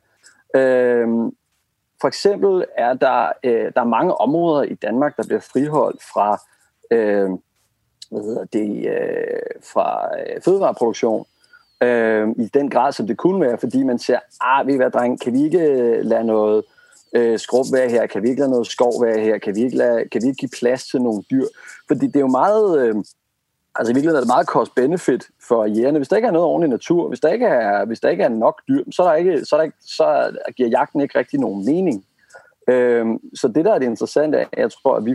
Øh, for eksempel er der, øh, der er mange områder i Danmark, der bliver friholdt fra, øh, hvad hedder det, øh, fra øh, fødevareproduktion, øh, i den grad, som det kunne være, fordi man siger, ah, ved I hvad, dreng, kan vi ikke lade noget øh, skrub være her, kan vi ikke lade noget skov være her, kan vi ikke, lade, kan vi ikke give plads til nogle dyr? Fordi det er jo meget, øh, altså i virkeligheden er det meget cost-benefit for jægerne. Hvis der ikke er noget ordentlig natur, hvis der ikke er, hvis der ikke er nok dyr, så, er der ikke, så, er der ikke, så giver jagten ikke rigtig nogen mening. Øh, så det, der er det interessante, er, jeg tror, at vi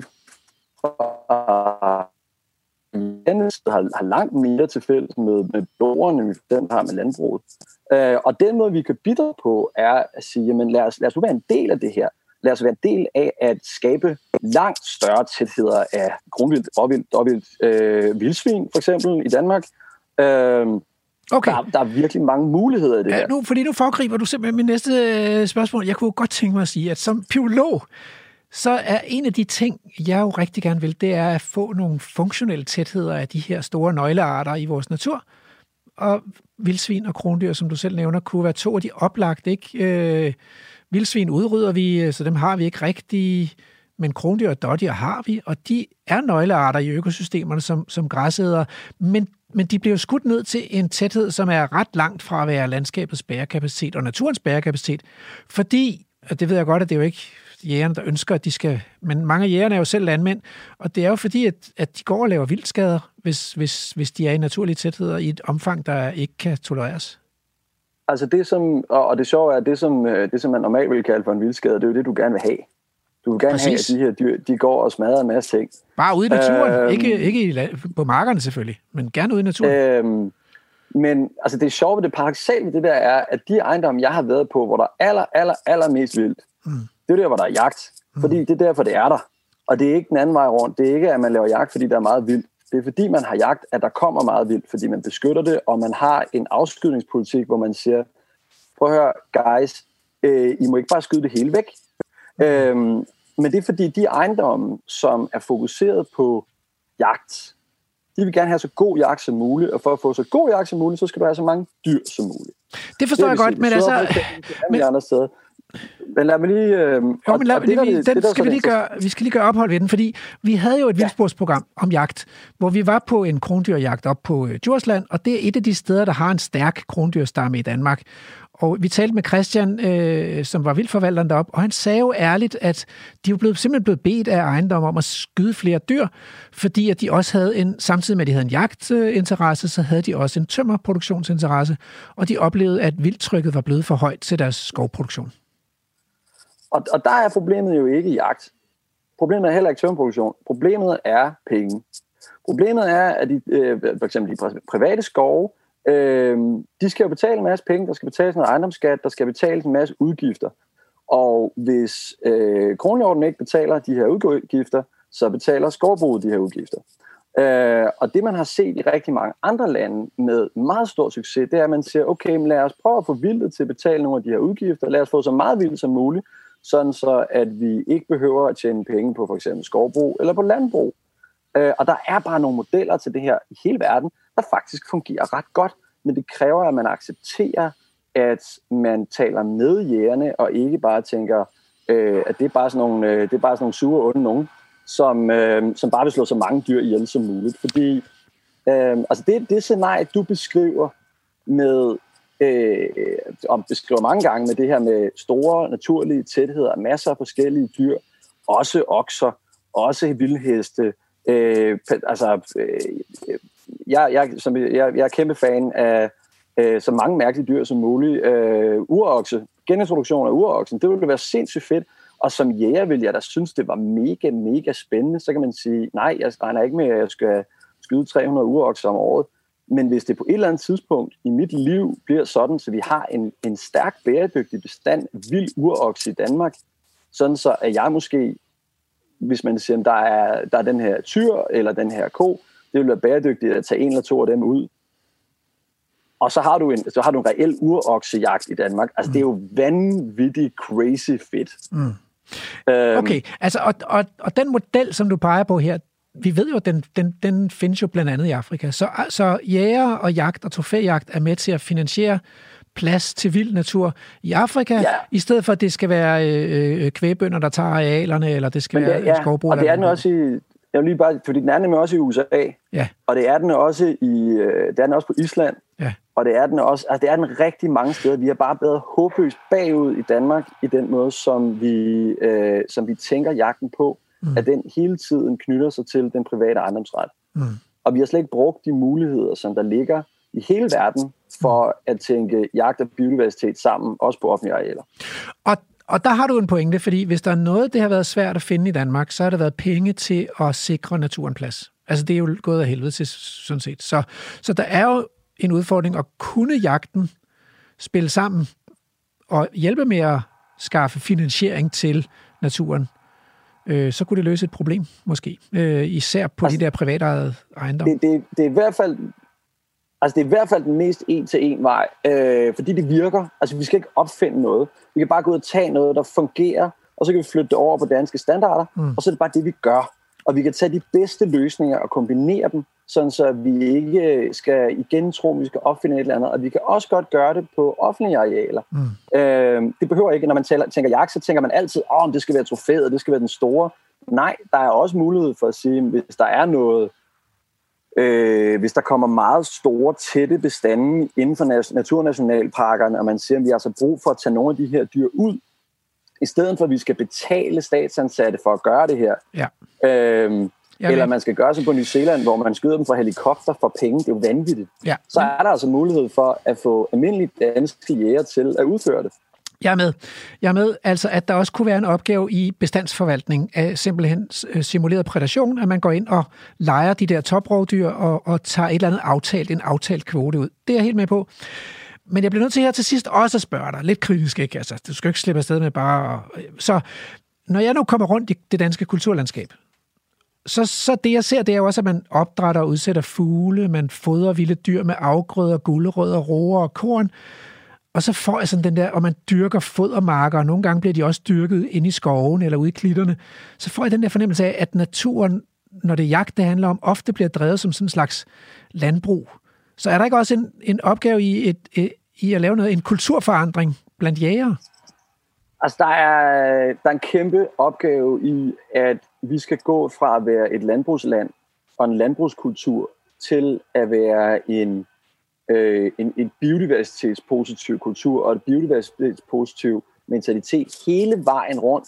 fra har, har langt mere til fælles med, med bloderne, end vi for eksempel har med landbruget. Øh, og den måde, vi kan bidrage på, er at sige, jamen lad os, lad os være en del af det her. Lad os være en del af at skabe langt større tætheder af grundvildt, råvildt, dårvildt, øh, vildsvin, for eksempel, i Danmark. Øh, okay. der, der er virkelig mange muligheder i det ja, her. Nu, fordi nu foregriber du simpelthen min næste spørgsmål. Jeg kunne godt tænke mig at sige, at som biolog, så er en af de ting, jeg jo rigtig gerne vil, det er at få nogle funktionelle tætheder af de her store nøglearter i vores natur. Og vildsvin og krondyr, som du selv nævner, kunne være to af de oplagt, ikke? Øh, vildsvin udrydder vi, så dem har vi ikke rigtigt, men krondyr og dådyr har vi, og de er nøglearter i økosystemerne som, som græsædere, men, men de bliver skudt ned til en tæthed, som er ret langt fra at være landskabets bærekapacitet og naturens bærekapacitet, fordi, og det ved jeg godt, at det er jo ikke jægerne, der ønsker, at de skal, men mange af jægerne er jo selv landmænd, og det er jo fordi, at, at de går og laver vildskader, hvis, hvis, hvis de er i naturlige tætheder i et omfang, der ikke kan tolereres. Altså det som, og det sjove er, at det som, det som man normalt vil kalde for en vildskade, det er jo det, du gerne vil have. Du vil gerne Præcis. have, at de her dyr, de går og smadrer en masse ting. Bare ude i naturen, øhm, ikke, ikke på markerne selvfølgelig, men gerne ude i naturen. Øhm, men altså det sjove ved det paradoksale ved det der er, at de ejendomme, jeg har været på, hvor der er aller, aller, aller mest vildt, mm. det er der, hvor der er jagt. Fordi mm. det er derfor, det er der. Og det er ikke den anden vej rundt. Det er ikke, at man laver jagt, fordi der er meget vildt. Det er fordi, man har jagt, at der kommer meget vildt, fordi man beskytter det, og man har en afskydningspolitik, hvor man siger, prøv at høre, guys, øh, I må ikke bare skyde det hele væk. Mm. Øhm, men det er fordi, de ejendomme, som er fokuseret på jagt, de vil gerne have så god jagt som muligt, og for at få så god jagt som muligt, så skal du have så mange dyr som muligt. Det forstår det, jeg godt, men altså... Men, andre steder. Men lad mig lige... Øh, jo, men lad, og, og det, det, den det, skal vi, lige gøre, vi skal lige gøre ophold ved den, fordi vi havde jo et ja. vildsporsprogram om jagt, hvor vi var på en krondyrjagt op på øh, Djursland, og det er et af de steder, der har en stærk krondyrstamme i Danmark. Og vi talte med Christian, øh, som var vildforvalteren deroppe, og han sagde jo ærligt, at de jo blevet, simpelthen blevet bedt af ejendommen om at skyde flere dyr, fordi at de også havde en, samtidig med at de havde en jagtinteresse, så havde de også en tømmerproduktionsinteresse, og de oplevede, at vildtrykket var blevet for højt til deres skovproduktion. Og, og der er problemet jo ikke jagt. Problemet er heller ikke tømmerproduktion. Problemet er penge. Problemet er, at de, øh, for eksempel de private skove, øh, de skal jo betale en masse penge, der skal betales noget ejendomsskat, der skal betales en masse udgifter. Og hvis øh, kronhjorten ikke betaler de her udgifter, så betaler skovbruget de her udgifter. Øh, og det, man har set i rigtig mange andre lande med meget stor succes, det er, at man siger, okay, men lad os prøve at få vildtet til at betale nogle af de her udgifter, lad os få så meget vildt som muligt, sådan så at vi ikke behøver at tjene penge på for eksempel skovbrug eller på landbrug. Øh, og der er bare nogle modeller til det her i hele verden, der faktisk fungerer ret godt, men det kræver, at man accepterer, at man taler med jægerne, og ikke bare tænker, øh, at det er bare sådan nogle, øh, det er bare sådan nogle sure onde nogen, som, øh, som bare vil slå så mange dyr ihjel som muligt. Fordi øh, altså det, det scenarie, du beskriver med Øh, og beskriver mange gange med det her med store naturlige tætheder, masser af forskellige dyr, også okser, også vildheste. Øh, altså, øh, jeg, jeg, som, jeg, jeg er kæmpe fan af øh, så mange mærkelige dyr som muligt. Øh, urokse, genintroduktion af uroksen, det ville være sindssygt fedt. Og som jæger vil jeg da synes, det var mega, mega spændende. Så kan man sige, nej, jeg regner ikke med, at jeg skal skyde tre hundrede urokser om året. Men hvis det på et eller andet tidspunkt i mit liv bliver sådan, så vi har en, en stærk bæredygtig bestand vild urokse i Danmark, sådan så at jeg måske, hvis man siger, at der er, der er den her tyr eller den her ko, det vil være bæredygtigt at tage en eller to af dem ud. Og så har du en, så har du en reel uroksejagt i Danmark. Altså mm. det er jo vanvittigt crazy fedt. Mm. Øhm, okay, altså og, og, og den model, som du peger på her, vi ved jo, at den, den, den findes jo blandt andet i Afrika. Så, så jæger og jagt og trofæjagt er med til at finansiere plads til vild natur i Afrika, Ja. i stedet for, at det skal være øh, kvægbønder, der tager arealerne, eller det skal Men det, være ja, skovbrug. og det er den også i, jeg vil lige bare, fordi den er nemlig også i U S A, Ja. og det er den også i, øh, det er den også på Island, Ja. og det er den også, altså det er den rigtig mange steder. Vi er bare blevet håbløst bagud i Danmark i den måde, som vi, øh, som vi tænker jagten på, mm. at den hele tiden knytter sig til den private ejendomsret. Mm. Og vi har slet ikke brugt de muligheder, som der ligger i hele verden, for at tænke jagt og biodiversitet sammen, også på offentlige arealer. Og, og der har du en pointe, fordi hvis der er noget, det har været svært at finde i Danmark, så har der været penge til at sikre naturen plads. Altså det er jo gået af helvede til, sådan set. Så, så der er jo en udfordring at kunne jagten spille sammen og hjælpe med at skaffe finansiering til naturen. Øh, så kunne det løse et problem, måske. Øh, især på altså, de der privatejede ejendomme. Det, det, det er i hvert fald... Altså, det er i hvert fald den mest en-til-en vej, øh, fordi det virker. Altså, vi skal ikke opfinde noget. Vi kan bare gå ud og tage noget, der fungerer, og så kan vi flytte det over på danske standarder, mm. og så er det bare det, vi gør. Og vi kan tage de bedste løsninger og kombinere dem, sådan så vi ikke skal igen tro, at vi skal opfinde et eller andet. Og vi kan også godt gøre det på offentlige arealer. Mm. Øh, det behøver ikke, når man tænker, tænker jagt, så tænker man altid, åh, oh, det skal være trofæet, det skal være den store. Nej, der er også mulighed for at sige, hvis der er noget, Øh, hvis der kommer meget store, tætte bestande inden for naturnationalparkerne, og man siger, at vi har altså brug for at tage nogle af de her dyr ud, i stedet for at vi skal betale statsansatte for at gøre det her. Ja. Øhm, eller man skal gøre som på New Zealand, hvor man skyder dem fra helikopter for penge. Det er jo vanvittigt. Ja. Så er der altså mulighed for at få almindelige danske jæger til at udføre det. Jeg er med. Jeg er med, altså at der også kunne være en opgave i bestandsforvaltning af simpelthen simuleret prædation, at man går ind og leger de der toprovdyr og, og tager et eller andet aftalt, en aftalt kvote ud. Det er jeg helt med på. Men jeg bliver nødt til her til sidst også at spørge dig, lidt kritisk, ikke? Altså, du skal ikke slippe afsted med bare... Så når jeg nu kommer rundt i det danske kulturlandskab, så, så det jeg ser, det er jo også, at man opdrætter og udsætter fugle, man fodrer vilde dyr med afgrøder, gulerødder, roer og korn. Og så får jeg sådan den der, og man dyrker fodermarker, og nogle gange bliver de også dyrket inde i skoven eller ude i klitterne. Så får jeg den der fornemmelse af, at naturen, når det er jagt, det handler om, ofte bliver drevet som sådan en slags landbrug. Så er der ikke også en, en opgave i, et, et, i at lave noget, en kulturforandring blandt jægere? Altså, der er, der er en kæmpe opgave i, at vi skal gå fra at være et landbrugsland og en landbrugskultur til at være en Øh, en, en biodiversitetspositiv kultur og en biodiversitetspositiv mentalitet hele vejen rundt.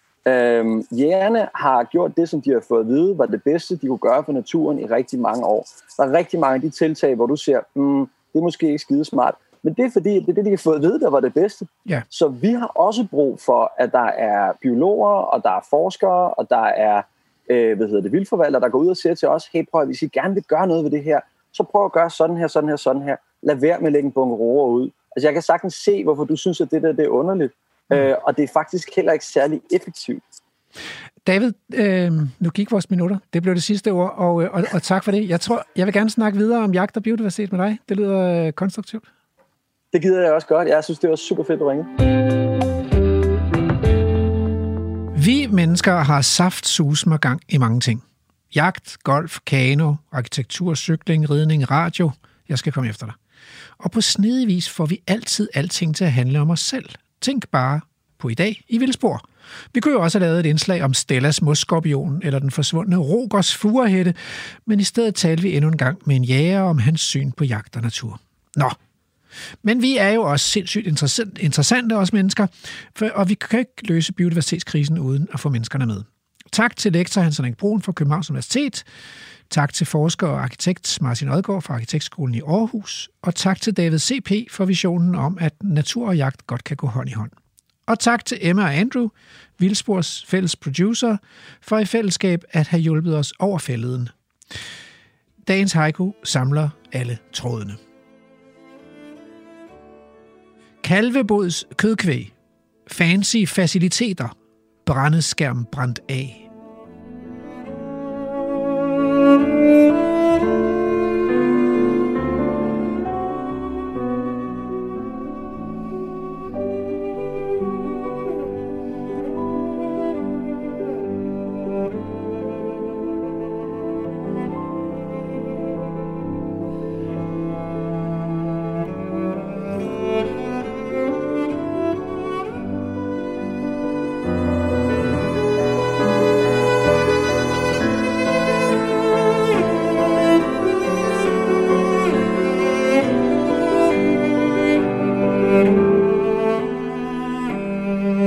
Øh, jægerne har gjort det, som de har fået at vide, var det bedste, de kunne gøre for naturen i rigtig mange år. Der er rigtig mange af de tiltag, hvor du siger, mm, det er måske ikke skidesmart, men det er fordi, det er det, de har fået at vide, der var det bedste. Ja. Så vi har også brug for, at der er biologer, og der er forskere, og der er øh, hvad hedder det, vildforvaltere, der går ud og siger til os, hey, prøv at hvis I gerne vil gøre noget ved det her, så prøv at gøre sådan her, sådan her, sådan her. Lad være med at lægge en bunke roer ud. Altså, jeg kan sagtens se, hvorfor du synes, at det der det er underligt. Mm. Øh, og det er faktisk heller ikke særlig effektivt. David, øh, nu gik vores minutter. Det blev det sidste ord, og, og, og tak for det. Jeg tror, jeg vil gerne snakke videre om jagt og biodiversitet med dig. Det lyder øh, konstruktivt. Det gider jeg også godt. Jeg synes, det var super fedt at ringe. Vi mennesker har saftsusme gang i mange ting. Jagt, golf, kano, arkitektur, cykling, ridning, radio. Jeg skal komme efter dig. Og på snedig vis får vi altid alting til at handle om os selv. Tænk bare på i dag i Vildspor. Vi kunne jo også have lavet et indslag om Stellas mosskorpion eller den forsvundne Rogers furehætte, men i stedet talte vi endnu en gang med en jæger om hans syn på jagt og natur. Nå, men vi er jo også sindssygt interessante, os mennesker, for, og vi kan ikke løse biodiversitetskrisen uden at få menneskerne med. Tak til lektor Hans Henrik Bruun fra Københavns Universitet. Tak til forsker og arkitekt Martin Odgaard fra Arkitektskolen i Aarhus. Og tak til David C P for visionen om, at natur og jagt godt kan gå hånd i hånd. Og tak til Emma og Andrew, Vildspors fælles producer, for i fællesskab at have hjulpet os over fælleden. Dagens haiku samler alle trådene. Kalvebods kødkvæg. Fancy faciliteter. Brændeskærm brændt af.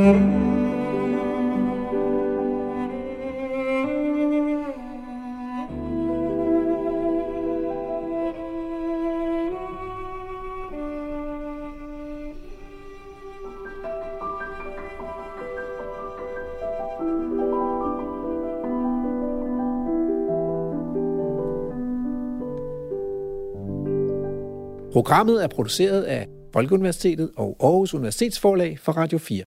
Programmet er produceret af Folkeuniversitetet og Aarhus Universitetsforlag for Radio fire.